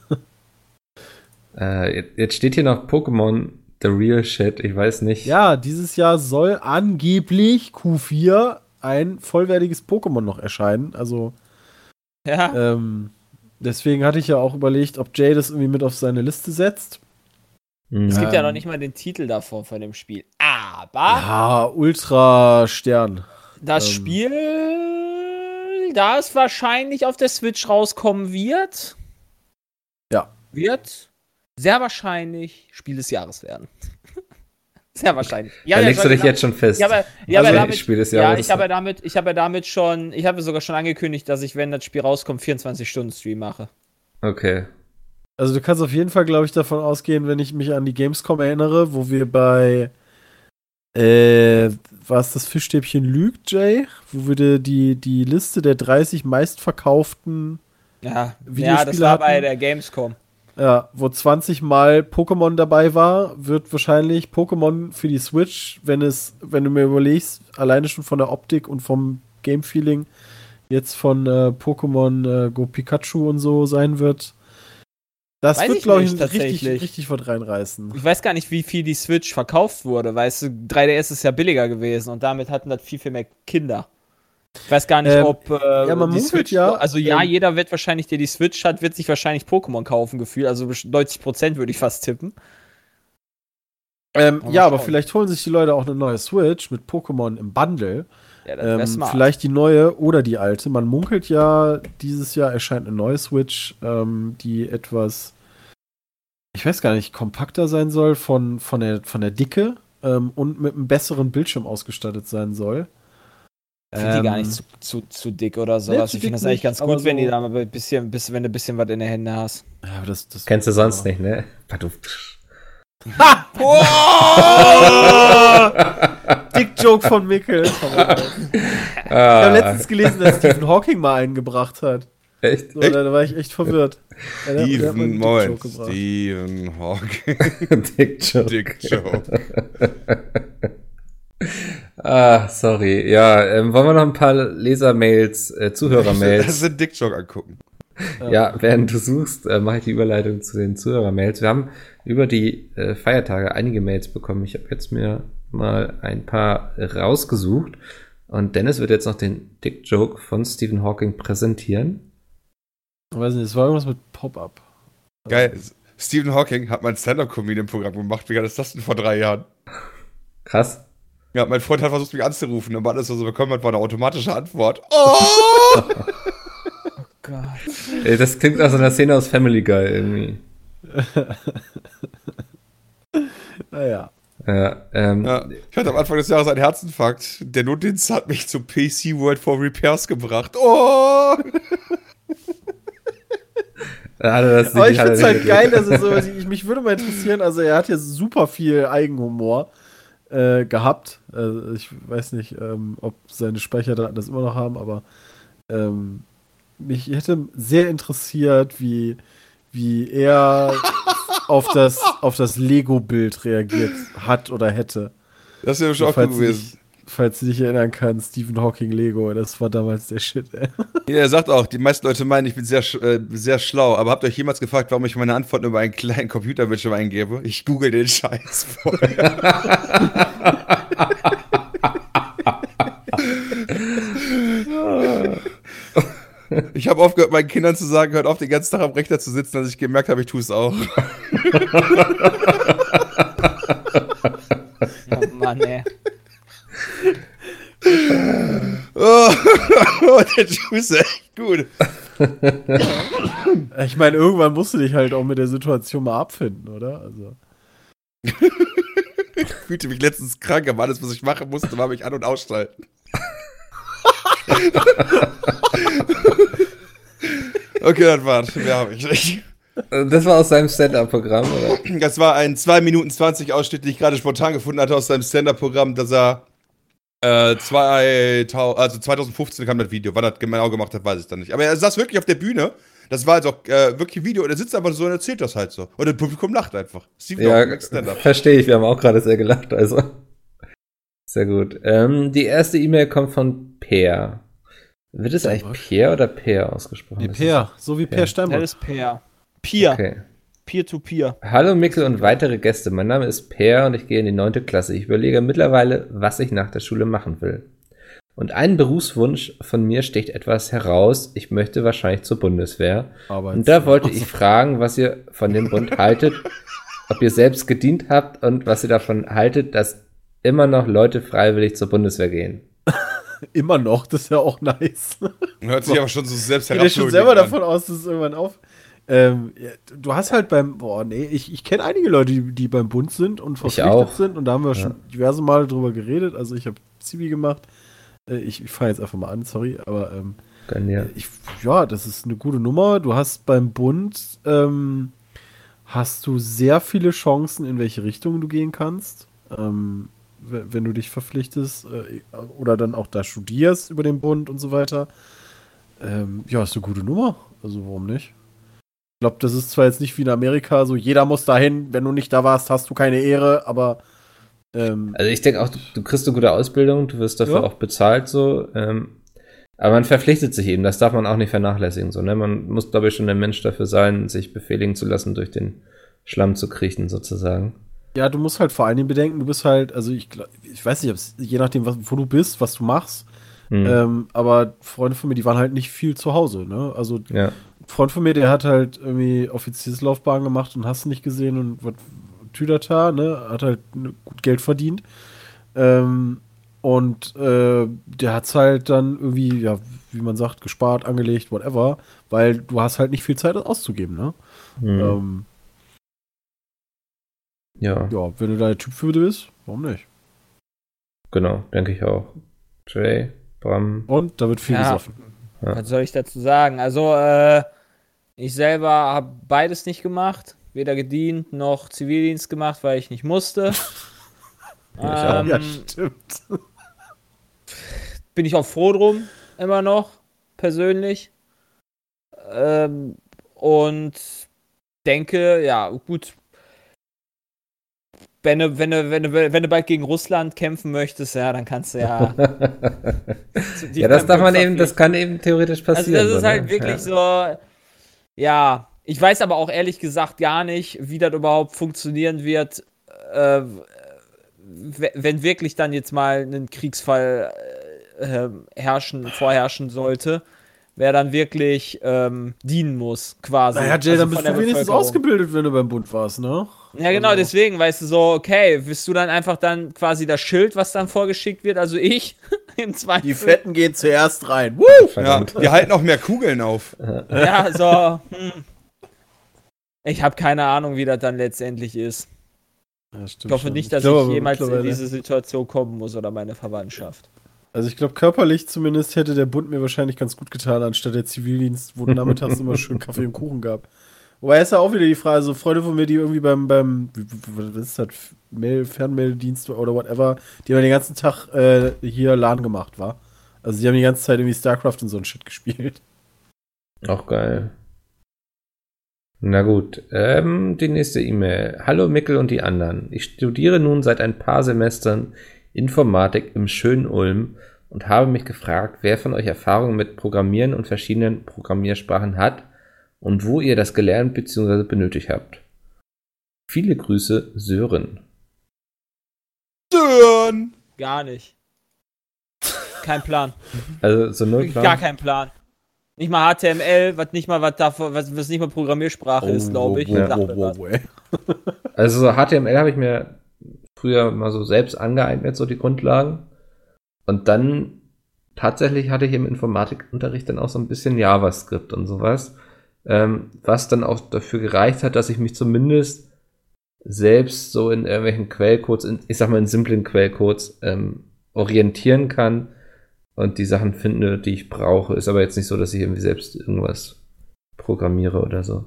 Äh, jetzt- jetzt steht hier noch Pokémon The Real Shit. Ich weiß nicht. Ja, dieses Jahr soll angeblich Q vier ein vollwertiges Pokémon noch erscheinen. Also, Ja. ähm, deswegen hatte ich ja auch überlegt, ob Jay das irgendwie mit auf seine Liste setzt. Hm. Es gibt ja Ähm. noch nicht mal den Titel davon von dem Spiel. Aber Ja, Ultra Stern. das ähm. Spiel, da es wahrscheinlich auf der Switch rauskommen wird, Ja. wird sehr wahrscheinlich Spiel des Jahres werden. Sehr wahrscheinlich. Ja, da ja, legst du schon dich genau. jetzt schon fest. Ich habe, ich habe Also, damit, Spiel des ja, Jahres. ich habe damit, ich habe damit schon, ich habe sogar schon angekündigt, dass ich, wenn das Spiel rauskommt, vierundzwanzig Stunden Stream mache. Okay. Also, du kannst auf jeden Fall, glaube ich, davon ausgehen, wenn ich mich an die Gamescom erinnere, wo wir bei, äh, war es das Fischstäbchen lügt, Jay? Wo wir die, die Liste der dreißig meistverkauften, Ja, Videospiele ja, das war bei hatten. der Gamescom. ja, wo zwanzig Mal Pokémon dabei war, wird wahrscheinlich Pokémon für die Switch, wenn es, wenn du mir überlegst, alleine schon von der Optik und vom Game-Feeling jetzt von äh, Pokémon äh, Go Pikachu und so sein wird. Das Weiß wird, ich glaube ich, nicht, richtig, tatsächlich. richtig was reinreißen. Ich weiß gar nicht, wie viel die Switch verkauft wurde. Weißt du, drei D S ist ja billiger gewesen und damit hatten das viel, viel mehr Kinder. Ich weiß gar nicht, Ähm, ob äh, ja, man die munkelt Switch, ja, also ja, ähm, jeder wird wahrscheinlich, der die Switch hat, wird sich wahrscheinlich Pokémon kaufen, gefühlt. Also neunzig Prozent würde ich fast tippen. Ähm, Mal ja, aber schauen. vielleicht holen sich die Leute auch eine neue Switch mit Pokémon im Bundle. Ja, das wäre Ähm, smart. vielleicht die neue oder die alte. Man munkelt ja, dieses Jahr erscheint eine neue Switch, ähm, die etwas, ich weiß gar nicht, kompakter sein soll von, von, der, von der Dicke ähm, und mit einem besseren Bildschirm ausgestattet sein soll. Ich finde die gar Ähm, nicht zu, zu, zu dick oder Nee, sowas. zu ich finde das dick eigentlich nicht, ganz aber gut, wenn die so- da mal ein bisschen, bis, wenn du ein bisschen was in der Hände hast. Ja, aber das, das Kennst du sonst ja. nicht, ne? Dick-Joke von Mikkel. Ich habe Ah, letztens gelesen, dass Stephen Hawking mal einen gebracht hat. echt? So, da, da war ich echt verwirrt. Ja, der- der hat mal einen Steven, Moment. Dick-Joke gebracht. Stephen Hawking. Dick Joke. Dick Joke. Ah, sorry. Ja, ähm, wollen wir noch ein paar Lesermails, äh, Das Zuhörermails? sind Dick Joke angucken. Ja, während du suchst, äh, mache ich die Überleitung zu den Zuhörermails. Wir haben über die äh, Feiertage einige Mails bekommen. Ich habe jetzt mir mal ein paar rausgesucht. Und Dennis wird jetzt noch den Dick Joke von Stephen Hawking präsentieren. Ich weiß nicht, es war irgendwas mit Pop-Up. Geil. Stephen Hawking hat mein Stand-Up-Comedian-Programm gemacht. Wie geil ist das denn vor drei Jahren? Krass. Ja, mein Freund hat versucht, mich anzurufen. Und alles, was er bekommen hat, war eine automatische Antwort. Oh! Gott. Äh, Das klingt nach so einer Szene aus Family Guy irgendwie. Naja. Ja, ähm, Ja, ich hatte am Anfang des Jahres einen Herzinfarkt. Der Notdienst hat mich zu P C World for Repairs gebracht. Oh! da hat er das Aber ich hat er finde es halt nicht geil, dass gedrückt. er so, ich, mich würde mal interessieren, also er hat ja super viel Eigenhumor äh, gehabt. Also ich weiß nicht, ähm, ob seine Speicherdaten das immer noch haben, aber ähm, mich hätte sehr interessiert, wie, wie er auf das, auf das Lego-Bild reagiert hat oder hätte. Das wäre schon auch cool falls, du gewesen. dich, falls du dich erinnern kannst, Stephen Hawking Lego, das war damals der Shit, ey. Ja, er sagt auch, die meisten Leute meinen, ich bin sehr, sch- äh, sehr schlau. Aber habt ihr euch jemals gefragt, warum ich meine Antworten über einen kleinen Computerbildschirm eingebe? Ich google den Scheiß vorher. Ich habe aufgehört, meinen Kindern zu sagen, hört auf, den ganzen Tag am Rechner zu sitzen, als ich gemerkt habe, ich tue es auch. Oh Mann, ey. Oh, der Juice ist echt gut. Ich meine, irgendwann musst du dich halt auch mit der Situation mal abfinden, oder? Also. Ich fühlte mich letztens krank, aber alles, was ich machen musste, war mich an- und ausschalten. Okay, dann warte, mehr habe ich nicht. Das war aus seinem Stand-Up-Programm, oder? Das war ein zwei Minuten zwanzig Ausschnitt, den ich gerade spontan gefunden hatte aus seinem Stand-Up-Programm, dass er äh, zweitausend, also zwanzig fünfzehn kam das Video. Wann er das genau gemacht hat, weiß ich dann nicht. Aber er saß wirklich auf der Bühne. Das war also auch äh, wirklich ein Video und er sitzt einfach so und erzählt das halt so. Und das Publikum lacht einfach. Steve Ja, Dogg, Stand-Up. verstehe ich. Wir haben auch gerade sehr gelacht, also. Sehr gut. Ähm, die erste E-Mail kommt von Peer. Wird es eigentlich Peer oder Peer ausgesprochen? Nee, Das Peer, so wie Peer. Peer Steinbrück. Das ist Peer. Peer. Okay. Peer-to-Peer. Hallo Mikkel und weitere Gäste. Mein Name ist Peer und ich gehe in die neunte Klasse. Ich überlege mittlerweile, was ich nach der Schule machen will. Und ein Berufswunsch von mir sticht etwas heraus. Ich möchte wahrscheinlich zur Bundeswehr. Arbeits- Und da wollte ich fragen, was ihr von dem Bund haltet, ob ihr selbst gedient habt und was ihr davon haltet, dass immer noch Leute freiwillig zur Bundeswehr gehen. Immer noch, das ist ja auch nice. Hört sich aber schon so selbst Ich gehe schon herabwürdigend selber an. davon aus, dass es irgendwann auf. Ähm, ja, du hast halt beim, boah, nee, ich, ich kenne einige Leute, die, die beim Bund sind und verpflichtet auch. sind und da haben wir Ja. schon diverse Male drüber geredet. Also ich habe Zivi gemacht. Äh, ich ich fange jetzt einfach mal an, sorry, aber ähm, Gönn dir. ich, ja, das ist eine gute Nummer. Du hast beim Bund ähm, hast du sehr viele Chancen, in welche Richtung du gehen kannst. Ähm, w- wenn du dich verpflichtest äh, oder dann auch da studierst über den Bund und so weiter. Ähm, ja, ist eine gute Nummer. Also warum nicht? Ich glaube, das ist zwar jetzt nicht wie in Amerika, so jeder muss dahin, wenn du nicht da warst, hast du keine Ehre, aber ähm, Also ich denke auch, du, du kriegst eine gute Ausbildung, du wirst dafür Ja. auch bezahlt so. Ähm, aber man verpflichtet sich eben, das darf man auch nicht vernachlässigen. So, ne? Man muss, glaube ich, schon der Mensch dafür sein, sich befehligen zu lassen, durch den Schlamm zu kriechen sozusagen. ja, du musst halt vor allen Dingen bedenken, du bist halt, also ich, glaub- ich weiß nicht, ob's, je nachdem, was, wo du bist, was du machst, Hm. ähm, aber Freunde von mir, die waren halt nicht viel zu Hause, ne? Also Ja. ein Freund von mir, der hat halt irgendwie Offizierslaufbahn gemacht und hast du nicht gesehen und was Tüdata, ne? Hat halt ne, gut Geld verdient. Ähm, und äh, der hat's halt dann irgendwie, ja, wie man sagt, gespart, angelegt, whatever, weil du hast halt nicht viel Zeit, das auszugeben, ne? Hm. Ähm, ja, ja, wenn du da der Typ für bist, warum nicht? genau, denke ich auch. Jay, Bram. Und da wird viel Ja. gesoffen. Ja. Was soll ich dazu sagen? Also, äh, ich selber habe beides nicht gemacht. Weder gedient noch Zivildienst gemacht, weil ich nicht musste. auch. ähm, Ja, stimmt. bin ich auch froh drum, immer noch, persönlich. Ähm, und denke, ja, gut. Wenn du, wenn, du, wenn, du, wenn du bald gegen Russland kämpfen möchtest, ja, dann kannst du ja. Ja, das darf man eben, das kann eben theoretisch Also passieren. das ist so, halt ne? wirklich ja. so, ja, ich weiß aber auch ehrlich gesagt gar nicht, wie das überhaupt funktionieren wird, äh, w- wenn wirklich dann jetzt mal ein Kriegsfall äh, herrschen, vorherrschen sollte, wer dann wirklich ähm, dienen muss, quasi. Naja, Jay, Also dann bist von der du wenigstens Bevölkerung. ausgebildet, wenn du beim Bund warst, ne? Ja, genau, Also- deswegen, weißt du, so, okay, bist du dann einfach dann quasi das Schild, was dann vorgeschickt wird, also ich, im Zweifel. Die Fetten gehen zuerst rein. Woo! Ja, Verdammt. die halten auch mehr Kugeln auf. Ja, so, hm. Ich habe keine Ahnung, wie das dann letztendlich ist. Ja, stimmt Ich hoffe schon. nicht, dass glaube ich aber jemals in mittlerweile- diese Situation kommen muss oder meine Verwandtschaft. Also ich glaube, körperlich zumindest hätte der Bund mir wahrscheinlich ganz gut getan, anstatt der Zivildienst, wo du nachmittags immer schön Kaffee und Kuchen gab. Wobei ist ja auch wieder die Frage, so Freunde von mir, die irgendwie beim, beim wie- wie- was ist das, Mail, Fernmeldedienst oder whatever, die haben den ganzen Tag äh, hier LAN gemacht, war. Also die haben die ganze Zeit irgendwie StarCraft und so ein Shit gespielt. Auch geil. Na gut, ähm, die nächste E-Mail. Hallo Mikkel und die anderen. Ich studiere nun seit ein paar Semestern Informatik im schönen Ulm und habe mich gefragt, wer von euch Erfahrung mit Programmieren und verschiedenen Programmiersprachen hat und wo ihr das gelernt bzw. benötigt habt. Viele Grüße, Sören. Sören! Gar nicht. Kein Plan. Also so null Wirklich Plan. Gar kein Plan. Nicht mal H T M L, was nicht mal was davon, was, was nicht mal Programmiersprache Oh, ist, glaube ich. wo, Sagt wo, mir wo, was. wo, ey. Also so H T M L habe ich mir früher mal so selbst angeeignet, so die Grundlagen. Und dann tatsächlich hatte ich im Informatikunterricht dann auch so ein bisschen JavaScript und sowas, ähm, was dann auch dafür gereicht hat, dass ich mich zumindest selbst so in irgendwelchen Quellcodes, in, ich sag mal in simplen Quellcodes, ähm, orientieren kann und die Sachen finde, die ich brauche. Ist aber jetzt nicht so, dass ich irgendwie selbst irgendwas programmiere oder so.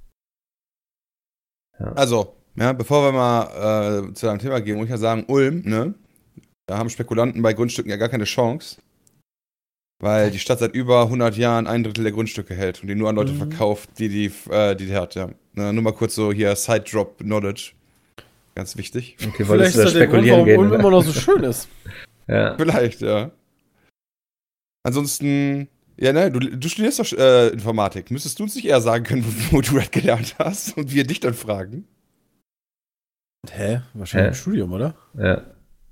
Ja. Also, ja, bevor wir mal äh, zu einem Thema gehen, muss ich ja sagen, Ulm, ne? Da haben Spekulanten bei Grundstücken ja gar keine Chance. Weil die Stadt seit über hundert Jahren ein Drittel der Grundstücke hält und die nur an Leute mhm. verkauft, die die, äh, die, die hat, ja. Na, nur mal kurz so hier Side-Drop-Knowledge. Ganz wichtig. Okay, Vielleicht ist das der Grund, warum Ulm immer noch so schön ist. Ja. Vielleicht, ja. Ansonsten, ja, ne, du, du studierst doch äh, Informatik. Müsstest du uns nicht eher sagen können, wo, wo du das gelernt hast und wir dich dann fragen? Hä? Wahrscheinlich Hä? im Studium, oder? Ja.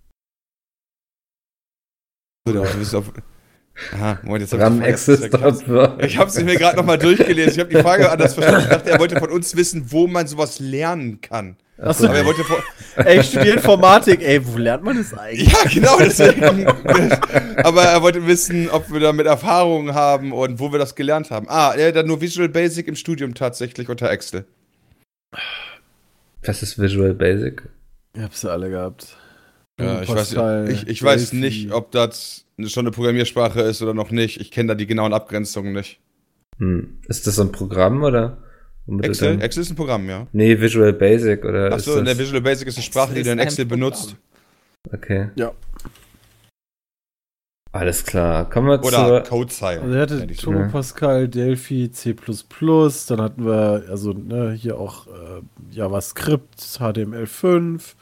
Oder du bist auf. Aha, Moment, jetzt hab ich es Ich hab's mir gerade nochmal durchgelesen. Ich habe die Frage anders verstanden. Ich dachte, er wollte von uns wissen, wo man sowas lernen kann. Achso. Aber er wollte von ey, ich studiere Informatik. Ey, wo lernt man das eigentlich? Ja, genau, deswegen. Aber er wollte wissen, ob wir damit Erfahrungen haben und wo wir das gelernt haben. Ah, er hat dann nur Visual Basic im Studium tatsächlich unter Excel. Was ist Visual Basic? Ich hab's ja alle gehabt. Ja, ich weiß, ich, ich weiß nicht, ob das schon eine Programmiersprache ist oder noch nicht. Ich kenne da die genauen Abgrenzungen nicht. Hm. Ist das so ein Programm oder? Excel? Dann... Excel ist ein Programm, ja. Nee, Visual Basic oder? Achso, in der Visual Basic ist eine Sprache, die du in Excel benutzt. Okay. Ja. Alles klar. Kommen wir oder zur... Codezeilen. Also er hatte Turbo Pascal, Delphi, C plus plus, dann hatten wir also ne, hier auch äh, JavaScript, H T M L fünf.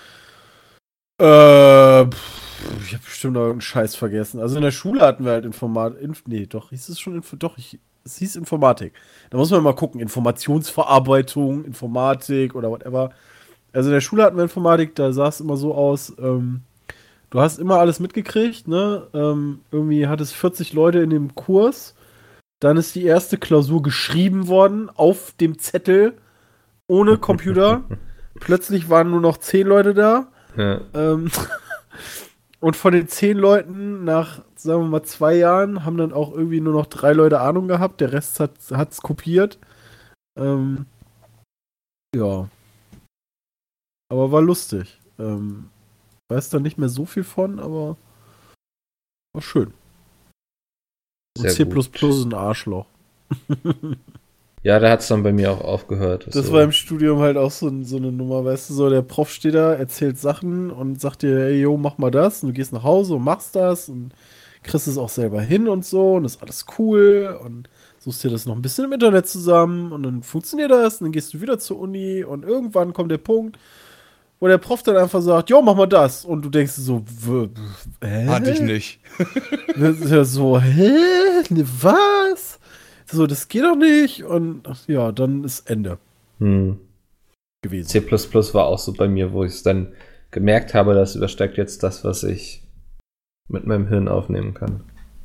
Äh, ich habe bestimmt noch irgendeinen Scheiß vergessen. Also in der Schule hatten wir halt Informatik. Inf nee, doch, hieß es schon Info doch, ich, es hieß Informatik. Da muss man mal gucken, Informationsverarbeitung, Informatik oder whatever. Also in der Schule hatten wir Informatik, da sah es immer so aus, ähm, du hast immer alles mitgekriegt, ne? Ähm, irgendwie hattest vierzig Leute in dem Kurs. Dann ist die erste Klausur geschrieben worden auf dem Zettel ohne Computer. Plötzlich waren nur noch zehn Leute da. Ja. Ähm, und von den zehn Leuten nach, sagen wir mal, zwei Jahren haben dann auch irgendwie nur noch drei Leute Ahnung gehabt. Der Rest hat hat's kopiert. Ähm, ja. Aber war lustig. Ähm, weiß da nicht mehr so viel von, aber war schön. Und C plus plus ist ein Arschloch. Ja, da hat es dann bei mir auch aufgehört. Das so. war im Studium halt auch so, so eine Nummer, weißt du, so der Prof steht da, erzählt Sachen und sagt dir, hey, yo, mach mal das und du gehst nach Hause und machst das und kriegst es auch selber hin und so und ist alles cool und suchst dir das noch ein bisschen im Internet zusammen und dann funktioniert das und dann gehst du wieder zur Uni und irgendwann kommt der Punkt, wo der Prof dann einfach sagt, jo, mach mal das und du denkst so, w- w- hä? Hatte ich nicht. So, hä? Ne, was? So, das geht doch nicht. Und ja, dann ist Ende hm. gewesen. C plus plus war auch so bei mir, wo ich es dann gemerkt habe, das übersteigt jetzt das, was ich mit meinem Hirn aufnehmen kann.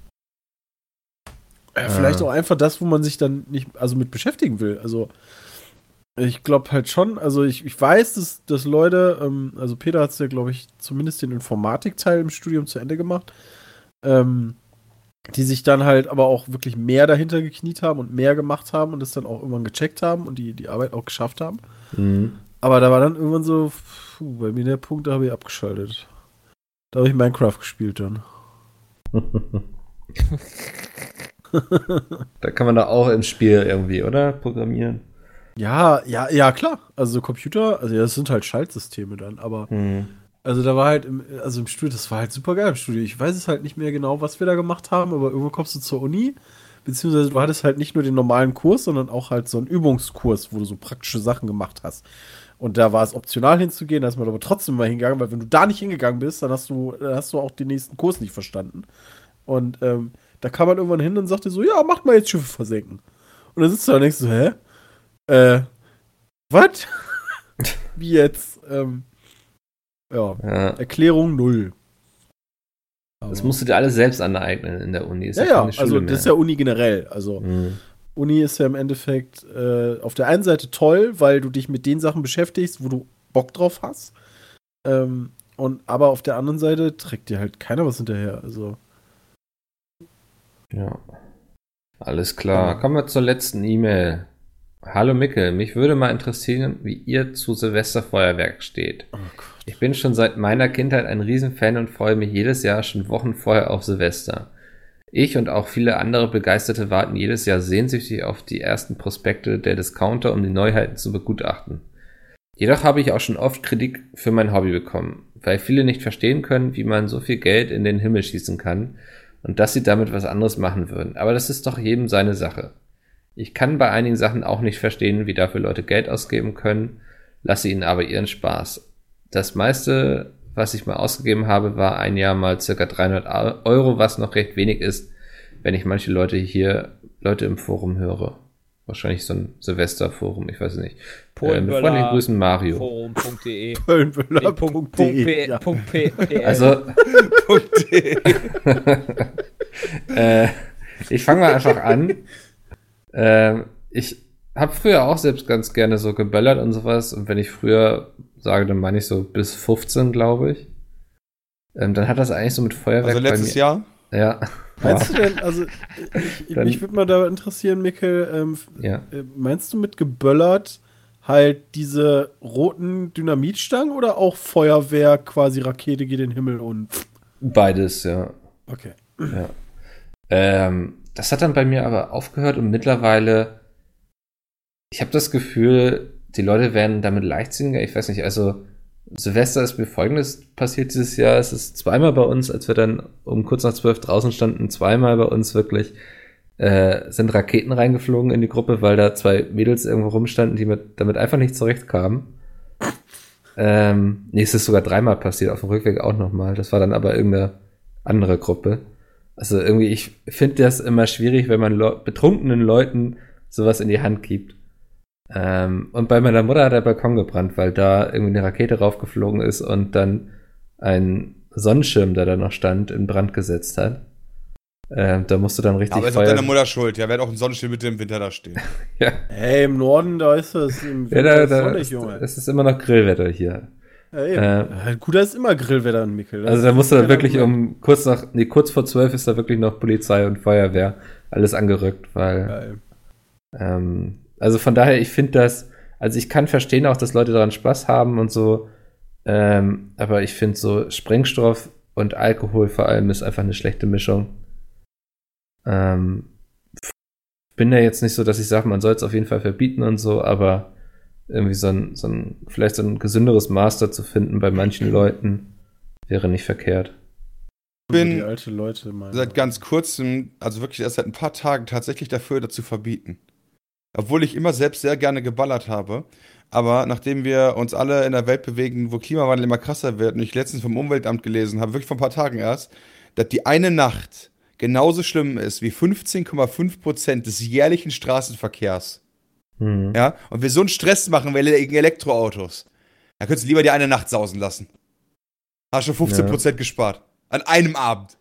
Ja, vielleicht ah. auch einfach das, wo man sich dann nicht, also mit beschäftigen will. Also ich glaube halt schon, also ich, ich weiß, dass, dass Leute, ähm, also Peter hat es ja, glaube ich, zumindest den Informatikteil im Studium zu Ende gemacht, ähm, die sich dann halt aber auch wirklich mehr dahinter gekniet haben und mehr gemacht haben und das dann auch irgendwann gecheckt haben und die, die Arbeit auch geschafft haben. Mhm. Aber da war dann irgendwann so, puh, bei mir der Punkt, da habe ich abgeschaltet. Da habe ich Minecraft gespielt dann. Da kann man da auch im Spiel irgendwie, oder? Programmieren. Ja, ja, ja, klar. Also Computer, also ja, das sind halt Schaltsysteme dann, aber Mhm. also da war halt, im, also im Studio, das war halt super geil im Studio. Ich weiß es halt nicht mehr genau, was wir da gemacht haben, aber irgendwo kommst du zur Uni, beziehungsweise du hattest halt nicht nur den normalen Kurs, sondern auch halt so einen Übungskurs, wo du so praktische Sachen gemacht hast. Und da war es optional hinzugehen, da ist man aber trotzdem mal hingegangen, weil wenn du da nicht hingegangen bist, dann hast du, dann hast du auch den nächsten Kurs nicht verstanden. Und ähm, da kam man irgendwann hin und sagte so, ja, macht mal jetzt Schiffe versenken. Und dann sitzt du da und denkst so, hä? Äh, was? Wie jetzt? Ähm, ja. Ja. Erklärung null. Das Aber- musst du dir alles selbst aneignen in der Uni. Ist Ja, keine ja, Schule also mehr. das ist ja Uni generell. Also Mhm. Uni ist ja im Endeffekt äh, auf der einen Seite toll, weil du dich mit den Sachen beschäftigst, wo du Bock drauf hast. Ähm, und aber auf der anderen Seite trägt dir halt keiner was hinterher. Also Ja. Alles klar. Kommen wir zur letzten E-Mail. Hallo Mickel, mich würde mal interessieren, wie ihr zu Silvesterfeuerwerk steht. oh Gott. Ich bin schon seit meiner Kindheit ein Riesenfan und freue mich jedes Jahr schon Wochen vorher auf Silvester. Ich und auch viele andere Begeisterte warten jedes Jahr sehnsüchtig auf die ersten Prospekte der Discounter, um die Neuheiten zu begutachten. Jedoch habe ich auch schon oft Kritik für mein Hobby bekommen, weil viele nicht verstehen können, wie man so viel Geld in den Himmel schießen kann und dass sie damit was anderes machen würden. Aber das ist doch jedem seine Sache. Ich kann bei einigen Sachen auch nicht verstehen, wie dafür Leute Geld ausgeben können, lasse ihnen aber ihren Spaß. Das meiste, was ich mal ausgegeben habe, war ein Jahr mal circa dreihundert Euro, was noch recht wenig ist, wenn ich manche Leute hier, Leute im Forum höre. Wahrscheinlich so ein Silvesterforum, ich weiß es nicht. Äh, mit freundlichen Grüßen, Mario. Forum punkt de Kölnböller Punkt Punkt P- de, ja. Punkt P- P- Also, äh, ich fange mal einfach an. Äh, ich habe früher auch selbst ganz gerne so geböllert und sowas. Und wenn ich früher sage, dann meine ich so bis fünfzehn, glaube ich. Ähm, dann hat das eigentlich so mit Feuerwerk Also letztes bei mir, Jahr? Ja. Meinst du denn, also ich, Dann- mich würde mal da interessieren, Mikkel, ähm, Ja. äh, meinst du mit geböllert halt diese roten Dynamitstangen oder auch Feuerwerk, quasi Rakete geht in den Himmel und Beides, ja. okay. Ja. Ähm, das hat dann bei mir aber aufgehört und mittlerweile, ich habe das Gefühl, die Leute werden damit leichtsinniger. Ich weiß nicht, also Silvester ist mir Folgendes passiert dieses Jahr. Es ist zweimal bei uns, als wir dann um kurz nach zwölf draußen standen, zweimal bei uns wirklich äh, sind Raketen reingeflogen in die Gruppe, weil da zwei Mädels irgendwo rumstanden, die mit, damit einfach nicht zurechtkamen. Ähm, nee, es ist sogar dreimal passiert, auf dem Rückweg auch nochmal. Das war dann aber irgendeine andere Gruppe. Also irgendwie, ich finde das immer schwierig, wenn man Le- betrunkenen Leuten sowas in die Hand gibt. Ähm, und bei meiner Mutter hat der Balkon gebrannt, weil da irgendwie eine Rakete raufgeflogen ist und dann ein Sonnenschirm, der da noch stand, in Brand gesetzt hat. Ähm, da musste dann richtig Aber ist auch Feuer... deine Mutter schuld. Ja, wer hat auch ein Sonnenschild mit dem Winter da stehen. Ja, Hey, im Norden, da ist das im ja da, ist da sonnig, ist, Junge. es ist immer noch Grillwetter hier. Ja, eben. äh, Ja, gut, da ist immer Grillwetter in Mikkel. Das Also da ist musste kein dann wirklich Argument. um kurz nach, nee, kurz vor zwölf ist da wirklich noch Polizei und Feuerwehr alles angerückt, weil, Geil. ähm, also von daher, ich finde das, also ich kann verstehen auch, dass Leute daran Spaß haben und so, ähm, aber ich finde so Sprengstoff und Alkohol vor allem ist einfach eine schlechte Mischung. Ähm, bin da jetzt nicht so, dass ich sage, man soll es auf jeden Fall verbieten und so, aber irgendwie so ein, so ein, vielleicht so ein gesünderes Master zu finden bei manchen Leuten wäre nicht verkehrt. Ich bin die alte Leute meinen. seit ganz kurzem, also wirklich erst seit ein paar Tagen, tatsächlich dafür, das zu verbieten. Obwohl ich immer selbst sehr gerne geballert habe. Aber nachdem wir uns alle in der Welt bewegen, wo Klimawandel immer krasser wird, und ich letztens vom Umweltamt gelesen habe, wirklich vor ein paar Tagen erst, dass die eine Nacht genauso schlimm ist wie fünfzehn Komma fünf Prozent des jährlichen Straßenverkehrs. Mhm. Ja? Und wir so einen Stress machen wegen Elektroautos. Da könntest du lieber die eine Nacht sausen lassen. Hast schon fünfzehn Prozent gespart. An einem Abend.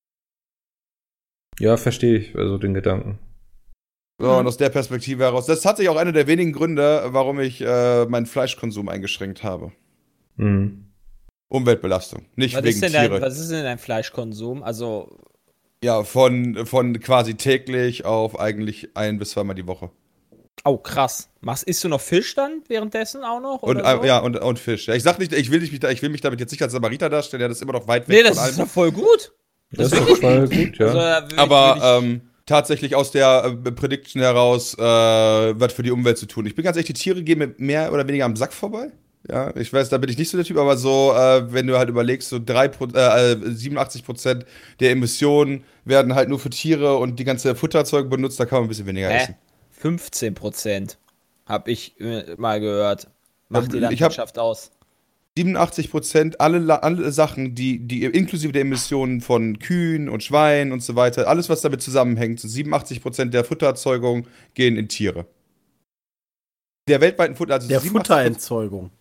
Ja, verstehe ich, also den Gedanken. So, und aus der Perspektive heraus. Das ist tatsächlich auch einer der wenigen Gründe, warum ich äh, meinen Fleischkonsum eingeschränkt habe. Mhm. Umweltbelastung. Nicht Was wegen ist, denn Tiere. dein, was ist denn dein Fleischkonsum? Also, Ja, von, von quasi täglich auf eigentlich ein- bis zweimal die Woche. oh krass. Machst, isst du noch Fisch dann währenddessen auch noch? Und, oder so? äh, ja, und, und Fisch. Ja, ich sag nicht, ich will, nicht, ich will mich damit jetzt nicht als Samariter darstellen, ja, das ist immer noch weit weg Nee, das von ist allem. doch voll gut. Das ist doch voll gut, ja. Also, da will ich- Aber will ich- ähm, tatsächlich aus der äh, Prediction heraus äh, was für die Umwelt zu tun. Ich bin ganz ehrlich, die Tiere gehen mir mehr oder weniger am Sack vorbei. Ja, ich weiß, da bin ich nicht so der Typ, aber so, äh, wenn du halt überlegst, so drei, äh, siebenundachtzig Prozent der Emissionen werden halt nur für Tiere und die ganze Futterzeug benutzt, da kann man ein bisschen weniger Hä? essen. fünfzehn Prozent hab ich äh, mal gehört. Macht die Ich hab- Landwirtschaft aus. siebenundachtzig Prozent alle, La- alle Sachen, die, die inklusive der Emissionen von Kühen und Schweinen und so weiter, alles, was damit zusammenhängt, so siebenundachtzig Prozent der Futtererzeugung gehen in Tiere. Der weltweiten Futter, also Der siebenundachtzig Prozent Futterentzeugung.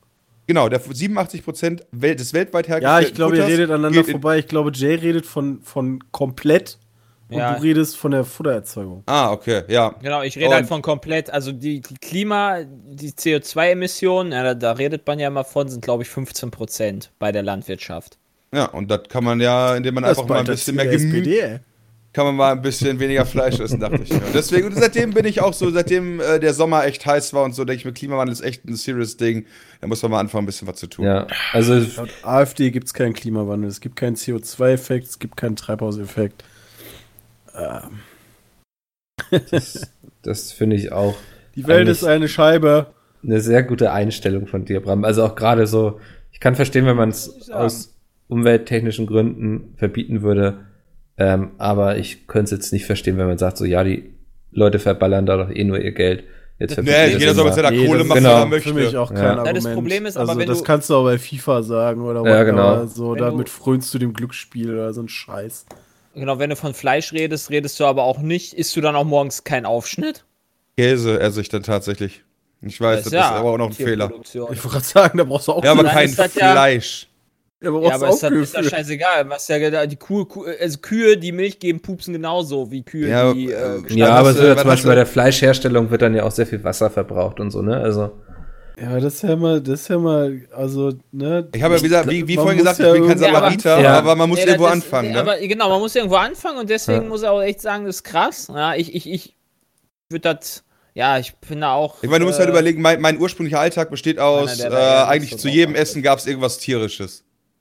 Genau, der siebenundachtzig Prozent Welt, des weltweit Ja, hergestellten ich glaube, ihr Futters redet aneinander geht in- vorbei. Ich glaube, Jay redet von, von komplett und Ja. du redest von der Futtererzeugung. Ah, okay, ja. Genau, ich rede Und- halt von komplett, also die, die Klima, die C O zwei Emissionen, ja, da, da redet man ja immer von, sind glaube ich fünfzehn Prozent bei der Landwirtschaft. Ja, und das kann man ja, indem man einfach mal ein bisschen mehr Gemüse, kann man mal ein bisschen weniger Fleisch essen, dachte ich mir. Und deswegen, und seitdem bin ich auch so, seitdem äh, der Sommer echt heiß war und so, denke ich mir, Klimawandel ist echt ein serious Ding. Da muss man mal anfangen, ein bisschen was zu tun. Ja, also Laut AfD gibt es keinen Klimawandel, es gibt keinen C O zwei Effekt, es gibt keinen Treibhauseffekt. Ähm, das, das finde ich auch die Welt Eigentlich- ist eine Scheibe. eine sehr gute Einstellung von dir, Bram. Also auch gerade so, ich kann verstehen, wenn man es aus umwelttechnischen Gründen verbieten würde, ähm, aber ich könnte es jetzt nicht verstehen, wenn man sagt, so ja, die Leute verballern da doch eh nur ihr Geld. Jetzt verbieten Nee, wir jeder das soll mal. mit seiner Nee, Kohle das machen, genau. was er Für möchte. mich auch kein Ja. Argument. das Problem ist aber, also, wenn das du- kannst du auch bei FIFA sagen oder Ja, genau. so, Wenn damit du- frönst du dem Glücksspiel oder so ein Scheiß. Genau, wenn du von Fleisch redest, redest du aber auch nicht, isst du dann auch morgens keinen Aufschnitt? Käse esse ich dann tatsächlich. Ich weiß, das ist aber auch noch ein Fehler. Tierproduktion. Ich wollte gerade sagen, da brauchst du auch Ja, aber Dann kein ist das ja- Fleisch. Ja, aber Ja, brauchst aber du ist auch das, ist das Kühe. scheißegal. Was ja, die Kuh, Kuh, also Kühe, die Milch geben, pupsen genauso wie Kühe, Ja, die. Äh, äh, gestaltet Ja, Dann aber hast es du- wird ja was zum hast Beispiel du- bei der Fleischherstellung wird dann ja auch sehr viel Wasser verbraucht und so, ne? Also Ja, das ist ja mal, das ist ja mal, also, ne. Ich habe ja, wie, gesagt, wie, wie Man vorhin muss gesagt, ja ich bin kein irgendwie- Samariter, Ja. aber man muss Ja, irgendwo das- anfangen. Ne? Aber genau, man muss irgendwo anfangen und deswegen Ja. muss ich auch echt sagen, das ist krass. Ja, ich, ich, ich würde das, ja, ich bin da auch. Ich meine, du musst äh, halt überlegen, mein, mein ursprünglicher Alltag besteht aus, Einer, der äh, da eher nicht eigentlich so zu drauf jedem achtet. Essen gab es irgendwas Tierisches.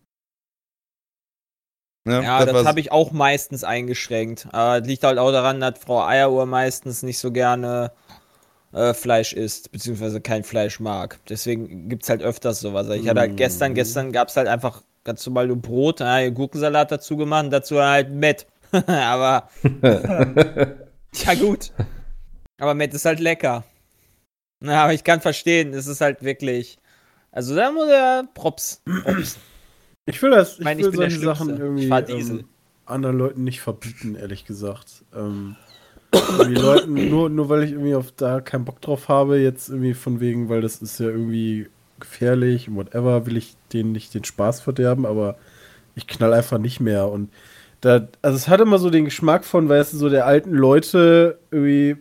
Ne? Ja, das, war- habe ich auch meistens eingeschränkt. Aber das liegt halt auch daran, dass Frau Eieruhr meistens nicht so gerne äh, Fleisch isst, beziehungsweise kein Fleisch mag. Deswegen gibt es halt öfters sowas. Ich hatte halt gestern, gestern gab es halt einfach ganz normal nur Brot, ja, Gurkensalat dazu gemacht und dazu halt Mett. Aber ja gut. Aber Mett ist halt lecker. Ja, aber ich kann verstehen, es ist halt wirklich. Also da muss er Props. Props. Ich will das, ich, Ich meine, ich will bin der solche Schlimmste. Sachen irgendwie Ich fahr Diesel. ähm, anderen Leuten nicht verbieten, ehrlich gesagt. Ähm, die Leuten, nur, nur weil ich irgendwie auf da keinen Bock drauf habe, jetzt irgendwie von wegen, weil das ist ja irgendwie gefährlich, whatever, will ich denen nicht den Spaß verderben, aber ich knall einfach nicht mehr. Und da, also es hat immer so den Geschmack von, weißt du, so der alten Leute irgendwie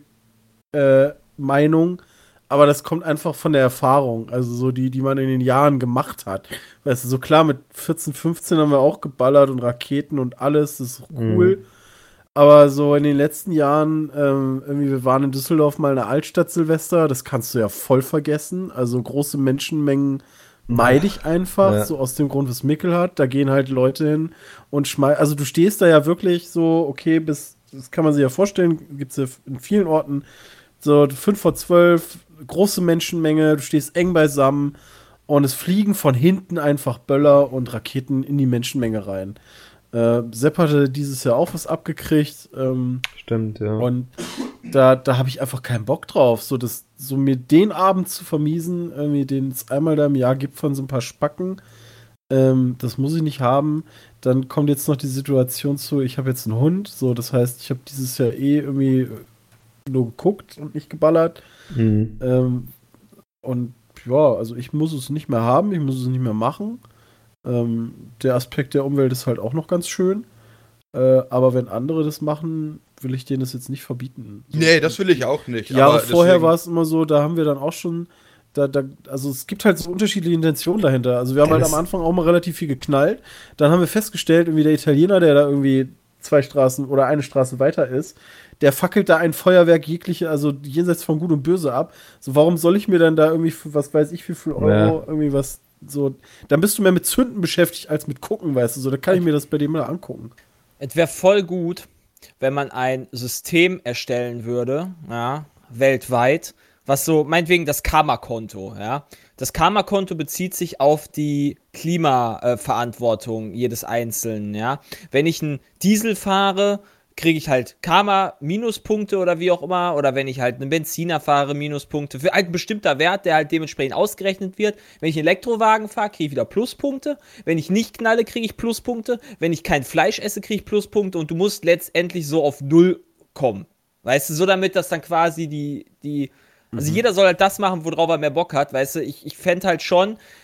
äh, Meinung, aber das kommt einfach von der Erfahrung, also so die, die man in den Jahren gemacht hat. Weißt du, so klar, mit vierzehn, fünfzehn haben wir auch geballert und Raketen und alles, das ist cool. Mhm. Aber so in den letzten Jahren, ähm, irgendwie, wir waren in Düsseldorf mal in der Altstadt Silvester, das kannst du ja voll vergessen. Also große Menschenmengen meide ich einfach, Ja. so aus dem Grund, was Mickel hat. Da gehen halt Leute hin und schmeißen. Also du stehst da ja wirklich so, okay, bis, das kann man sich ja vorstellen, gibt es ja in vielen Orten, so fünf vor zwölf, große Menschenmenge, du stehst eng beisammen und es fliegen von hinten einfach Böller und Raketen in die Menschenmenge rein. Äh, Sepp hatte dieses Jahr auch was abgekriegt. Ähm, Stimmt, ja. und da, da habe ich einfach keinen Bock drauf. So, das, so mir den Abend zu vermiesen, irgendwie, den es einmal da im Jahr gibt von so ein paar Spacken, ähm, das muss ich nicht haben. Dann kommt jetzt noch die Situation zu, ich habe jetzt einen Hund. So, das heißt, ich habe dieses Jahr eh irgendwie nur geguckt und nicht geballert. Mhm. Ähm, und ja, also ich muss es nicht mehr haben, ich muss es nicht mehr machen. Ähm, der Aspekt der Umwelt ist halt auch noch ganz schön. Äh, aber wenn andere das machen, will ich denen das jetzt nicht verbieten. So, Nee, das will ich auch nicht. die Jahre aber vorher deswegen- war es immer so, da haben wir dann auch schon, da, da, also es gibt halt so unterschiedliche Intentionen dahinter. Also wir haben Ja, halt das- am Anfang auch mal relativ viel geknallt. Dann haben wir festgestellt, irgendwie der Italiener, der da irgendwie zwei Straßen oder eine Straße weiter ist, der fackelt da ein Feuerwerk jegliche, also jenseits von Gut und Böse ab. So, warum soll ich mir dann da irgendwie, für, was weiß ich, wie viel Euro Ja. irgendwie was so, dann bist du mehr mit Zünden beschäftigt als mit Gucken, weißt du, so, da kann ich mir das bei dem mal angucken. Es wäre voll gut, wenn man ein System erstellen würde, ja, weltweit, was so, meinetwegen das Karma-Konto, ja. Das Karma-Konto bezieht sich auf die Klimaverantwortung jedes Einzelnen, ja. Wenn ich einen Diesel fahre, kriege ich halt Karma-Minuspunkte oder wie auch immer, oder wenn ich halt einen Benziner fahre, Minuspunkte, für ein bestimmter Wert, der halt dementsprechend ausgerechnet wird. Wenn ich einen Elektrowagen fahre, kriege ich wieder Pluspunkte. Wenn ich nicht knalle, kriege ich Pluspunkte. Wenn ich kein Fleisch esse, kriege ich Pluspunkte und du musst letztendlich so auf Null kommen. Weißt du, so damit das dann quasi die, die, also jeder soll halt das machen, worauf er mehr Bock hat, weißt du, ich, ich fände halt schon,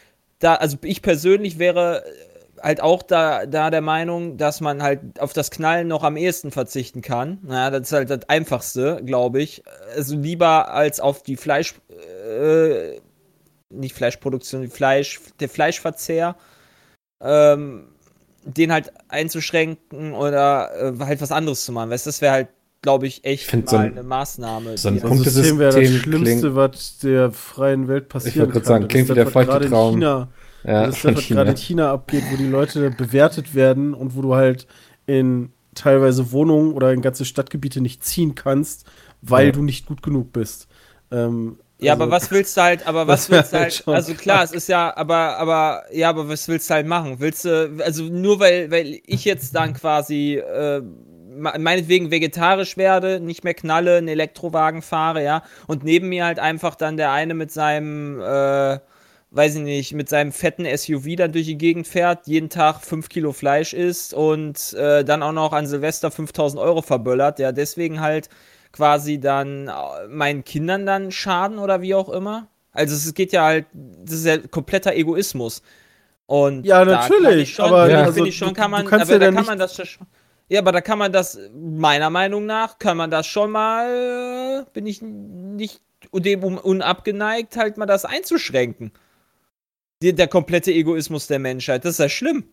da, also ich persönlich wäre halt auch da, da der Meinung, dass man halt auf das Knallen noch am ehesten verzichten kann. Ja, das ist halt das Einfachste, glaube ich. Also lieber als auf die Fleisch, äh, nicht Fleischproduktion, Fleisch, der Fleischverzehr, ähm, den halt einzuschränken oder äh, halt was anderes zu machen. Weißt du, das wäre halt, glaube ich, echt mal so ein, eine Maßnahme. So ein Das System wäre das Schlimmste, klingt, was der freien Welt passieren ich wollte gerade sagen, kann. klingt wie der feuchte Traum. China, ja, das ist das, was gerade in China abgeht, wo die Leute bewertet werden und wo du halt in teilweise Wohnungen oder in ganze Stadtgebiete nicht ziehen kannst, weil ja. du nicht gut genug bist. Ähm, Ja, also, aber was willst du halt, aber was willst du halt, schon also klar, es ist ja, aber, aber, ja, aber was willst du halt machen? Willst du, also nur weil, weil ich jetzt dann quasi, äh, meinetwegen vegetarisch werde, nicht mehr knalle, einen Elektrowagen fahre, ja, und neben mir halt einfach dann der eine mit seinem, äh, weiß ich nicht, mit seinem fetten S U V dann durch die Gegend fährt, jeden Tag fünf Kilo Fleisch isst und äh, dann auch noch an Silvester fünftausend Euro verböllert, der deswegen halt quasi dann meinen Kindern dann schaden oder wie auch immer. Also es geht ja halt, das ist ja kompletter Egoismus. Und ja, da natürlich, kann ich schon, aber ja, also, finde ich schon, du, kann man, du kannst aber ja da dann kann nicht man das schon, ja, aber da kann man das, meiner Meinung nach, kann man das schon mal, bin ich nicht dem unabgeneigt, halt mal das einzuschränken. Der, der komplette Egoismus der Menschheit, das ist ja schlimm.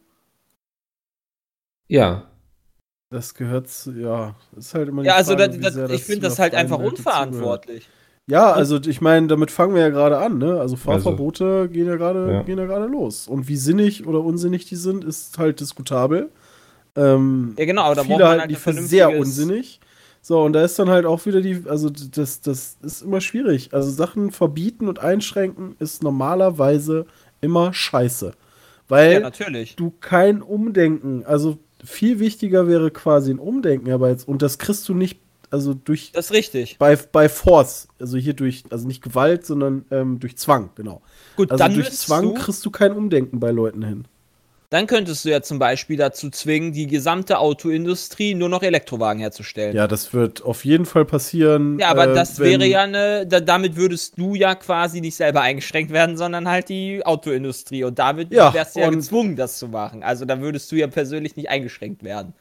Ja. Das gehört zu, ja, ist halt immer die Ja, also Frage, das, das, ich finde das halt einfach unverantwortlich. Ja, also ich meine, damit fangen wir ja gerade an, ne? Also Fahrverbote also, gehen ja gerade ja. gehen ja gerade los. Und wie sinnig oder unsinnig die sind, ist halt diskutabel. Ähm, ja, genau, aber da viele braucht man halten halt die für sehr unsinnig. So, und da ist dann halt auch wieder die, also das, das ist immer schwierig. Also Sachen verbieten und einschränken ist normalerweise immer scheiße. Weil ja, natürlich. du kein Umdenken, also viel wichtiger wäre quasi ein Umdenken herbei, und das kriegst du nicht, also durch. Das ist richtig. Bei, bei Force, also hier durch, also nicht Gewalt, sondern ähm, durch Zwang, genau. Gut, also dann durch Zwang du, kriegst du kein Umdenken bei Leuten hin. Dann könntest du ja zum Beispiel dazu zwingen, die gesamte Autoindustrie nur noch Elektrowagen herzustellen. Ja, das wird auf jeden Fall passieren. Ja, aber äh, das wäre ja eine, da, damit würdest du ja quasi nicht selber eingeschränkt werden, sondern halt die Autoindustrie. Und damit ja, wärst du ja gezwungen, das zu machen. Also da würdest du ja persönlich nicht eingeschränkt werden.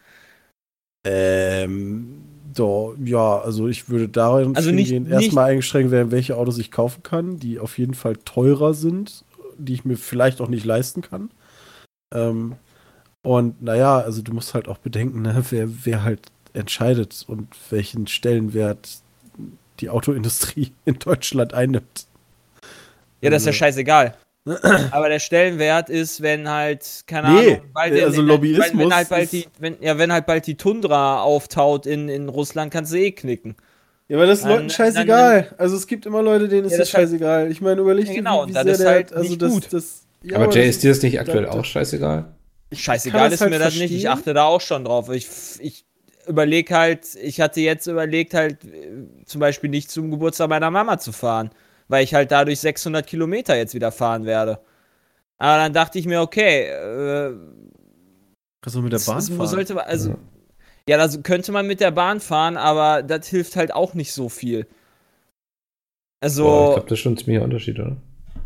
Ähm, so, ja, also ich würde darin also nicht, erstmal eingeschränkt werden, welche Autos ich kaufen kann, die auf jeden Fall teurer sind, die ich mir vielleicht auch nicht leisten kann. Ähm, und naja, also du musst halt auch bedenken, ne, wer, wer halt entscheidet und welchen Stellenwert die Autoindustrie in Deutschland einnimmt. Ja, das ist ja scheißegal. Aber der Stellenwert ist, wenn halt, keine nee, Ahnung, bald also in, Lobbyismus wenn, wenn halt bald die, wenn, ja, wenn halt bald die Tundra auftaut in, in Russland, kannst du eh knicken. Ja, aber das ist Leuten scheißegal. Dann, dann, also es gibt immer Leute, denen ist ja, das, das scheißegal. Halt, ich meine, überleg dir, ja, genau, wie, wie sehr der halt, also das, das, das ja, aber Jay, ist dir das nicht aktuell das, auch scheißegal? Scheißegal ist halt mir das nicht, ich achte da auch schon drauf. Ich, ich überlege halt, ich hatte jetzt überlegt halt zum Beispiel nicht zum Geburtstag meiner Mama zu fahren, weil ich halt dadurch sechshundert Kilometer jetzt wieder fahren werde. Aber dann dachte ich mir, okay, äh, kannst du mit der Bahn fahren? Sollte, also, ja, ja, das könnte man mit der Bahn fahren, aber das hilft halt auch nicht so viel. Also, boah, ich glaube, das ist schon ein ziemlicher Unterschied, oder?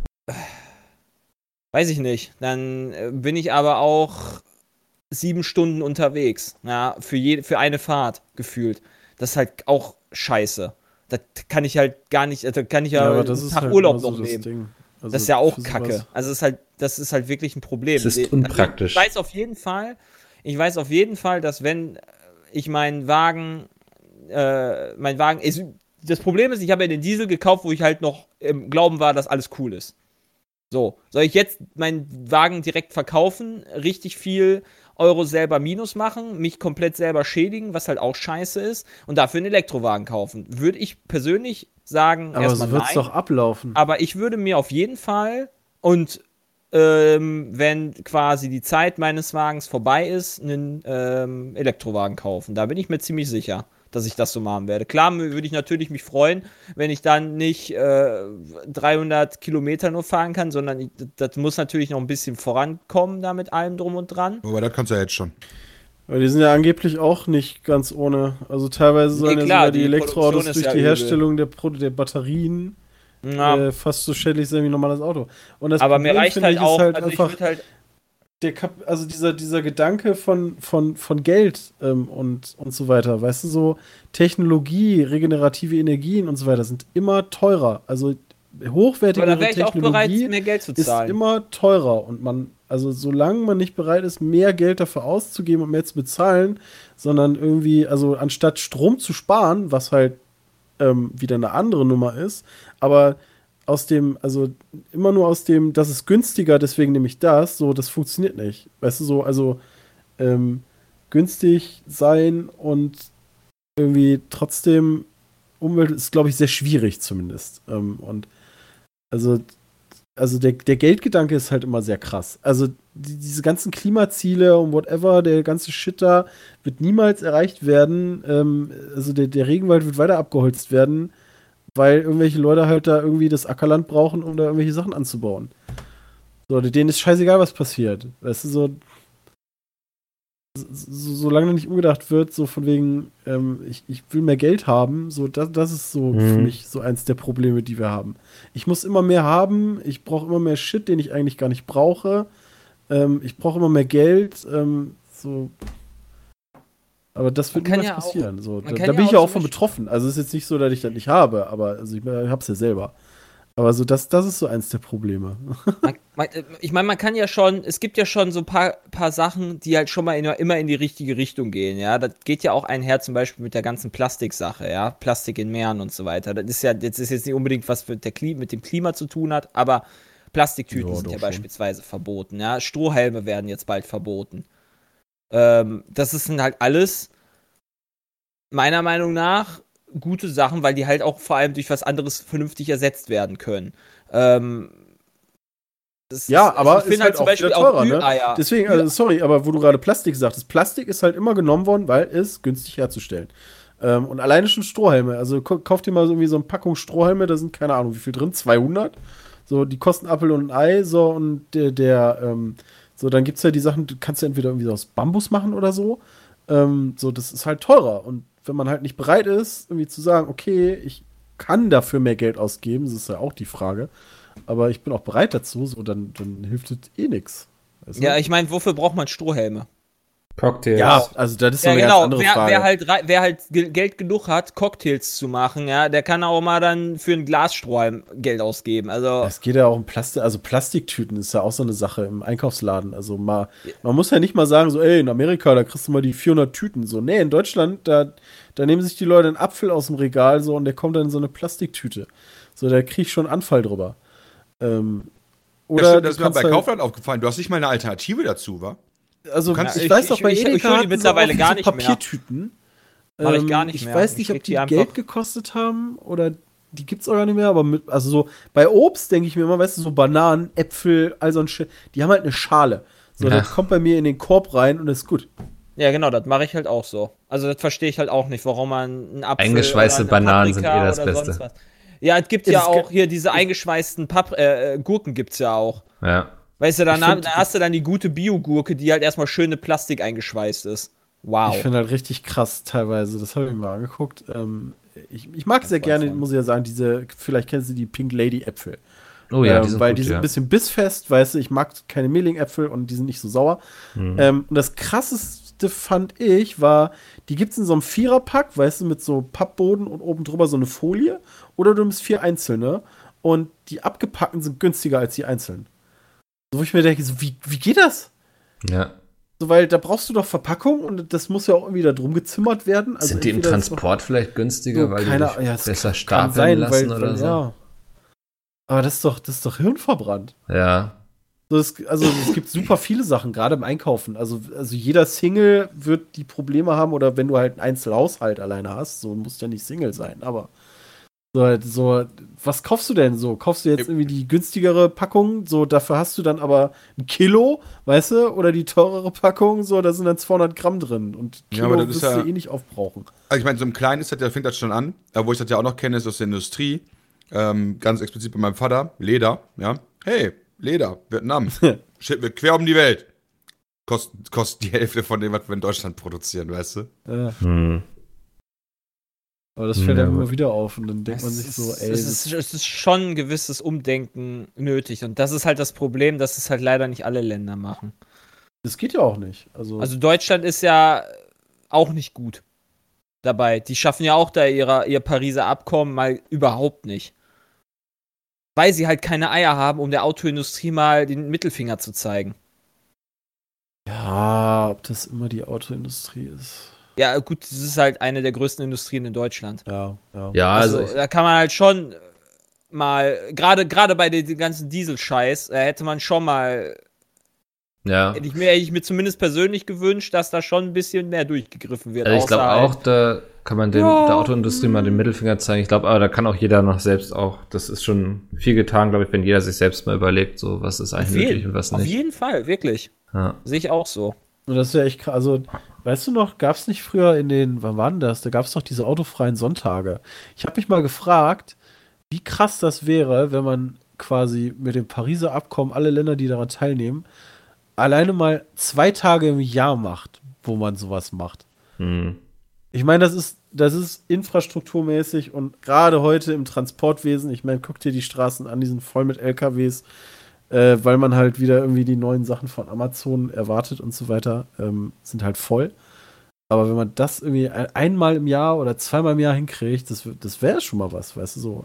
Weiß ich nicht. Dann äh, bin ich aber auch sieben Stunden unterwegs. Ja, für, je, für eine Fahrt gefühlt. Das ist halt auch scheiße. Das kann ich halt gar nicht, da kann ich ja, ja einen Tag halt Urlaub noch so nehmen. Das, also das ist ja auch Kacke. Sowas. Also das ist halt, das ist halt wirklich ein Problem. Das ist unpraktisch. Also ich weiß auf jeden Fall, ich weiß auf jeden Fall, dass wenn ich meinen Wagen, äh, mein Wagen, ist, das Problem ist, ich habe ja den Diesel gekauft, wo ich halt noch im Glauben war, dass alles cool ist. So, soll ich jetzt meinen Wagen direkt verkaufen, richtig viel Euro selber Minus machen, mich komplett selber schädigen, was halt auch scheiße ist, und dafür einen Elektrowagen kaufen? Würde ich persönlich sagen, aber erstmal so wird's nein. doch ablaufen. Aber ich würde mir auf jeden Fall, und ähm, wenn quasi die Zeit meines Wagens vorbei ist, einen ähm, Elektrowagen kaufen. Da bin ich mir ziemlich sicher, dass ich das so machen werde. Klar würde ich natürlich mich freuen, wenn ich dann nicht äh, dreihundert Kilometer nur fahren kann, sondern ich, das muss natürlich noch ein bisschen vorankommen da mit allem drum und dran. Aber das kannst du ja jetzt schon. Weil die sind ja angeblich auch nicht ganz ohne. Also teilweise sollen nee, ja klar, sogar die, die Elektroautos durch ja die übel. Herstellung der, Pro- der Batterien Ja. äh, fast so schädlich sein wie ein normales Auto. Und das Aber mir Problem, reicht finde halt ich, auch, ist halt also ich einfach würde halt, der Kap also dieser, dieser Gedanke von, von, von Geld ähm, und, und so weiter, weißt du, so Technologie, regenerative Energien und so weiter sind immer teurer. Also aber hochwertigere da wäre ich auch bereit, Technologie mehr Geld zu ist zahlen. immer teurer und man, also solange man nicht bereit ist, mehr Geld dafür auszugeben und mehr zu bezahlen, sondern irgendwie, also anstatt Strom zu sparen, was halt ähm, wieder eine andere Nummer ist, aber aus dem, also immer nur aus dem, das ist günstiger, deswegen nehme ich das, so, das funktioniert nicht. Weißt du, so, also ähm, günstig sein und irgendwie trotzdem Umwelt ist, glaube ich, sehr schwierig zumindest. Ähm, und also, also der, der Geldgedanke ist halt immer sehr krass. Also die, diese ganzen Klimaziele und whatever, der ganze Shit da wird niemals erreicht werden. Ähm, also der, der Regenwald wird weiter abgeholzt werden, weil irgendwelche Leute halt da irgendwie das Ackerland brauchen, um da irgendwelche Sachen anzubauen. So, denen ist scheißegal, was passiert. Weißt du, so, so solange nicht umgedacht wird, so von wegen, ähm, ich, ich will mehr Geld haben, so, das, das ist so Mhm. für mich so eins der Probleme, die wir haben. Ich muss immer mehr haben, ich brauche immer mehr Shit, den ich eigentlich gar nicht brauche. Ähm, ich brauche immer mehr Geld, ähm, so. Aber das wird Man kann niemals ja auch- passieren. So. man Da, kann da ja bin ich auch ja auch zum von Beispiel- betroffen. Also es ist jetzt nicht so, dass ich das nicht habe, aber also ich, ich hab's ja selber. Aber so, das, das ist so eins der Probleme. Man, man, äh, ich meine, man kann ja schon, es gibt ja schon so ein paar, paar Sachen, die halt schon mal in, immer in die richtige Richtung gehen, ja. Das geht ja auch einher zum Beispiel mit der ganzen Plastiksache, ja. Plastik in Meeren und so weiter. Das ist ja, das ist jetzt nicht unbedingt was mit, der Kli mit dem Klima zu tun hat, aber Plastiktüten Ja, sind doch ja schon. beispielsweise verboten, ja. Strohhalme werden jetzt bald verboten. Ähm, das sind halt alles, meiner Meinung nach, gute Sachen, weil die halt auch vor allem durch was anderes vernünftig ersetzt werden können. Ähm, das Ja, ist- aber ich finde ist halt halt zum auch Beispiel wieder auch teurer, ne? Ü-Eier. Deswegen, also sorry, aber wo du gerade Plastik sagtest, Plastik ist halt immer genommen worden, weil es günstig herzustellen. Ähm, und alleine schon Strohhalme. Also kau- kauf dir mal so irgendwie so eine Packung Strohhalme, da sind keine Ahnung, wie viel drin, zweihundert. So, die kosten Apfel und ein Ei, so, und der, der ähm, so, dann gibt's ja die Sachen, du kannst ja entweder irgendwie so aus Bambus machen oder so. Ähm, so, das ist halt teurer. Und wenn man halt nicht bereit ist, irgendwie zu sagen, okay, ich kann dafür mehr Geld ausgeben, das ist ja auch die Frage. Aber ich bin auch bereit dazu, so, dann, dann hilft es eh nichts. Ja, ich meine, wofür braucht man Strohhelme? Cocktails. Ja, also das ist so Ja, eine genau. ganz andere Wer, Frage. wer halt, rei- wer halt ge- Geld genug hat, Cocktails zu machen, ja, der kann auch mal dann für einen Glasstrohhalm Geld ausgeben. Also, Es geht ja auch um Plastik, also Plastiktüten ist ja auch so eine Sache im Einkaufsladen. Also mal, man muss ja nicht mal sagen, so, ey, in Amerika, da kriegst du mal die vierhundert Tüten. So, nee, in Deutschland, da, da nehmen sich die Leute einen Apfel aus dem Regal so und der kommt dann in so eine Plastiktüte. So, da krieg ich schon einen Anfall drüber. Ähm, Oder oder das, du ist mir kannst bei halt- Kaufland aufgefallen. Du hast nicht mal eine Alternative dazu, wa? Also, kannst- ich, ich- weiß ich- doch, bei ich- ich Edeka hol die hatten sie mittlerweile auch gar diese nicht mehr. Papiertüten. Mach ich Ähm, gar nicht ich mehr. weiß Ich nicht, leg ob die die einfach- Geld gekostet haben oder die gibt's auch gar nicht mehr, aber mit, also so, bei Obst denke ich mir immer, weißt du, so Bananen, Äpfel, all so ein Shit, die haben halt eine Schale. So, Ja. das kommt bei mir in den Korb rein und ist gut. ja, genau, das mache ich halt auch so. Also, das verstehe ich halt auch nicht, warum man einen Apfel Eingeschweißte oder eine Bananen sind Paprika eh das oder Beste. sonst was. Ja, es gibt Ja, ja das auch ge- hier diese eingeschweißten Pap äh, äh, Gurken gibt's ja auch. Ja. Weißt du, dann, Ich find- dann hast du dann die gute Bio-Gurke, die halt erstmal schön in Plastik eingeschweißt ist. Wow. Ich finde halt richtig krass teilweise, das habe ich mir mal angeguckt. Ähm, ich, ich mag sehr gerne, davon. muss ich ja sagen, diese, vielleicht kennst du die Pink Lady Äpfel. Oh ja, ähm, die sind weil gut, die sind ja. ein bisschen bissfest, weißt du, ich mag keine Mehlinäpfel und die sind nicht so sauer. Hm. Ähm, und das krasseste fand ich, war, die gibt's in so einem Viererpack, weißt du, mit so Pappboden und oben drüber so eine Folie. Oder du nimmst vier einzelne und die abgepackten sind günstiger als die einzelnen. So, wo ich mir denke, so, wie, wie geht das? Ja. So, weil da brauchst du doch Verpackung und das muss ja auch irgendwie da drum gezimmert werden. Also Sind die im entweder ist Transport vielleicht günstiger, so, weil keine- die dich ja, es besser kann stapeln sein, lassen weil, oder weil, so? ja. Aber das ist doch, das ist doch hirnverbrannt. Ja. So, es, also es gibt super viele Sachen, gerade im Einkaufen. Also, also jeder Single wird die Probleme haben, oder wenn du halt einen Einzelhaushalt alleine hast, so muss ja nicht Single sein, aber so, halt, so, was kaufst du denn so? Kaufst du jetzt irgendwie die günstigere Packung, so dafür hast du dann aber ein Kilo, weißt du, oder die teurere Packung, so da sind dann zweihundert Gramm drin und Ja, Kilo aber das wirst ist ja- du eh nicht aufbrauchen. Also ich meine, so im Kleinen ist das, ja, fängt das schon an. Aber wo ich das ja auch noch kenne, ist aus der Industrie. Ähm, ganz explizit bei meinem Vater. Leder, ja. Hey, Leder, Vietnam. Shit, wird quer um die Welt. Kostet, kostet die Hälfte von dem, was wir in Deutschland produzieren, weißt du? Äh, Hm. Aber das fällt Ja, ja immer gut. wieder auf und dann denkt Es man sich ist, so, ey, es, ist, es ist schon ein gewisses Umdenken nötig. Und das ist halt das Problem, dass es halt leider nicht alle Länder machen. das geht ja auch nicht. Also, Also Deutschland ist ja auch nicht gut dabei. Die schaffen ja auch da ihre, ihr Pariser Abkommen mal überhaupt nicht. Weil sie halt keine Eier haben, um der Autoindustrie mal den Mittelfinger zu zeigen. ja, ob das immer die Autoindustrie ist. Ja, gut, das ist halt eine der größten Industrien in Deutschland. Ja, ja. Ja, also, Also, ich, da kann man halt schon mal, gerade gerade bei den, den ganzen Dieselscheiß, äh, hätte man schon mal, ja. hätte ich, mir, hätte ich mir zumindest persönlich gewünscht, dass da schon ein bisschen mehr durchgegriffen wird. Also ich außer glaube halt- auch, da kann man dem, Ja. der Autoindustrie mal den Mittelfinger zeigen. Ich glaube, aber da kann auch jeder noch selbst auch, das ist schon viel getan, glaube ich, wenn jeder sich selbst mal überlegt, so was ist eigentlich Auf möglich jeden, und was auf nicht. jeden Fall, wirklich. Ja. Sehe ich auch so. Und das ist ja echt krass. Also, weißt du noch, gab es nicht früher in den, wann waren das? Da gab es doch diese autofreien Sonntage. Ich habe mich mal gefragt, wie krass das wäre, wenn man quasi mit dem Pariser Abkommen alle Länder, die daran teilnehmen, alleine mal zwei Tage im Jahr macht, wo man sowas macht. Hm. Ich meine, das ist, das ist infrastrukturmäßig und gerade heute im Transportwesen, ich meine, guck dir die Straßen an, die sind voll mit L K Ws, äh, weil man halt wieder irgendwie die neuen Sachen von Amazon erwartet und so weiter, ähm, sind halt voll. Aber wenn man das irgendwie ein, einmal im Jahr oder zweimal im Jahr hinkriegt, das, w- das wäre schon mal was, weißt du, so.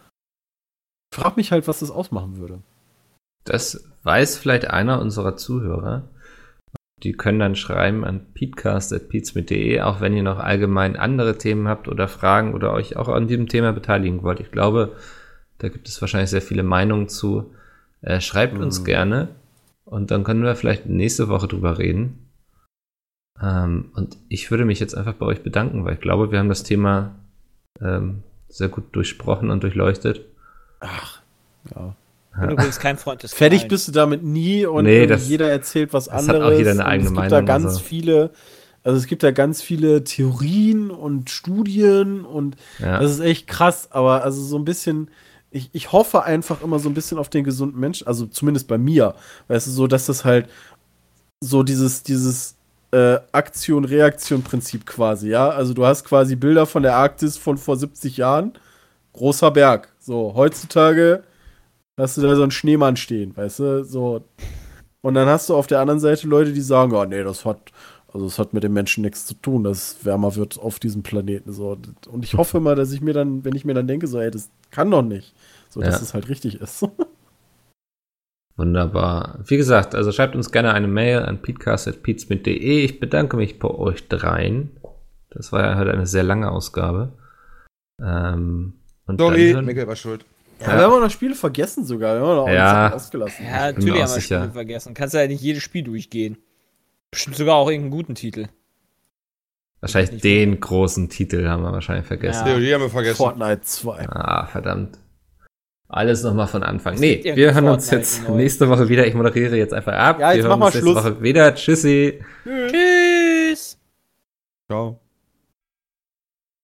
Ich frag mich halt, was das ausmachen würde. Das weiß vielleicht einer unserer Zuhörer. Die können dann schreiben an peatcast at peatsmit punkt de, auch wenn ihr noch allgemein andere Themen habt oder Fragen oder euch auch an diesem Thema beteiligen wollt. Ich glaube, da gibt es wahrscheinlich sehr viele Meinungen zu. Äh, schreibt uns Mhm. gerne und dann können wir vielleicht nächste Woche drüber reden. Ähm, und ich würde mich jetzt einfach bei euch bedanken, weil ich glaube, wir haben das Thema ähm, sehr gut durchsprochen und durchleuchtet. Ach, ja. Ich bin übrigens kein Freund des Fertig Knallen. bist du damit nie und Nee, irgendwie das- jeder erzählt was das hat anderes. auch jeder eine und eigene es gibt Meinung, da ganz also. viele, also es gibt da ganz viele Theorien und Studien und Ja. das ist echt krass, aber also so ein bisschen, ich, ich hoffe einfach immer so ein bisschen auf den gesunden Menschen, also zumindest bei mir, weißt du, so, dass das halt so dieses, dieses äh, Aktion-Reaktion-Prinzip quasi, ja, also du hast quasi Bilder von der Arktis von vor siebzig Jahren, großer Berg, so, heutzutage hast du da so einen Schneemann stehen, weißt du, so. Und dann hast du auf der anderen Seite Leute, die sagen, oh nee, das hat, also das hat mit den Menschen nichts zu tun, dass es wärmer wird auf diesem Planeten, so. Und ich hoffe mal, dass ich mir dann, wenn ich mir dann denke, so, ey, das kann doch nicht, so, dass Ja. es halt richtig ist. Wunderbar. Wie gesagt, also schreibt uns gerne eine Mail an peatcast at peatsmit punkt de. Ich bedanke mich bei euch dreien. Das war ja heute eine sehr lange Ausgabe. Ähm, und Sorry, dann hören- Miguel war schuld. Ja, wir haben auch noch Spiele vergessen sogar, wir haben auch noch Ja. Sachen ausgelassen. Ja, bin mir natürlich auch haben wir sicher. Spiele vergessen. Kannst ja nicht jedes Spiel durchgehen. Bestimmt sogar auch irgendeinen guten Titel. wahrscheinlich nicht den großen Titel haben wir wahrscheinlich vergessen. Ja. Theorie haben wir vergessen. Fortnite zwei. Ah, verdammt. Alles nochmal von Anfang. Es Nee, gibt ja wir hören uns Fortnite jetzt neu. nächste Woche wieder. Ich moderiere jetzt einfach ab. Ja, jetzt wir mach hören mal uns nächste Schluss. Woche wieder. Tschüssi. Tschüss! Ciao.